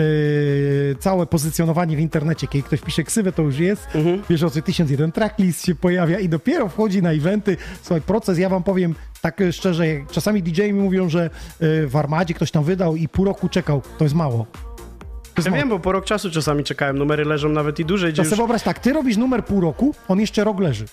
y, całe pozycjonowanie w internecie. Kiedy ktoś pisze ksywę, to już jest. Mhm. Wiesz, o co tysiąc jeden tracklist się pojawia i dopiero wchodzi na eventy. Słuchaj, proces, ja wam powiem tak y, szczerze, jak czasami D J mi mówią, że y, w Armadzie ktoś tam wydał i pół roku czekał. To jest mało. To jest Ja mało. wiem, bo po rok czasu czasami czekałem, numery leżą nawet i dłużej, gdzie To już... sobie wyobraź tak, ty robisz numer pół roku, on jeszcze rok leży.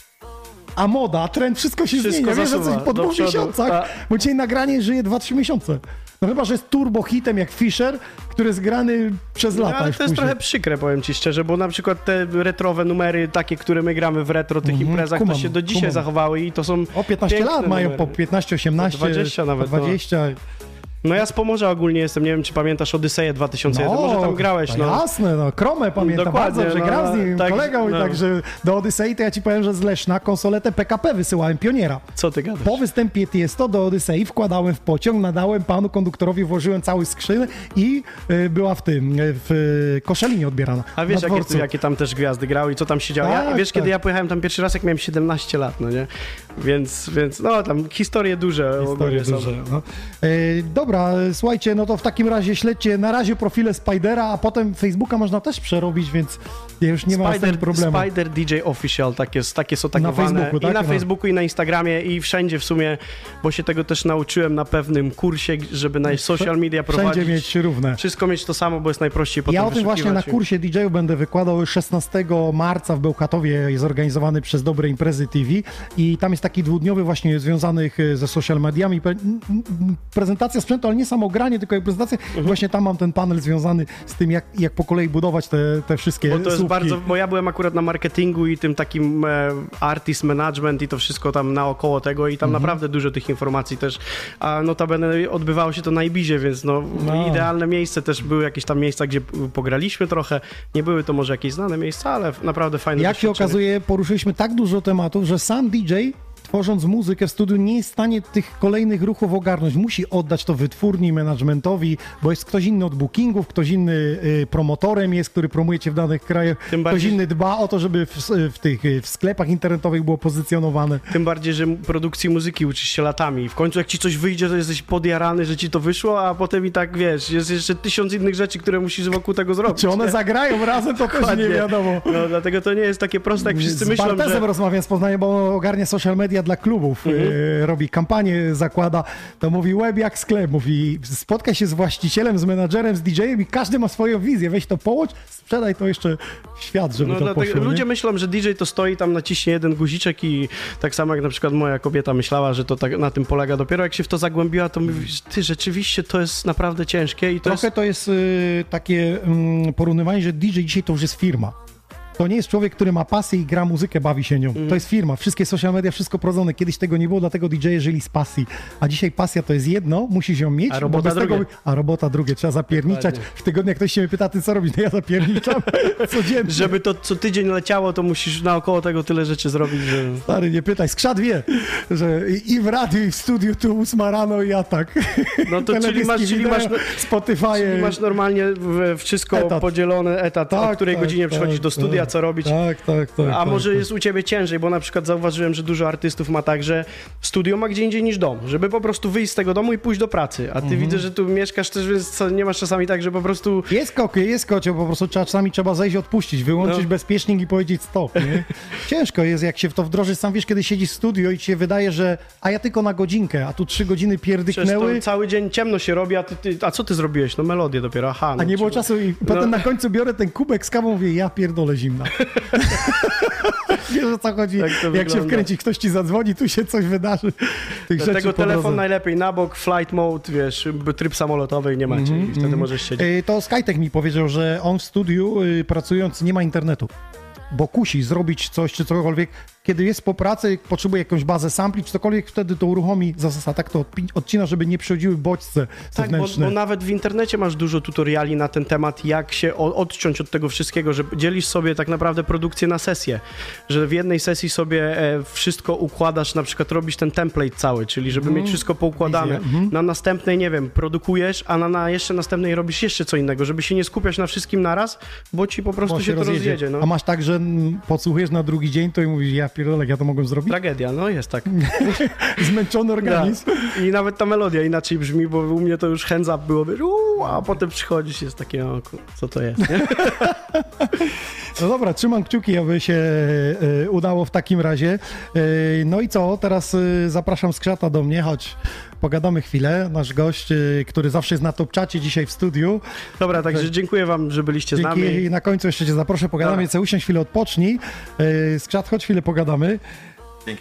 A moda, trend, wszystko się Wszystko zmienia. Wiesz, że zasuwa coś po do dwóch przodu. miesiącach, Ta. bo dzisiaj nagranie żyje dwa trzy miesiące. No chyba, że jest turbo hitem jak Fisher, który jest grany przez No, lata ale już to jest później. trochę przykre, powiem ci szczerze, bo na przykład te retrowe numery, takie, które my gramy w retro, tych Mhm, imprezach, kumam, to się do dzisiaj kumam. zachowały i to są O piętnaście piękne lat mają, numery. po piętnaście osiemnaście, Po dwadzieścia nawet, po dwadzieścia. No ja z Pomorza ogólnie jestem, nie wiem czy pamiętasz Odyseję dwa tysiące jeden, może tam grałeś, no. no. Jasne, no, Kromę pamiętam Dokładnie, bardzo, że no, grał z nim tak, kolegą no. i także do Odysei to ja ci powiem, że z Leszna konsoletę P K P wysyłałem, Pioniera. Co ty gadasz? Po występie Tiesto do Odysei wkładałem w pociąg, nadałem panu konduktorowi, włożyłem cały skrzyn i y, była w tym, y, w y, Koszalinie odbierana. A wiesz, na jakie, dworcu. jakie tam też gwiazdy grały i co tam się działo? Ja, Tak, wiesz, kiedy tak. ja pojechałem tam pierwszy raz, jak miałem siedemnaście lat, no nie? Więc, więc no tam historie duże Historie ogólnie są. duże. No. E, dobra, słuchajcie, no to w takim razie śledźcie na razie profile Spidera, a potem Facebooka można też przerobić, więc już nie ma z tym Spider, problemu. Spider D J Official, tak jest, tak jest otagowane. Facebooku, tak? I na No. Facebooku, i na Instagramie, i wszędzie w sumie, bo się tego też nauczyłem na pewnym kursie, żeby na social media prowadzić. Wszędzie mieć równe. Wszystko mieć to samo, bo jest najprościej potem Ja o tym właśnie na wyszukiwać. kursie D J-u będę wykładał szesnastego marca w Bełchatowie, jest organizowany przez Dobre Imprezy T V i tam jest taki dwudniowy właśnie związany ze social mediami, pre- m- m- prezentacja sprzętu, ale nie samo granie, tylko i prezentacja. Mhm. Właśnie tam mam ten panel związany z tym, jak, jak po kolei budować te, te wszystkie Bo to jest słupki. bardzo, bo ja byłem akurat na marketingu i tym takim e, artist management i to wszystko tam naokoło tego i tam Mhm. naprawdę dużo tych informacji też, a notabene odbywało się to na Ibizie, więc no, No. idealne miejsce, też były jakieś tam miejsca, gdzie pograliśmy trochę, nie były to może jakieś znane miejsca, ale naprawdę fajne Jak się doświadczenie. okazuje, poruszyliśmy tak dużo tematów, że sam D J tworząc muzykę w studiu, nie jest w stanie tych kolejnych ruchów ogarnąć. Musi oddać to wytwórni, managementowi, bo jest ktoś inny od bookingów, ktoś inny y, promotorem jest, który promuje cię w danych krajach, Tym ktoś bardziej- inny dba o to, żeby w, w tych w sklepach internetowych było pozycjonowane. Tym bardziej, że produkcji muzyki uczysz się latami. W końcu jak ci coś wyjdzie, to jesteś podjarany, że ci to wyszło, a potem i tak, wiesz, jest jeszcze tysiąc innych rzeczy, które musisz wokół tego zrobić. Czy one nie? zagrają razem, to też nie Dokładnie. wiadomo. No, dlatego to nie jest takie proste, jak wszyscy z myślą, Bartezem że... rozmawiam z Poznania, bo on ogarnia social media dla klubów, Mhm. e, robi kampanię, zakłada, to mówi web jak sklep, mówi spotkaj się z właścicielem, z menadżerem, z D J-em i każdy ma swoją wizję, weź to połącz, sprzedaj to jeszcze w świat, żeby No, to dlatego poszło. ludzie nie? myślą, że D J to stoi tam, naciśnie jeden guziczek i tak samo jak na przykład moja kobieta myślała, że to tak na tym polega. Dopiero jak się w to zagłębiła, to mówi, że ty, rzeczywiście to jest naprawdę ciężkie i to Trochę jest... to jest y, takie mm, porównywanie, że D J dzisiaj to już jest firma. To nie jest człowiek, który ma pasję i gra muzykę, bawi się nią. Mm. To jest firma. Wszystkie social media, wszystko prowadzone. Kiedyś tego nie było, dlatego D J żyli z pasji. A dzisiaj pasja to jest jedno, musisz ją mieć, A bo robota bez tego, drugie. a robota drugie. Trzeba zapierniczać. Dokładnie. W tygodniu jak ktoś się mnie pyta, ty co robisz? No ja zapierniczam codziennie. Żeby to co tydzień leciało, to musisz naokoło tego tyle rzeczy zrobić, że... Stary, nie pytaj. Skrzat wie, że i w radiu, i w studiu tu ósma rano i atak. No to czyli Teledyski masz, czyli wideo, masz, Spotify. czyli masz normalnie w- wszystko Etat. podzielone, etat, o Tak, której tak, godzinie tak, przychodzisz do studia, tak, co robić. Tak, tak, tak. A tak, może tak. jest u ciebie ciężej, bo na przykład zauważyłem, że dużo artystów ma tak, że studio ma gdzie indziej niż dom, żeby po prostu wyjść z tego domu i pójść do pracy. A ty Mhm. widzę, że tu mieszkasz też, więc co, nie masz czasami tak, że po prostu... Jest kokie, jest kocie, po prostu czasami trzeba zejść, odpuścić, wyłączyć No. bezpiecznik i powiedzieć stop, nie? Ciężko jest, jak się w to wdroży. Sam wiesz, kiedy siedzisz w studio i ci się wydaje, że a ja tylko na godzinkę, a tu trzy godziny Przecież pierdyknęły, to cały dzień ciemno się robi, a, ty, ty, a co ty zrobiłeś? No melodię dopiero, aha. No, a nie było trzeba- czasu i potem na końcu biorę ten kubek z kawą i mówię, ja pierdolę zimna. Wiesz, o co chodzi? Tak to Jak się wygląda. wkręci, ktoś ci zadzwoni, tu się coś wydarzy. Tych Dlatego rzeczy po telefon drodze. najlepiej na bok, flight mode, wiesz, tryb samolotowy nie macie Mhm, i wtedy możesz siedzieć. Y, To Skytech mi powiedział, że on w studiu y, pracując nie ma internetu, bo kusi zrobić coś czy cokolwiek. Kiedy jest po pracy, potrzebuje jakąś bazę sampli czy cokolwiek, wtedy to uruchomi za zasad, tak to odpi- odcina, żeby nie przychodziły bodźce Tak, bo, zewnętrzne. bo nawet w internecie masz dużo tutoriali na ten temat, jak się o- odciąć od tego wszystkiego, że dzielisz sobie tak naprawdę produkcję na sesję, że w jednej sesji sobie e, wszystko układasz, na przykład robisz ten template cały, czyli żeby Mhm. mieć wszystko poukładane. Wizję, mhm. Na następnej, nie wiem, produkujesz, a na, na jeszcze następnej robisz jeszcze co innego, żeby się nie skupiać na wszystkim naraz, bo ci po prostu Bo się, to rozjedzie. No. A masz tak, że mm, podsłuchujesz na drugi dzień to i mówisz, ja pierdolę, ja to mogłem zrobić? Tragedia, no jest tak. Zmęczony organizm. Ja. I nawet ta melodia inaczej brzmi, bo u mnie to już hands up było, wiesz, uuu, a potem przychodzisz i jest takie, o, ku- co to jest, nie? No dobra, trzymam kciuki, aby się e, udało w takim razie. E, no i co, teraz e, zapraszam Skrzata do mnie, chodź, pogadamy chwilę. Nasz gość, e, który zawsze jest na Topczacie, dzisiaj w studiu. Dobra, także dziękuję wam, że byliście z Dzięki nami. i na końcu jeszcze cię zaproszę, pogadamy, Dobra. chcę usiąść chwilę, odpocznij. E, Skrzat, chodź chwilę, pogadamy. Dzięki.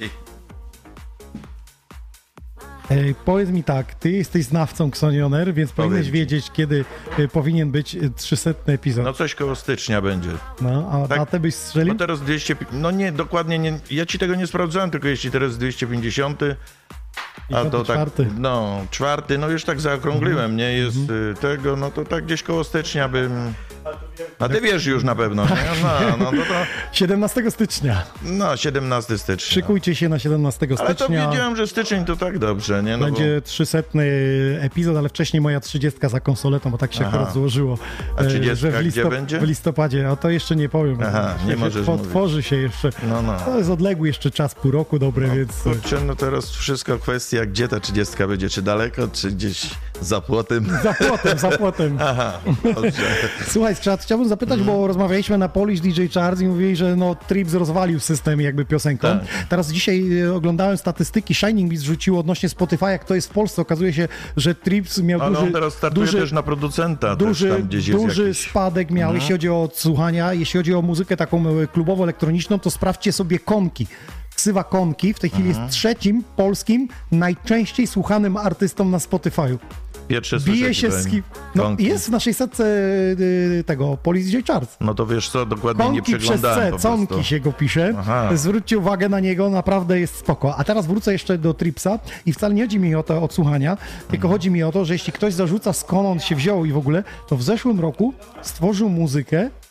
E, powiedz mi tak, ty jesteś znawcą Xonioner, więc powinieneś ci. wiedzieć, kiedy e, powinien być e, trzysetny epizod. No coś koło stycznia będzie. No, a Tak. datę byś strzelił? Bo teraz dwieście... pi- No nie, dokładnie nie... Ja ci tego nie sprawdzałem, tylko jeśli teraz dwieście pięćdziesiąty, a to tak... czwarty. No, czwarty, no już tak zaokrągliłem, nie? Jest y, tego, no to tak gdzieś koło stycznia bym... A ty wiesz już na pewno, nie? No, no, no to... siedemnastego stycznia. No, siedemnastego stycznia. Szykujcie się na siedemnastego Ale to stycznia. wiedziałem, że styczeń to tak dobrze, nie? No Będzie trzysetny epizod, ale wcześniej moja trzydziestka za konsoletą, bo tak się Aha. akurat złożyło. A e, trzydziestka że w, gdzie będzie? w listopadzie, a to jeszcze nie powiem. Aha, nie Się możesz Potworzy się jeszcze. bo... No, no. To jest odległy jeszcze czas, pół roku dobry, więc... Kurczę, no teraz wszystko kwestia, gdzie ta trzydziestka będzie, czy daleko, czy gdzieś za płotem. Za płotem, za płotem. Aha, dobrze. Słuchaj, Skrzat, chciałbym zapytać, Mhm. bo rozmawialiśmy na Polish D J Charts i mówili, że no Trips rozwalił system jakby piosenką. Tak. Teraz dzisiaj e, oglądałem statystyki, Shining Beat rzuciło odnośnie Spotify, jak to jest w Polsce. Okazuje się, że Trips miał Ale duży... on teraz startuje duży, też na producenta, duży, też tam gdzieś jest duży jakiś... spadek miał, Mhm. jeśli chodzi o odsłuchania, jeśli chodzi o muzykę taką e, klubowo-elektroniczną, to sprawdźcie sobie Konki. Ksywa Konki w tej chwili Mhm. jest trzecim polskim najczęściej słuchanym artystą na Spotify'u. Pierwsze Bije słyszę się tutaj z kim... No, Konki. jest w naszej setce y, tego Police D J Charts. No to wiesz co, dokładnie nie Konki przez przeglądałem C, po Conki prostu. się go pisze. Aha. Zwróćcie uwagę na niego, naprawdę jest spoko. A teraz wrócę jeszcze do Tripsa i wcale nie chodzi mi o te odsłuchania, tylko chodzi mi o to, że jeśli ktoś zarzuca skąd on się wziął i w ogóle, to w zeszłym roku stworzył muzykę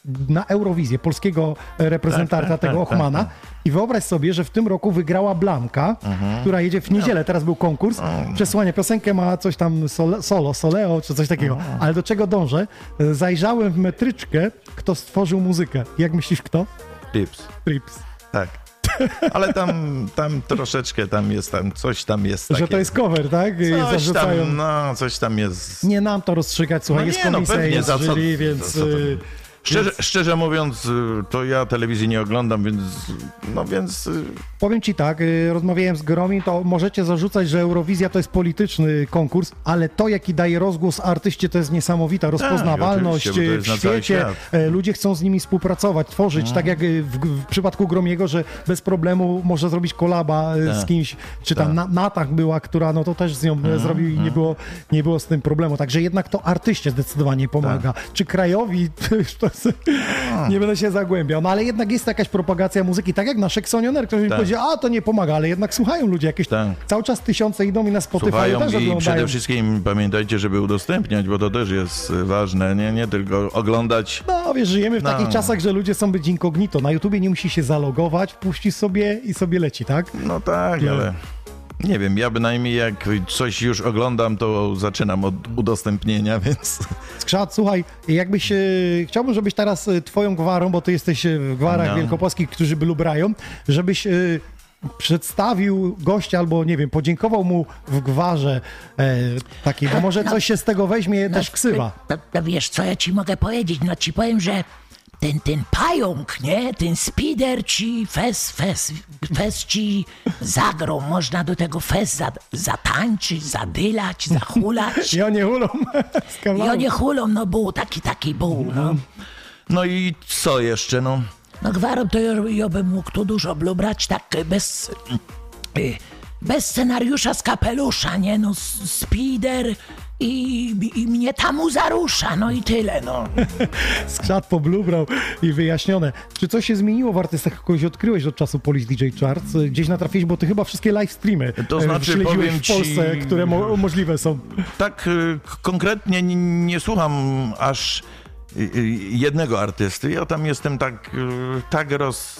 na Eurowizję polskiego reprezentanta, Tak, tak, tego tak, Ochmana. tak, I wyobraź sobie, że w tym roku wygrała Blanka, Mhm. która jedzie w niedzielę, teraz był konkurs. Przesłanie piosenkę ma coś tam sole, solo, soleo, czy coś takiego. Ale do czego dążę? Zajrzałem w metryczkę, kto stworzył muzykę. Jak myślisz, kto? Trips. Trips. Tak. Ale tam, tam troszeczkę tam jest, tam coś tam jest Że takiego. to jest cover, tak? I Coś zarzucają. tam, no, coś tam jest. Nie nam to rozstrzygać, słuchaj, No jest nie, no komisja, pewnie, jest za co- jury, więc... za co to- y, Szczerze, więc szczerze mówiąc, y, to ja telewizji nie oglądam, więc no więc... y, powiem ci tak, y, rozmawiałem z Gromim, to możecie zarzucać, że Eurowizja to jest polityczny konkurs, ale to, jaki daje rozgłos artyście, to jest niesamowita rozpoznawalność oczywiście, bo to y, w jest na cały świecie. świat. E, Ludzie chcą z nimi współpracować, tworzyć, tak jak y, w, w przypadku Gromiego, że bez problemu może zrobić kolaba y, z Tak. kimś, czy tam Tak. na, Natach była, która no to też z nią Mhm, zrobił i nie mhm. było, nie było z tym problemu. Także jednak to artyście zdecydowanie pomaga. Tak. Czy krajowi, to jest, nie będę się zagłębiał, no ale jednak jest jakaś propagacja muzyki, tak jak nasze Xonioner, ktoś mi Tak. powiedział, a to nie pomaga, ale jednak słuchają ludzie, jakieś Tak. cały czas tysiące idą i na Spotify Słuchają też i oglądają. przede wszystkim pamiętajcie, żeby udostępniać, bo to też jest y, ważne, nie, nie tylko oglądać. No wiesz, żyjemy w No. takich czasach, że ludzie są być incognito. Na YouTubie nie musi się zalogować, wpuści sobie i sobie leci, tak? No tak, Nie. ale nie wiem, ja bynajmniej jak coś już oglądam, to zaczynam od udostępnienia, więc... Skrzat, słuchaj, jakbyś, e, chciałbym, żebyś teraz e, twoją gwarą, bo ty jesteś e, w gwarach No. wielkopolskich, którzy by lubrają, żebyś e, przedstawił gościa albo, nie wiem, podziękował mu w gwarze e, takiej, bo może coś się z tego weźmie, też ksywa. No, no wiesz, co ja ci mogę powiedzieć? No ci powiem, że ten, ten pająk, nie? Ten spider ci fez, fez, fez ci zagrą. Można do tego fez za, zatańczyć, zadylać, zahulać. Ja nie hulą. Ja nie hulą, no był taki, taki był, no. No i co jeszcze, no? No gwarą to ja, ja bym mógł tu dużo blubrać, tak bez... y, bez scenariusza z kapelusza, nie? No s- spider i, i mnie tamu zarusza, no i tyle, no. Skrzat poblubrał i wyjaśnione. Czy coś się zmieniło w artystach? Kogoś odkryłeś od czasu Police D J Charts? Gdzieś natrafiłeś, bo ty chyba wszystkie live streamy To znaczy, śledziłeś powiem w Polsce, ci- które mo- możliwe są. Tak y, k- konkretnie nie, nie słucham aż y, y, jednego artysty. Ja tam jestem tak, y, tak roz...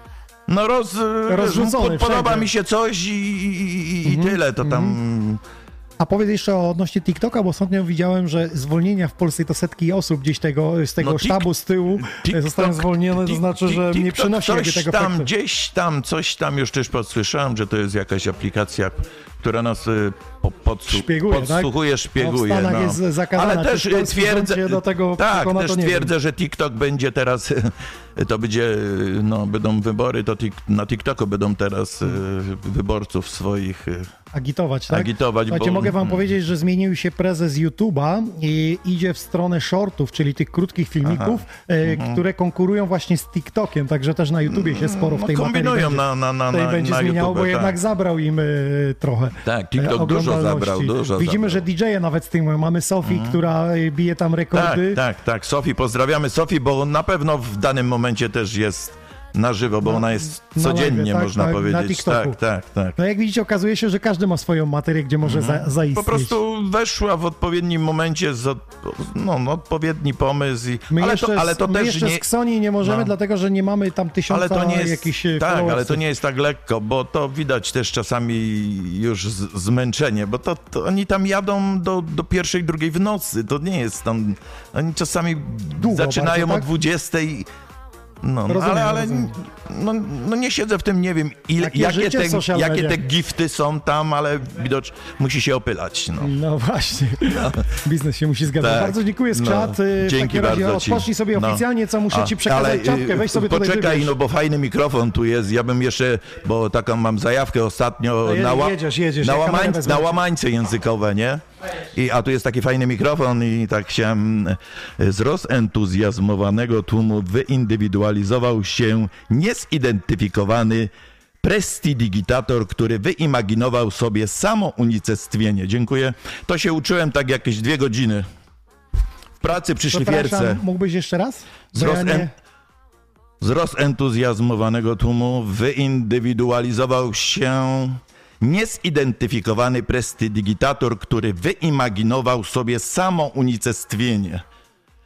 No roz... Rozrzucony po, podoba wszędzie. mi się coś i, i, i Mhm, tyle, to tam... A powiedz jeszcze o odnośnie TikToka, bo ostatnio widziałem, że zwolnienia w Polsce to setki osób gdzieś tego, z tego No tik- sztabu z tyłu TikTok- zostają zwolnione, to tik- znaczy, że tik- nie TikTok przynosi coś tego tam, efektu. gdzieś tam, coś tam już też podsłyszałem, że to jest jakaś aplikacja, która nas y, po, podsłu- Szpieguje, podsłuchuje, tak? szpieguje. No w Stanach no. jest zakazana, Ale czy też w polskim twierdzę, rządzie do tego tak, przekona, też to nie wiem. twierdzę, że TikTok będzie teraz, to będzie, no będą wybory, to tik, na TikToku będą teraz y, wyborców swoich y, Agitować, tak? agitować. Słuchajcie, bo- mogę wam powiedzieć, że zmienił się prezes YouTube'a i idzie w stronę shortów, czyli tych krótkich filmików, e, Mhm. które konkurują właśnie z TikTokiem, także też na YouTubie się sporo w No, tej kombinują materii będzie, na- na- na- tej na- będzie na zmieniało, YouTube, bo tak. jednak zabrał im e, trochę Tak, TikTok e, dużo oglądalności. zabrał, dużo Widzimy, zabrał. że D J-e nawet z tym mają. Mamy Sophie, Mhm. która e, bije tam Tak, rekordy. tak, tak. Sofii, pozdrawiamy Sofii, bo na pewno w danym momencie też jest na żywo, bo ona jest na codziennie, live, tak, można tak, na powiedzieć. TikToku. Tak, tak, tak. No jak widzicie, okazuje się, że każdy ma swoją materię, gdzie może za, zaistnieć. Po prostu weszła w odpowiednim momencie z od, no, no, odpowiedni pomysł. I, My ale, jeszcze, to, ale to my też jeszcze nie... z Xoni nie możemy, no. dlatego że nie mamy tam tysiąca Ale to nie jest, jakichś e, tak, ale to followersów. nie jest tak lekko, bo to widać też czasami już z, zmęczenie, bo to, to oni tam jadą do, do pierwszej, drugiej w nocy, to nie jest tam, oni czasami Długo zaczynają bardzo, o tak? dwudziestej. No, Rozumiem, ale, ale rozumiem. no, no nie siedzę w tym, nie wiem, ile, Takie jakie, życie w te, social jakie media. te gifty są tam, ale widocz musi się opylać. No. No właśnie, biznes się musi zgadzać. Tak. Bardzo dziękuję, Skrzat. No, W dzięki takim razie bardzo ci. odpocznij sobie No. oficjalnie, co muszę A, ci przekazać ale, czapkę, weź sobie tutaj poczekaj, wybierz. no bo fajny mikrofon tu jest, ja bym jeszcze, bo taką mam zajawkę ostatnio No je- na, ła- jedziesz, jedziesz, na, ja kamerę łamań, wezmę. na łamańce językowe, nie? I, a tu jest taki fajny mikrofon i tak chciałem, e, z rozentuzjazmowanego tłumu wyindywidualizował się niezidentyfikowany prestidigitator, który wyimaginował sobie samo unicestwienie. Dziękuję. To się uczyłem tak jakieś dwie godziny. W pracy przy szlifierce. Przepraszam, mógłbyś jeszcze raz? Z, Bo ja rozen... nie- z rozentuzjazmowanego tłumu wyindywidualizował się niezidentyfikowany prestidigitator, który wyimaginował sobie samo unicestwienie.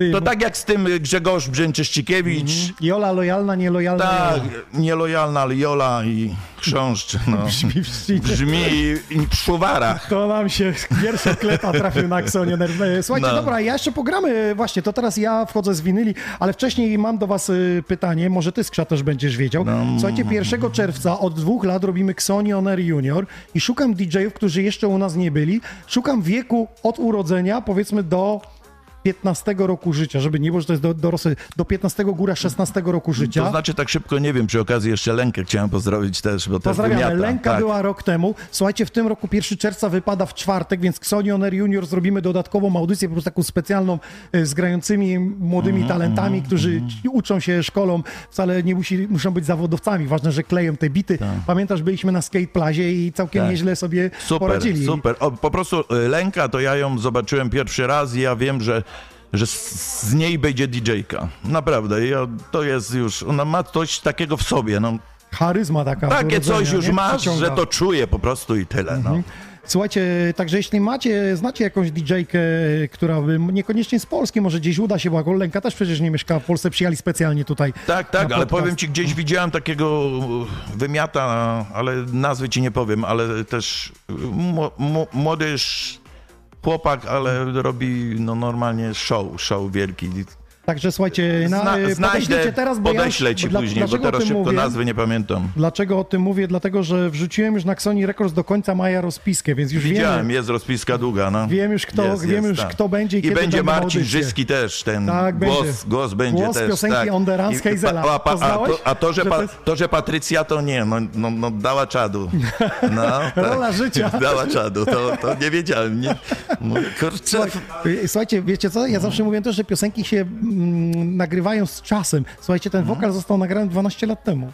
To tak jak z tym Grzegorz Brzęczyszczykiewicz. Mhm. Jola lojalna, nielojalna Tak, Jola. nielojalna Jola i chrząszcz. No. Brzmi w Szczecinie. Brzmi i w szuwarach. To nam się pierwszy klepa trafił na Xonio Nerw. Słuchajcie, No. dobra, ja jeszcze pogramy, właśnie, to teraz ja wchodzę z winyli, ale wcześniej mam do was y, pytanie, może ty, Skrzat, też będziesz wiedział. No. Słuchajcie, pierwszego czerwca od dwóch lat robimy Xonio Nerw Junior i szukam didżejów, którzy jeszcze u nas nie byli. Szukam wieku od urodzenia, powiedzmy do piętnastego roku życia, żeby nie było, że to jest do, dorosły, do piętnastego, góra szesnastego roku życia. To znaczy tak szybko nie wiem, przy okazji jeszcze Lenkę chciałem pozdrowić też, bo też Pozdrawiamy. wymiata. Lenka Tak. była rok temu. Słuchajcie, w tym roku pierwszego czerwca wypada w czwartek, więc Xonio Nerw Junior zrobimy dodatkową audycję, po prostu taką specjalną e, z grającymi młodymi Mhm, talentami, mhm, którzy mhm. uczą się szkolą, wcale nie musi, muszą być zawodowcami. Ważne, że kleją te bity. Pamiętasz, byliśmy na Skate Plazie i całkiem Tak. nieźle sobie Super, poradzili. super. O, po prostu y, Lenka, to ja ją zobaczyłem pierwszy raz i ja wiem, że że z, z niej będzie didżejka. Naprawdę. Ja, to jest już, ona ma coś takiego w sobie. No. Charyzma taka. Takie urodzenia, coś już nie? masz, Przyciąga. że to czuję po prostu i tyle. No. Mhm. Słuchajcie, także jeśli macie, znacie jakąś didżejkę, która by niekoniecznie z Polski, może gdzieś uda się, bo Lenka też przecież nie mieszka w Polsce, przyjechali specjalnie tutaj. Tak, tak, na ale podcast. powiem ci, gdzieś widziałem takiego wymiata, ale nazwy ci nie powiem, ale też mo, mo, młody sz- chłopak, ale robi no, normalnie show, show wielki. Także słuchajcie, na, Zna, podeślijcie znajdę, teraz, bo podeślę ja, ci dla- później, bo dlaczego o teraz tym szybko mówię? nazwy nie pamiętam. Dlaczego o tym mówię? Dlatego, że wrzuciłem już na Xoni Records do końca maja rozpiskę, więc już Widziałem, wiemy, jest rozpiska długa, no. wiem już kto, Jest, wiem jest, już tak. kto będzie i, I kiedy będzie będą Marcin audycje. Żyski też, ten Tak, głos, będzie. głos będzie Głos też. piosenki tak. On The Run z I- Hazela. a, a, a, Poznałeś? to, a to, że, Że pa, to jest- to, że Patrycja, to nie, no, no, no dała czadu. No, tak. Rola życia. Dała czadu, to, to nie wiedziałem, nie? Mówię, kurczę, Słuchaj, słuchajcie, wiecie co? Ja zawsze mówię też, że piosenki się mm, nagrywają z czasem. Słuchajcie, ten wokal został nagrany dwanaście lat temu.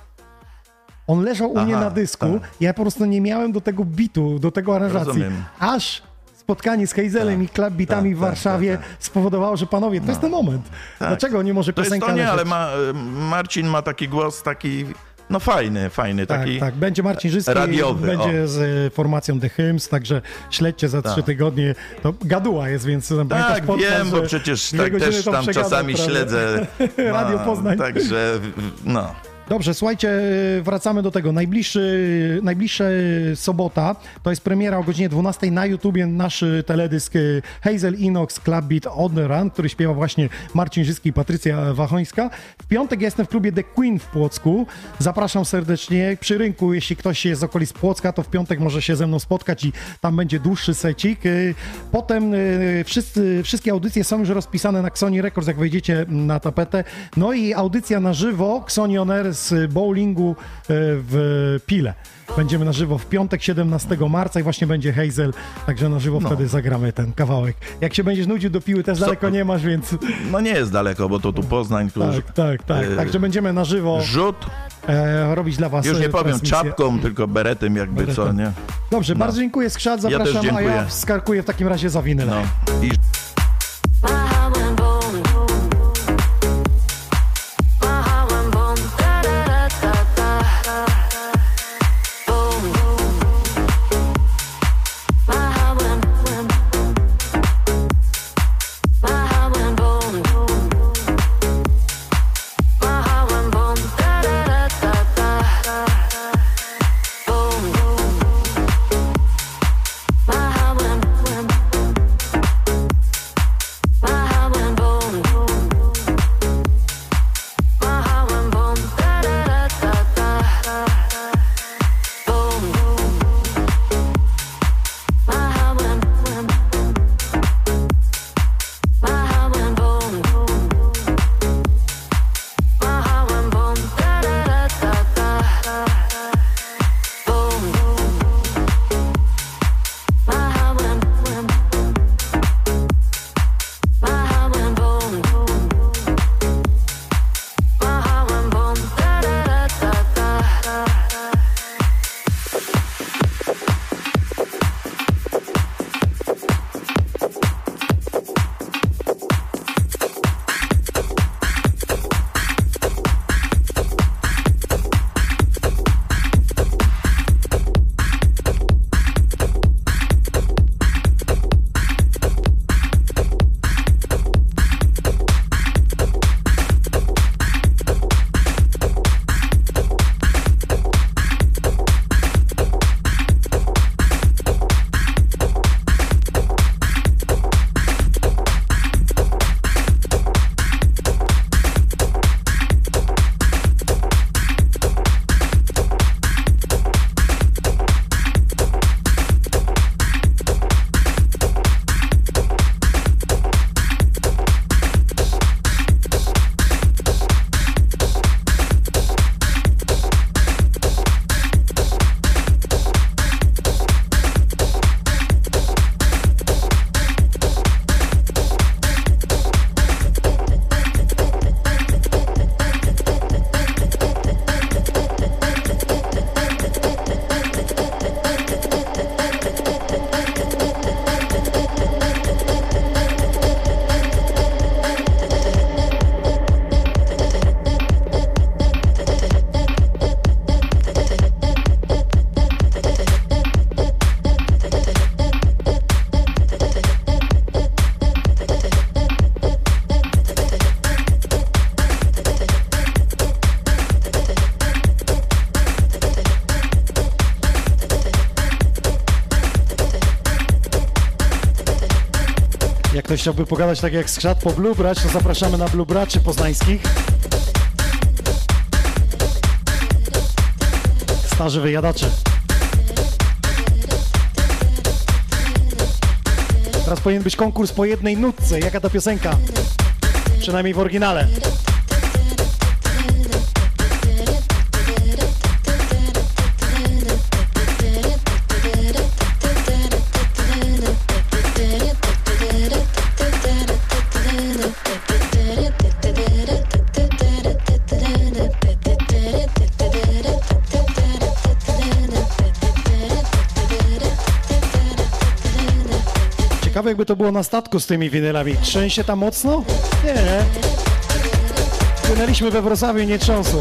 On leżał u mnie Aha, na dysku, tak. ja po prostu nie miałem do tego bitu, do tego aranżacji. Rozumiem. Aż spotkanie z Hazelem i club beatami tak, w Warszawie tak, spowodowało, że panowie, to jest ten moment. Tak. Dlaczego nie może to jest piosenka to nie, leżeć? ale ma, Marcin ma taki głos taki, no fajny, fajny, Tak, taki tak. Będzie Marcin Żyski, radiowy. będzie o. z e, formacją The Hymns, także śledźcie za Tak. trzy tygodnie. To gaduła jest, więc pamiętasz Tak, podcast, wiem, bo że przecież dwie tak godziny też to tam przegada, czasami prawda? śledzę. Radio Poznań. Także, no. Dobrze, słuchajcie, wracamy do tego. Najbliższy, najbliższa sobota to jest premiera o godzinie dwunastej na YouTubie, nasz teledysk Hazel Inox Club Beat On The Run, który śpiewa właśnie Marcin Żyski i Patrycja Wachońska. W piątek jestem w klubie The Queen w Płocku. Zapraszam serdecznie. Przy rynku, jeśli ktoś jest z okolic Płocka, to w piątek może się ze mną spotkać i tam będzie dłuższy secik. Potem wszyscy, wszystkie audycje są już rozpisane na Xoni Records, jak wejdziecie na tapetę. No i audycja na żywo, Xoni On Air z bowlingu w Pile. Będziemy na żywo w piątek, siedemnastego marca i właśnie będzie Hazel, także na żywo No. wtedy zagramy ten kawałek. Jak się będziesz nudził do Piły, też Co- daleko nie masz, więc... No nie jest daleko, bo to tu Poznań, tu Tak, tak, tak. e, Także będziemy na żywo rzut, e, robić dla was już nie e, powiem transmisję. czapką, tylko beretem jakby co, Beretem. nie? Dobrze, No. bardzo dziękuję, Skrzat, Ja też zapraszam, a dziękuję. ja wskakuję w takim razie za winylem. No. I Jak ktoś chciałby pogadać tak jak Skrzat po Blue Brać, to zapraszamy na Blue Braczy poznańskich. Starzy wyjadacze. Teraz powinien być konkurs po jednej nutce. Jaka to piosenka? Przynajmniej w oryginale. Ciekawe jakby to było na statku z tymi winylami. Trzęsie tam mocno? Nie, nie. Płynęliśmy we Wrocławiu i nie trząsło.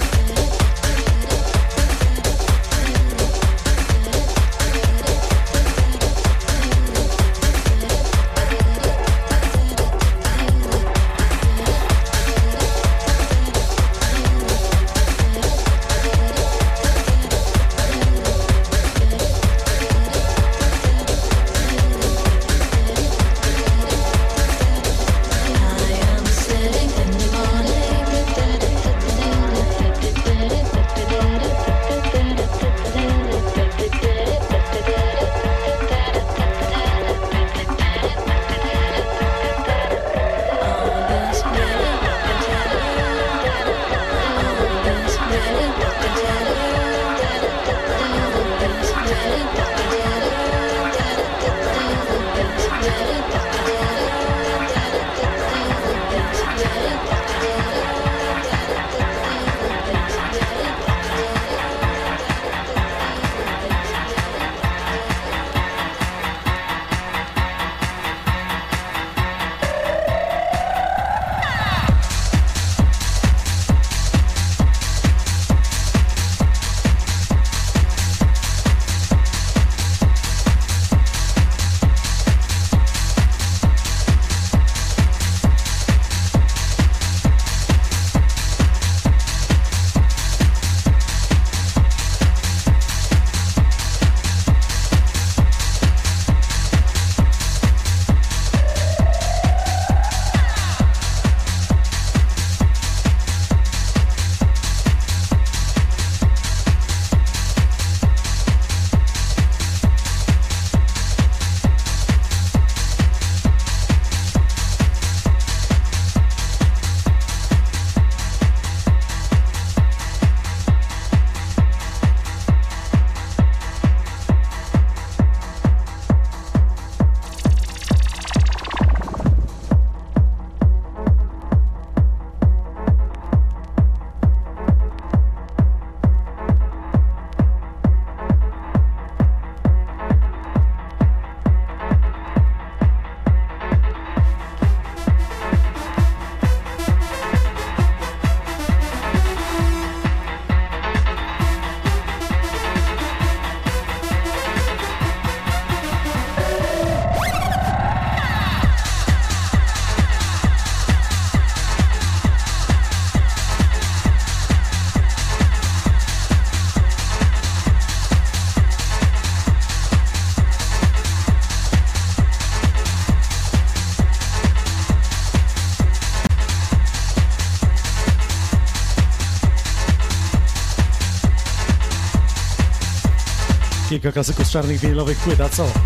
Kilka klasyków z czarnych winylowych płyt, a co?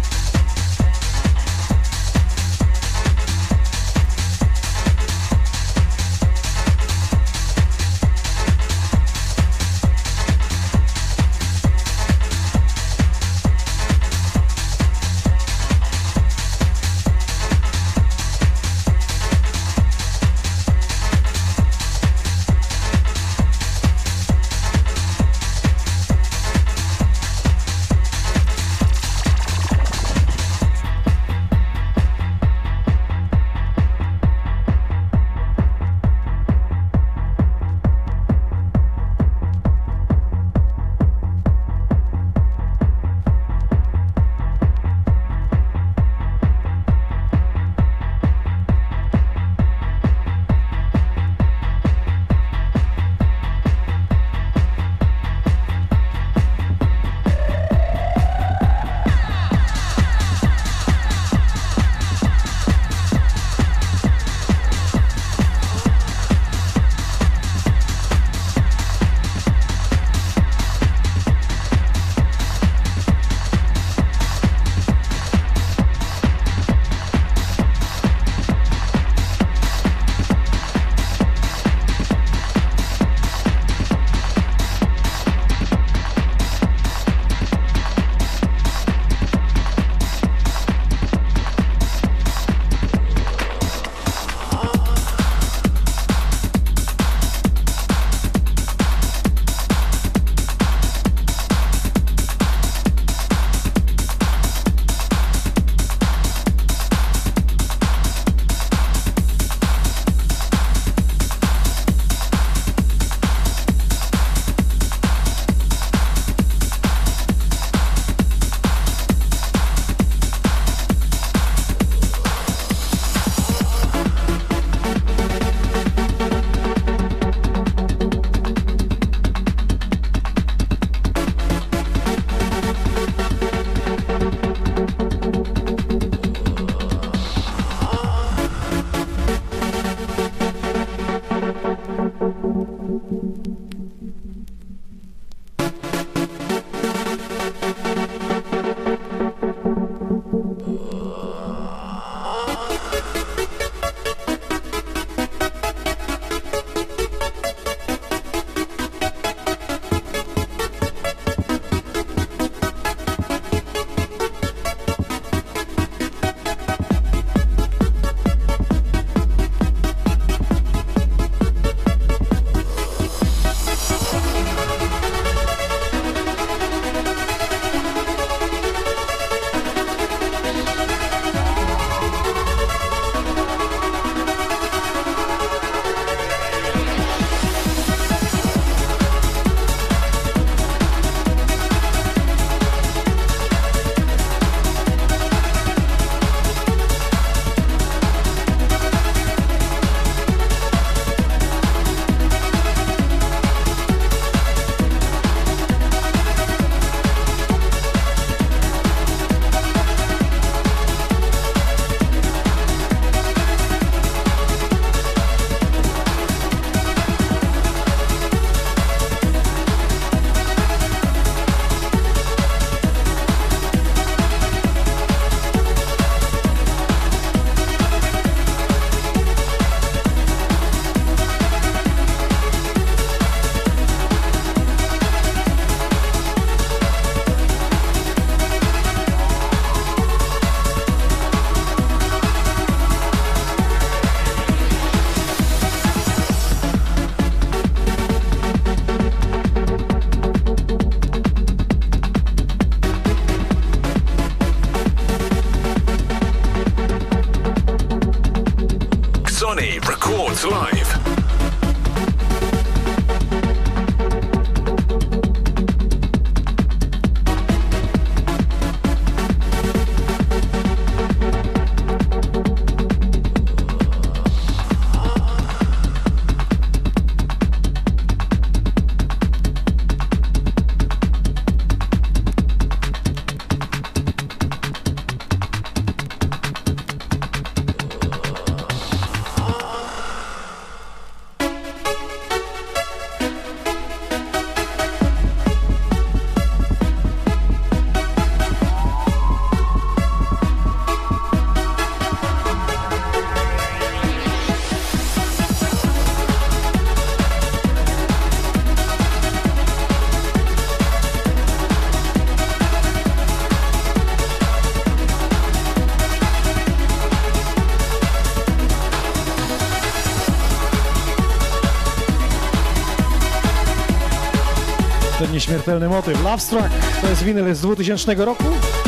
Nieśmiertelny motyw. Love Struck to jest winyl z dwutysięcznego roku.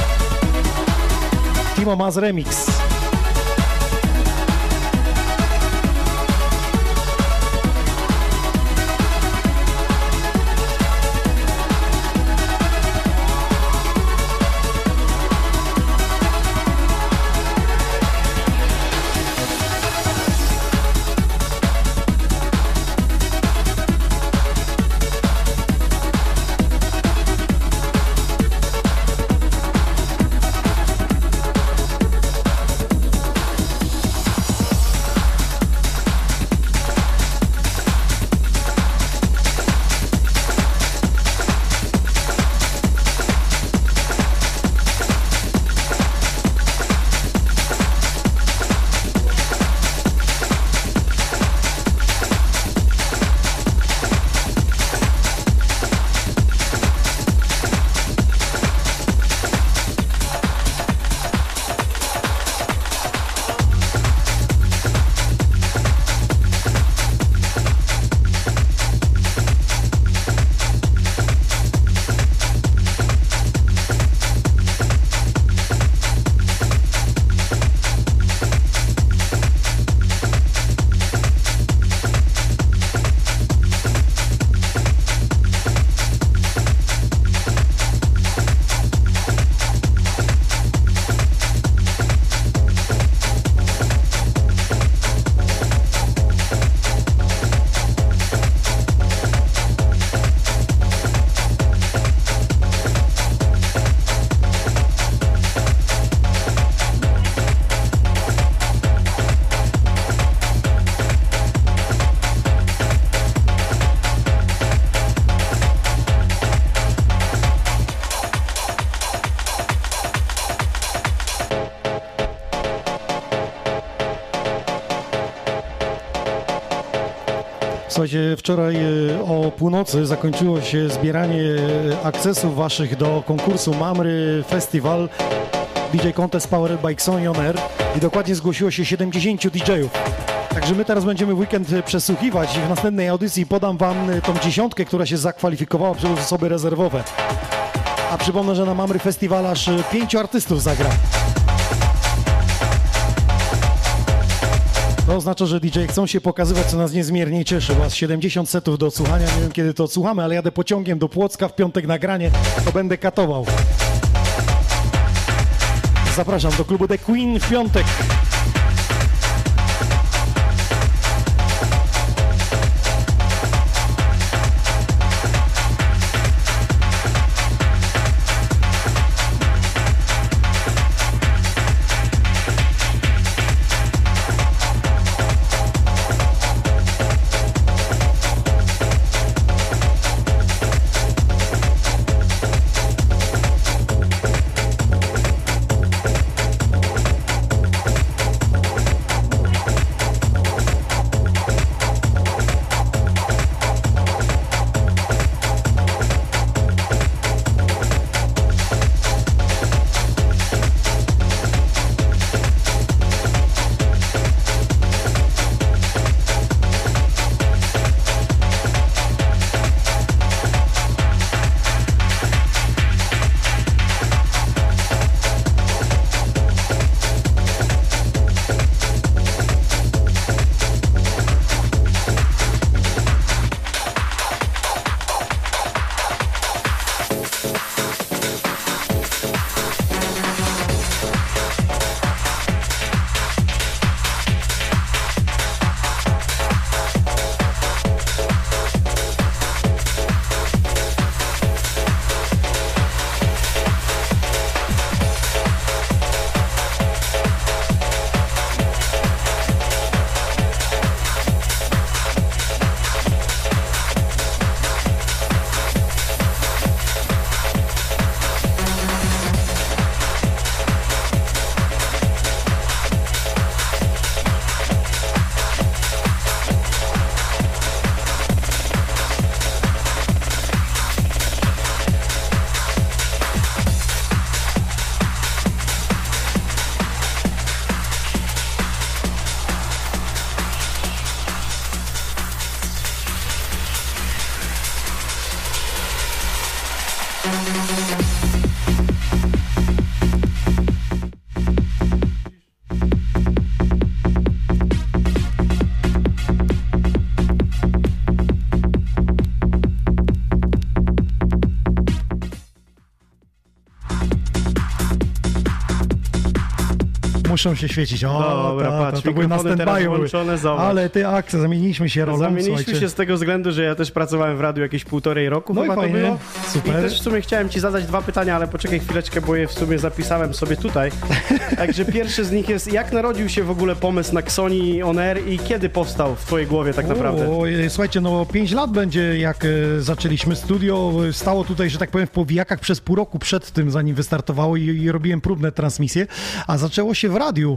Timo Maz Remix. Słuchajcie, wczoraj o północy zakończyło się zbieranie akcesów waszych do konkursu Mamry Festival D J Contest Powered by Xoni On Air i dokładnie zgłosiło się siedemdziesięciu D J ów. Także my teraz będziemy w weekend przesłuchiwać i w następnej audycji podam wam tą dziesiątkę, która się zakwalifikowała przez osoby rezerwowe. A przypomnę, że na Mamry Festival aż pięciu artystów zagra. To oznacza, że D J chcą się pokazywać, co nas niezmiernie cieszy. Was siedemdziesiąt setów do odsłuchania, nie wiem kiedy to odsłuchamy, ale jadę pociągiem do Płocka, w piątek nagranie, to będę katował. Zapraszam do klubu The Queen w piątek. Muszą się świecić. O, Dobra, ta, patrz, ta, to były na mikrofony teraz stand-by. włączone, zobacz. Ale ty, akcja, zamieniliśmy się rolą. Zamieniliśmy słuchajcie. się z tego względu, że ja też pracowałem w radiu jakieś półtorej roku, No i chyba to fajnie, było. super. I też w sumie chciałem ci zadać dwa pytania, ale poczekaj chwileczkę, bo je w sumie zapisałem sobie tutaj. Także pierwszy z nich jest, jak narodził się w ogóle pomysł na Xoni On Air i kiedy powstał w twojej głowie tak naprawdę? O, e, słuchajcie, no pięć lat będzie, jak e, zaczęliśmy studio. E, Stało tutaj, że tak powiem, w powijakach przez pół roku przed tym, zanim wystartowało i, i robiłem próbne transmisje, a zaczęło się w radiu.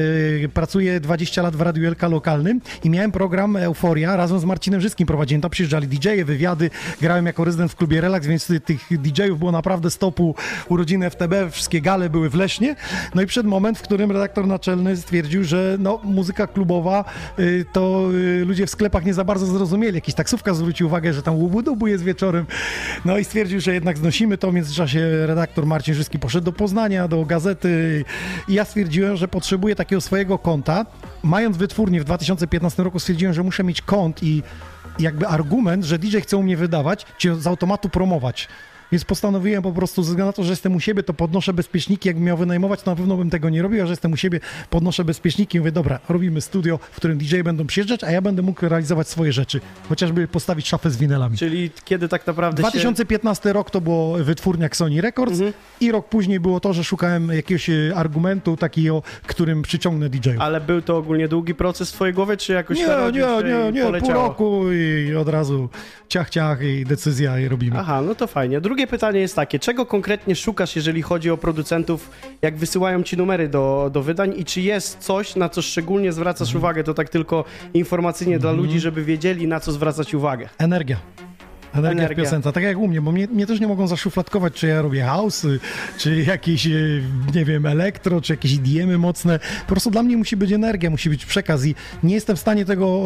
E, pracuję dwadzieścia lat w Radiu Elka lokalnym i miałem program Euforia, razem z Marcinem Żyskim prowadziłem. Tam przyjeżdżali didżeje, wywiady, grałem jako rezydent w klubie Relax, więc ty, tych didżejów było naprawdę stopu. Urodziny F T B, wszystkie gale były w Lesznie. No i przed moment, w którym redaktor naczelny stwierdził, że no, muzyka klubowa y, to y, ludzie w sklepach nie za bardzo zrozumieli. Jakiś taksówka zwrócił uwagę, że tam łubu-dubu jest wieczorem. No i stwierdził, że jednak znosimy to. W międzyczasie redaktor Marcin Żyski poszedł do Poznania, do gazety i ja stwierdziłem, że potrzebuję takiego swojego konta. Mając wytwórnię w dwa tysiące piętnastym roku stwierdziłem, że muszę mieć kont i jakby argument, że D J chce u mnie wydawać, czy z automatu promować. Więc postanowiłem po prostu, ze względu na to, że jestem u siebie, to podnoszę bezpieczniki. Jakbym miał wynajmować, to na pewno bym tego nie robił, a że jestem u siebie, podnoszę bezpieczniki i mówię, dobra, robimy studio, w którym D J będą przyjeżdżać, a ja będę mógł realizować swoje rzeczy. Chociażby postawić szafę z winylami. Czyli kiedy tak naprawdę dwa tysiące piętnasty się... rok to było wytwórnia Sony Records mhm. i rok później było to, że szukałem jakiegoś argumentu takiego, którym przyciągnę D J-ów. Ale był to ogólnie długi proces w twojej głowie, czy jakoś nie, to nie, nie, nie, poleciało? pół roku i od razu ciach, ciach i decyzja i robimy. Aha, no to fajnie. Drugie pytanie jest takie, czego konkretnie szukasz, jeżeli chodzi o producentów, jak wysyłają ci numery do, do wydań i czy jest coś, na co szczególnie zwracasz Mhm. uwagę, to tak tylko informacyjnie mhm. dla ludzi, żeby wiedzieli, na co zwracać uwagę? Energia. Energia, Energia. w piosence, tak jak u mnie, bo mnie, mnie też nie mogą zaszufladkować, czy ja robię house, czy jakieś, nie wiem, elektro, czy jakieś D M-y mocne. Po prostu dla mnie musi być energia, musi być przekaz i nie jestem w stanie tego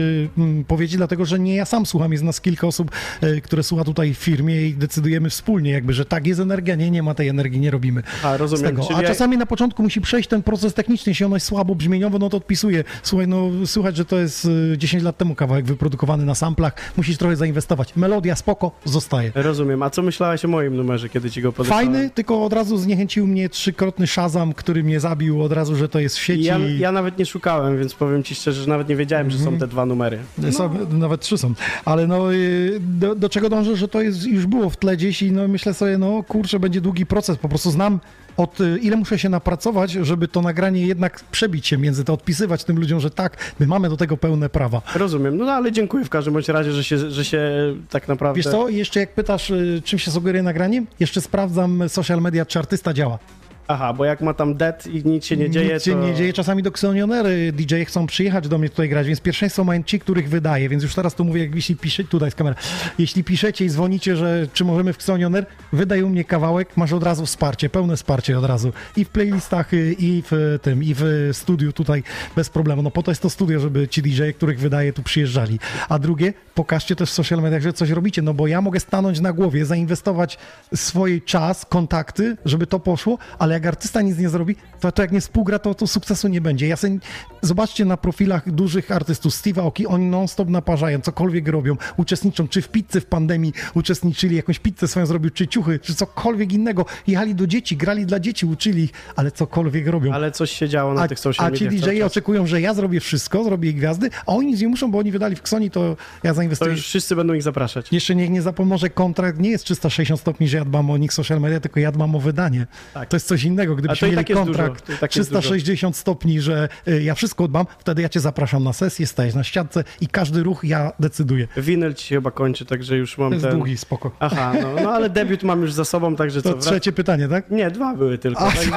y, powiedzieć, dlatego że nie ja sam słucham, jest nas kilka osób, y, które słucha tutaj w firmie i decydujemy wspólnie jakby, że tak, jest energia, nie, nie ma tej energii, nie robimy. A, rozumiem. Z tego. Czyli A ja... czasami na początku musi przejść ten proces techniczny, jeśli ono jest słabo brzmieniowo, no to odpisuję. Słuchaj, no słychać, że to jest dziesięć lat temu kawałek wyprodukowany na samplach, musisz trochę zainwestować. Melodia spoko, zostaje. Rozumiem. A co myślałeś o moim numerze, kiedy ci go podesłałem? Fajny, tylko od razu zniechęcił mnie trzykrotny Shazam, który mnie zabił od razu, że to jest w sieci. Ja, ja nawet nie szukałem, więc powiem ci szczerze, że nawet nie wiedziałem, że są te dwa numery. No. Są, nawet trzy są. Ale no, do, do czego dążę, że to jest, już było w tle gdzieś i no myślę sobie, no kurczę, będzie długi proces. Po prostu znam od ile muszę się napracować, żeby to nagranie jednak przebić się między to, odpisywać tym ludziom, że tak, my mamy do tego pełne prawa. Rozumiem, no, no ale dziękuję w każdym bądź razie, że się, że się tak naprawdę... Wiesz co, jeszcze jak pytasz, czym się sugeruje nagranie, jeszcze sprawdzam social media, czy artysta działa. Aha, bo jak ma tam dead i nic się nie dzieje, Nic się to... nie dzieje. Czasami do Xonionery D J chcą przyjechać do mnie tutaj grać, więc pierwszeństwo mają ci, których wydaje, więc już teraz tu mówię, jak jeśli piszecie, tutaj jest kamera, jeśli piszecie i dzwonicie, że czy możemy w Xonioner, wydaj u mnie kawałek, masz od razu wsparcie, pełne wsparcie od razu i w playlistach, i w tym, i w studiu tutaj bez problemu. No po to jest to studio, żeby ci D J, których wydaje, tu przyjeżdżali. A drugie, pokażcie też w social mediach, że coś robicie, no bo ja mogę stanąć na głowie, zainwestować swój czas, kontakty, żeby to poszło, ale jak artysta nic nie zrobi, to, to jak nie współgra, to, to sukcesu nie będzie. Ja sobie, zobaczcie na profilach dużych artystów, Steve'a Aoki, oni non-stop naparzają, cokolwiek robią, uczestniczą, czy w pizzy w pandemii uczestniczyli, jakąś pizzę swoją zrobił, czy ciuchy, czy cokolwiek innego. Jechali do dzieci, grali dla dzieci, uczyli ich, ale cokolwiek robią. Ale coś się działo na a, tych social A mediach. ci D J oczekują, że ja zrobię wszystko, zrobię ich gwiazdy, a oni nic nie muszą, bo oni wydali w Xoni, to ja zainwestuję. To już wszyscy będą ich zapraszać. Jeszcze niech nie zapomną, że kontrakt nie jest trzysta sześćdziesiąt stopni, że ja dbam o nich social media, tylko ja dbam o wydanie. Tak. To jest coś innego. Gdybyśmy mieli tak kontrakt tak trzysta sześćdziesiąt stopni, że y, ja wszystko dbam, wtedy ja cię zapraszam na sesję, stajesz na ściance i każdy ruch ja decyduję. Winyl ci się chyba kończy, także już mam To jest ten... długi, spoko. Aha, no, no ale debiut mam już za sobą, także to co? trzecie pytanie, tak? Nie, dwa były tylko. A, także,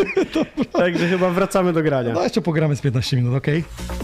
także chyba wracamy do grania. No jeszcze pogramy z piętnaście minut, okej? Okay?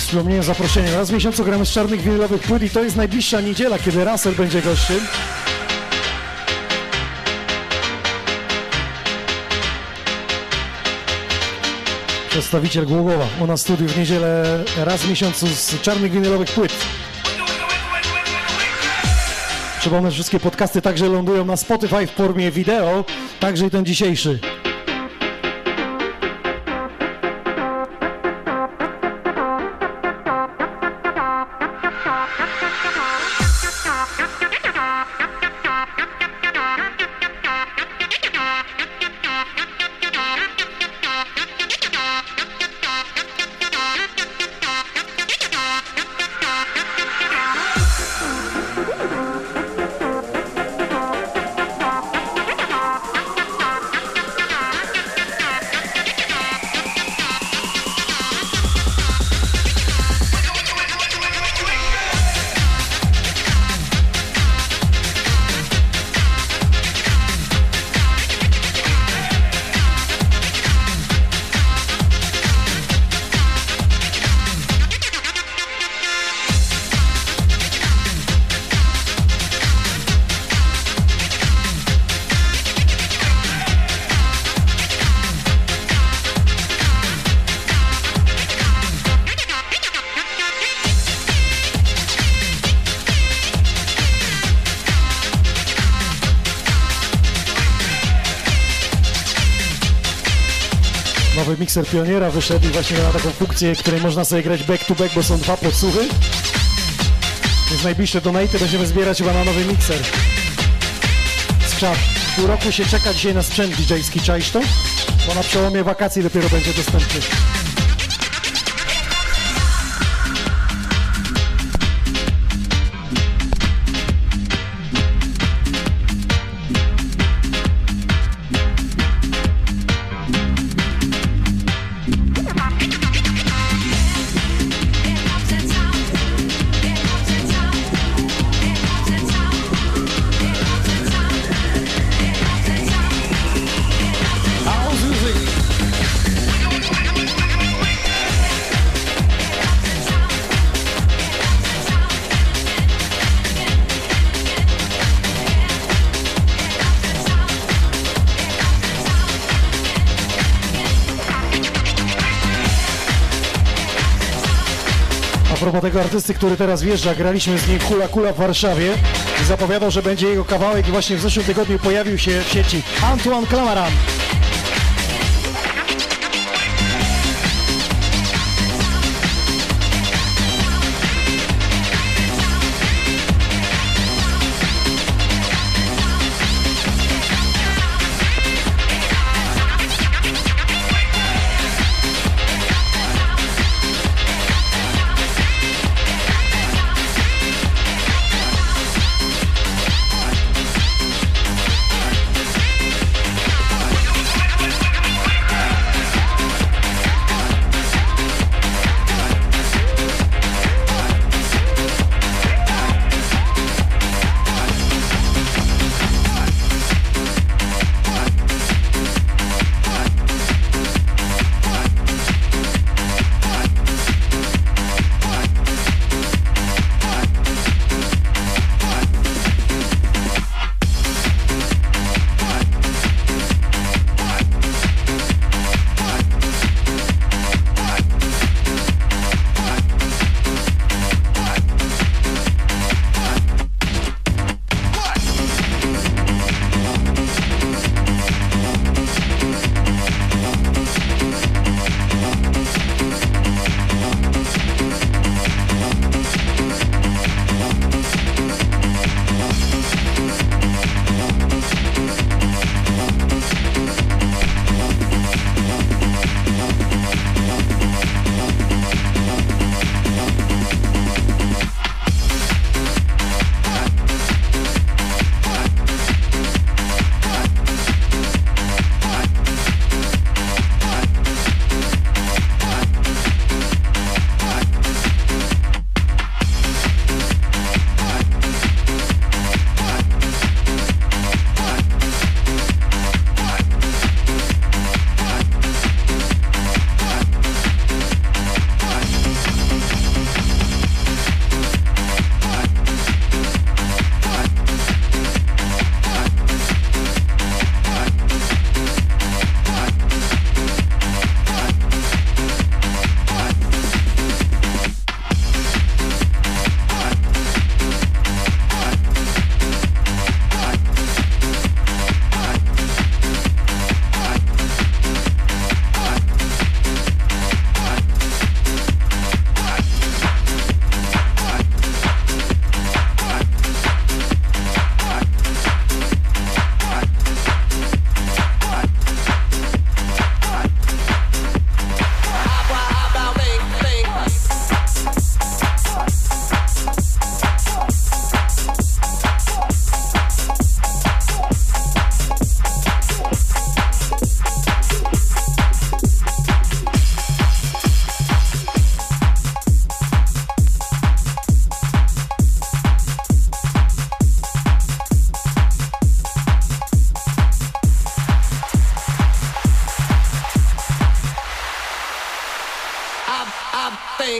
wspomniałem zaproszeniem. Raz w miesiącu gramy z czarnych winylowych płyt i to jest najbliższa niedziela, kiedy Russell będzie gościem. Przedstawiciel Głogowa u nas w studiu w niedzielę raz w miesiącu z czarnych winylowych płyt. Przypomnę, że wszystkie podcasty także lądują na Spotify w formie wideo, także i ten dzisiejszy. Nowy mikser Pioniera wyszedł i właśnie na taką funkcję, której można sobie grać back to back, bo są dwa podsłuchy. Więc najbliższe donaty będziemy zbierać chyba na nowy mikser. Skrzat. Pół roku się czeka dzisiaj na sprzęt didżejski, czaisz to? Bo na przełomie wakacji dopiero będzie dostępny. A propos tego artysty, który teraz wjeżdża, graliśmy z nim Hula Kula w Warszawie i zapowiadał, że będzie jego kawałek i właśnie w zeszłym tygodniu pojawił się w sieci Antoine Clamaran.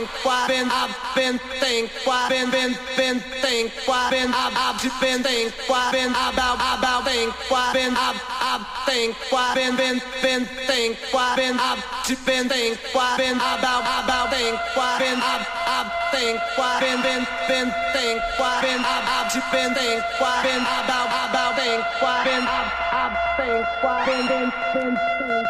why been I've been think why been been been think why been I've I've just been think why been about about think why been I've I've think why been been been think why been I've just been think why been about about think why been I've I've think why been been been think why been I've I've just been think why been about about think why been I've I've think why been been been think.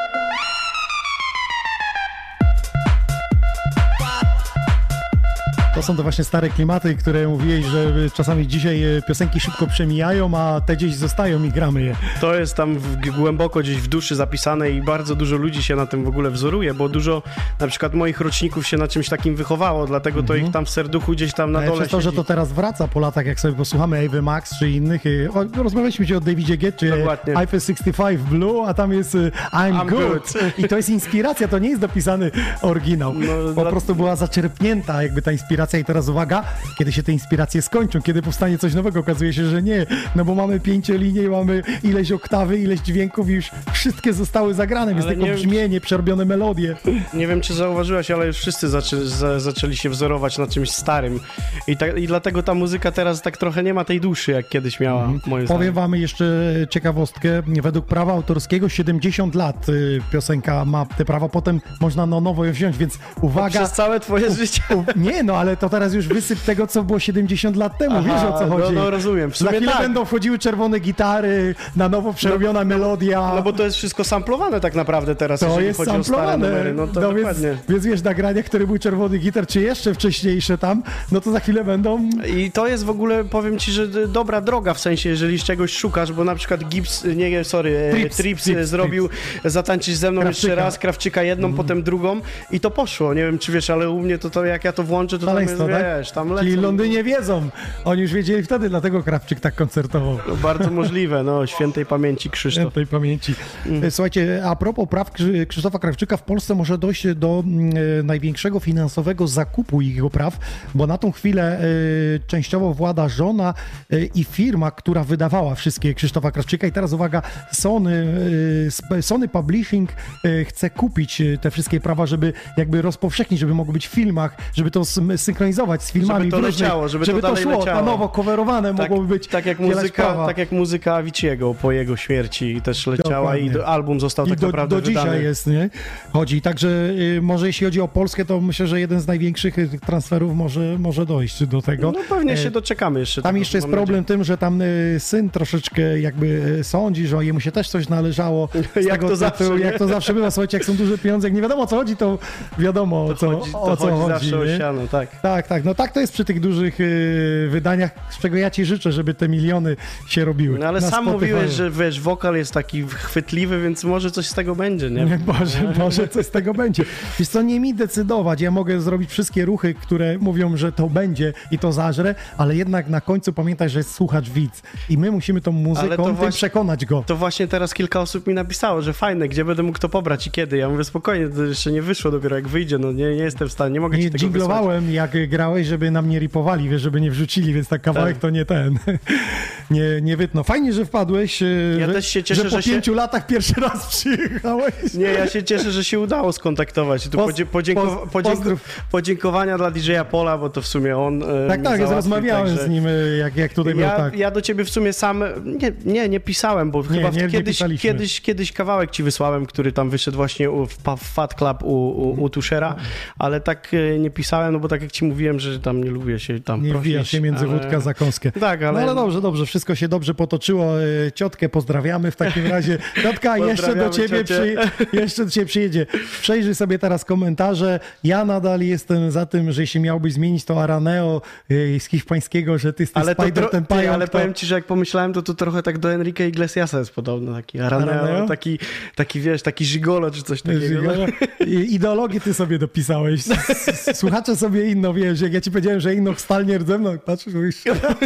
To są to właśnie stare klimaty, które mówiłeś, że czasami dzisiaj piosenki szybko przemijają, a te gdzieś zostają i gramy je. To jest tam w, głęboko gdzieś w duszy zapisane i bardzo dużo ludzi się na tym w ogóle wzoruje, bo dużo na przykład moich roczników się na czymś takim wychowało, dlatego to Mhm. ich tam w serduchu gdzieś tam na Ale dole przez to, że siedzi. to teraz wraca po latach, jak sobie posłuchamy Ava Max czy innych, y, o, rozmawialiśmy dzisiaj o Davidzie Guetcie, Dokładnie. I F sześćdziesiąt pięć Blue, a tam jest y, I'm, I'm good. good. I to jest inspiracja, to nie jest dopisany oryginał. No, po dla- prostu była zaczerpnięta jakby ta inspiracja i teraz uwaga, kiedy się te inspiracje skończą, kiedy powstanie coś nowego, okazuje się, że nie, no bo mamy pięciolinię, mamy ileś oktawy, ileś dźwięków i już wszystkie zostały zagrane, więc Ale tylko nie- brzmienie, przerobione melodie. Nie wiem, czy zauważyłeś, ale już wszyscy zaczę, za, zaczęli się wzorować na czymś starym. I, ta, I dlatego ta muzyka teraz tak trochę nie ma tej duszy, jak kiedyś miała, moim Powiem zdaniem. wam jeszcze ciekawostkę. Według prawa autorskiego siedemdziesiąt lat y, piosenka ma te prawa, potem można na nowo ją wziąć, więc uwaga. Przez całe twoje życie. U, nie, no ale to teraz już wysyp tego, co było siedemdziesiąt lat temu. Aha, Wiesz, o co chodzi? no, no rozumiem. W Za sumie chwilę tak. będą wchodziły czerwone gitary, na nowo przerobiona melodia. No bo to jest wszystko samplowane tak naprawdę teraz, To jeżeli jest chodzi o stare samplowane. numery. No to no, więc, dokładnie. więc wiesz, nagrania, które były czerwony gitar, czy jeszcze wcześniejsze tam, no to za chwilę będą... I to jest w ogóle, powiem ci, że d- dobra droga, w sensie, jeżeli czegoś szukasz, bo na przykład Gibbs, nie, sorry, e, Trips, Trips, Trips, e, zrobił Zatańczyć ze mną Krawczyka. jeszcze raz, Krawczyka jedną, potem drugą i to poszło. Nie wiem, czy wiesz, ale u mnie to, to jak ja to włączę, to tam jest, Szaleństwo, tak? wiesz, tam lecą. Ci w Londynie wiedzą. Oni już wiedzieli wtedy, dlatego Krawczyk tak koncertował. No, bardzo możliwe, no, świętej pamięci Krzysztof. tej pamięci. Słuchajcie, a propos praw Krzy- Krzysztofa Krawczyka, w Polsce może dojść do mm, e, największego finansowego zakupu jego praw, bo na tą chwilę e, częściowo włada żona e, i firma, która wydawała wszystkie Krzysztofa Krawczyka i teraz uwaga, Sony, e, sp- Sony Publishing e, chce kupić e, te wszystkie prawa, żeby jakby rozpowszechnić, żeby mogło być w filmach, żeby to sym- synchronizować z filmami. Żeby to w różnych- leciało, żeby to dalej szło, leciało. na nowo, coverowane Tak, mogłoby być. tak jak dzielać muzyka, prawa. tak jak muzyka Avicii'ego po jego śmierci też leciała Dokładnie. i do, album został I tak do, naprawdę do wydany. dzisiaj jest, nie? Chodzi. Także y, może jeśli chodzi o Polskę, to myślę, że jeden z największych y, transferów może, może dojść do tego. No pewnie się E, doczekamy jeszcze. Tam tego, jeszcze jest mam problem tym, że tam y, syn troszeczkę jakby y, sądzi, że jemu się też coś należało. Z Jak tego to zawsze, tytułu, nie? jak to zawsze bywa. Słuchajcie, jak są duże pieniądze, jak nie wiadomo o co chodzi, to wiadomo o co, chodzi, to o co chodzi chodzi. zawsze o nie? siano, tak. Tak, tak. No tak to jest przy tych dużych y, wydaniach, z czego ja ci życzę, żeby te miliony się robiły. No ale na sam Spotify. mówiłeś, że wiesz, wokal jest taki chwytliwy, więc może coś z tego będzie, nie? Nie, może, może coś z tego będzie. Wiesz co, nie mi decydować. Ja mogę zrobić wszystkie ruchy, które mówią, że to będzie i to zażrę, ale jednak na końcu pamiętaj, że jest słuchacz widz. I my musimy tą Ale muzyką to tym właśnie- przekonać go. To właśnie teraz kilka osób mi napisało, że fajne, gdzie będę mógł to pobrać i kiedy. Ja mówię, spokojnie, to jeszcze nie wyszło dopiero jak wyjdzie, no nie, nie jestem w stanie, nie mogę ci Nie tego wysłać. dżinglowałem, jak grałeś, żeby nam nie ripowali, wiesz, żeby nie wrzucili, więc tak kawałek Tak. to nie ten. nie, nie wytną. Fajnie, że wpadłeś, e, Ja że, też się cieszę, że po że się- pięciu latach pierwszy raz przyjechałeś. Nie, ja się cieszę, że się udało skontaktować. Tu Poz- podzie, podzięko, poz- podzięko, pozdrów. podziękowania dla D J Pola, bo to w sumie on e, Tak, mi tak, załatwił, rozmawiałem także- z nim, e, jak, jak tutaj Ja, był, tak. ja do ciebie w sumie sam, nie, nie, nie pisałem, bo chyba w- nie, nie kiedyś, pisaliśmy. kiedyś, kiedyś kawałek ci wysłałem, który tam wyszedł właśnie u, w, pa- w Fat Club u, u, u Tuszera, ale tak e, nie pisałem, no bo tak jak ci mówiłem, że tam nie lubię się tam Nie prosić. wbija się między ale- wódka za kąskę. Tak, ale... No ale dobrze, dobrze, wszystko się dobrze potoczyło. E, Ciotkę pozdrawiamy w takim razie. Ciotka, jeszcze do Pozdrawiamy ciebie ciocię. przy, jeszcze do ciebie przyjedzie. Przejrzyj sobie teraz komentarze. Ja nadal jestem za tym, że jeśli miałbyś zmienić to Araneo e, z hiszpańskiego, że ty jesteś Ale, to Spider, tro- ten ty, pająk, ale to... powiem ci, że jak pomyślałem, to to trochę tak do Enrique Iglesiasa jest podobny, taki Araneo, Araneo? taki, taki wiesz, taki gigolo czy coś takiego. Żigolo. I- Ideologię ty sobie dopisałeś. S- s- Słuchacze sobie inno, wiesz, jak ja ci powiedziałem, że inno stalnier ze mną, patrzysz, mówisz,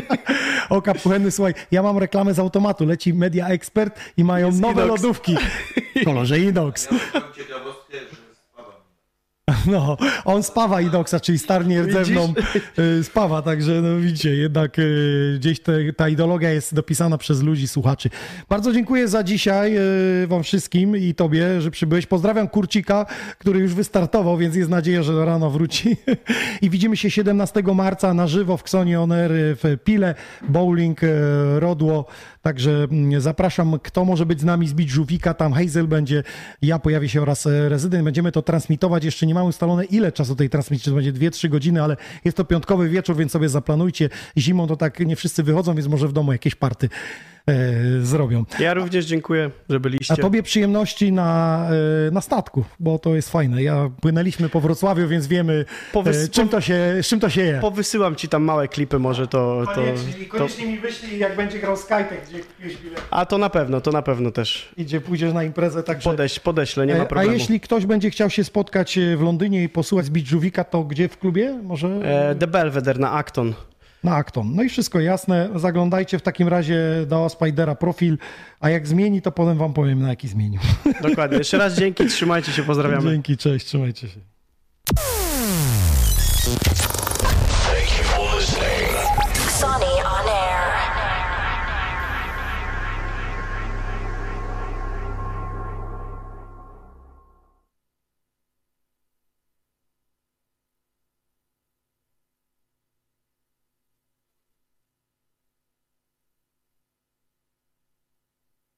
o kapuchenny, słuchaj, ja mam reklamę z automatu, leci Media Expert i mają Jest nowe inox. lodówki w kolorze inox. No, on spawa Inoxa, czyli Starnier ze mną y, spawa, także no widzicie, jednak y, gdzieś te, ta ideologia jest dopisana przez ludzi, słuchaczy. Bardzo dziękuję za dzisiaj y, wam wszystkim i tobie, że przybyłeś. Pozdrawiam Kurcika, który już wystartował, więc jest nadzieja, że rano wróci. I widzimy się siedemnastego marca na żywo w Xoni On Air w Pile, bowling, y, Rodło. Także zapraszam, kto może być z nami, zbić żółwika, tam Hazel będzie, ja pojawię się oraz Rezydent. Będziemy to transmitować, jeszcze nie mamy ustalone ile czasu tej transmisji, to będzie dwie trzy godziny, ale jest to piątkowy wieczór, więc sobie zaplanujcie. Zimą to tak nie wszyscy wychodzą, więc może w domu jakieś party e, zrobią. Ja również dziękuję, że byliście. A tobie przyjemności na, e, na statku, bo to jest fajne. Ja płynęliśmy po Wrocławiu, więc wiemy Powys- e, czym, to się, czym to się je. Powysyłam ci tam małe klipy, może to... to, Koniecznie, koniecznie to... mi wyślij, jak będzie grał Skytek, gdzie jakieś bilet. A to na pewno, to na pewno też. Idzie, pójdziesz na imprezę, także... Podeś, podeślę, nie ma problemu. A jeśli ktoś będzie chciał się spotkać w Londynie i posłuchać zbić żółwika, to gdzie w klubie? Może? E, The Belvedere na Acton. Na Acton. No i wszystko jasne. Zaglądajcie w takim razie do Spidera profil, a jak zmieni, to potem wam powiem, na jaki zmienił. Dokładnie. Jeszcze raz dzięki, trzymajcie się, pozdrawiamy. Dzięki, cześć, trzymajcie się.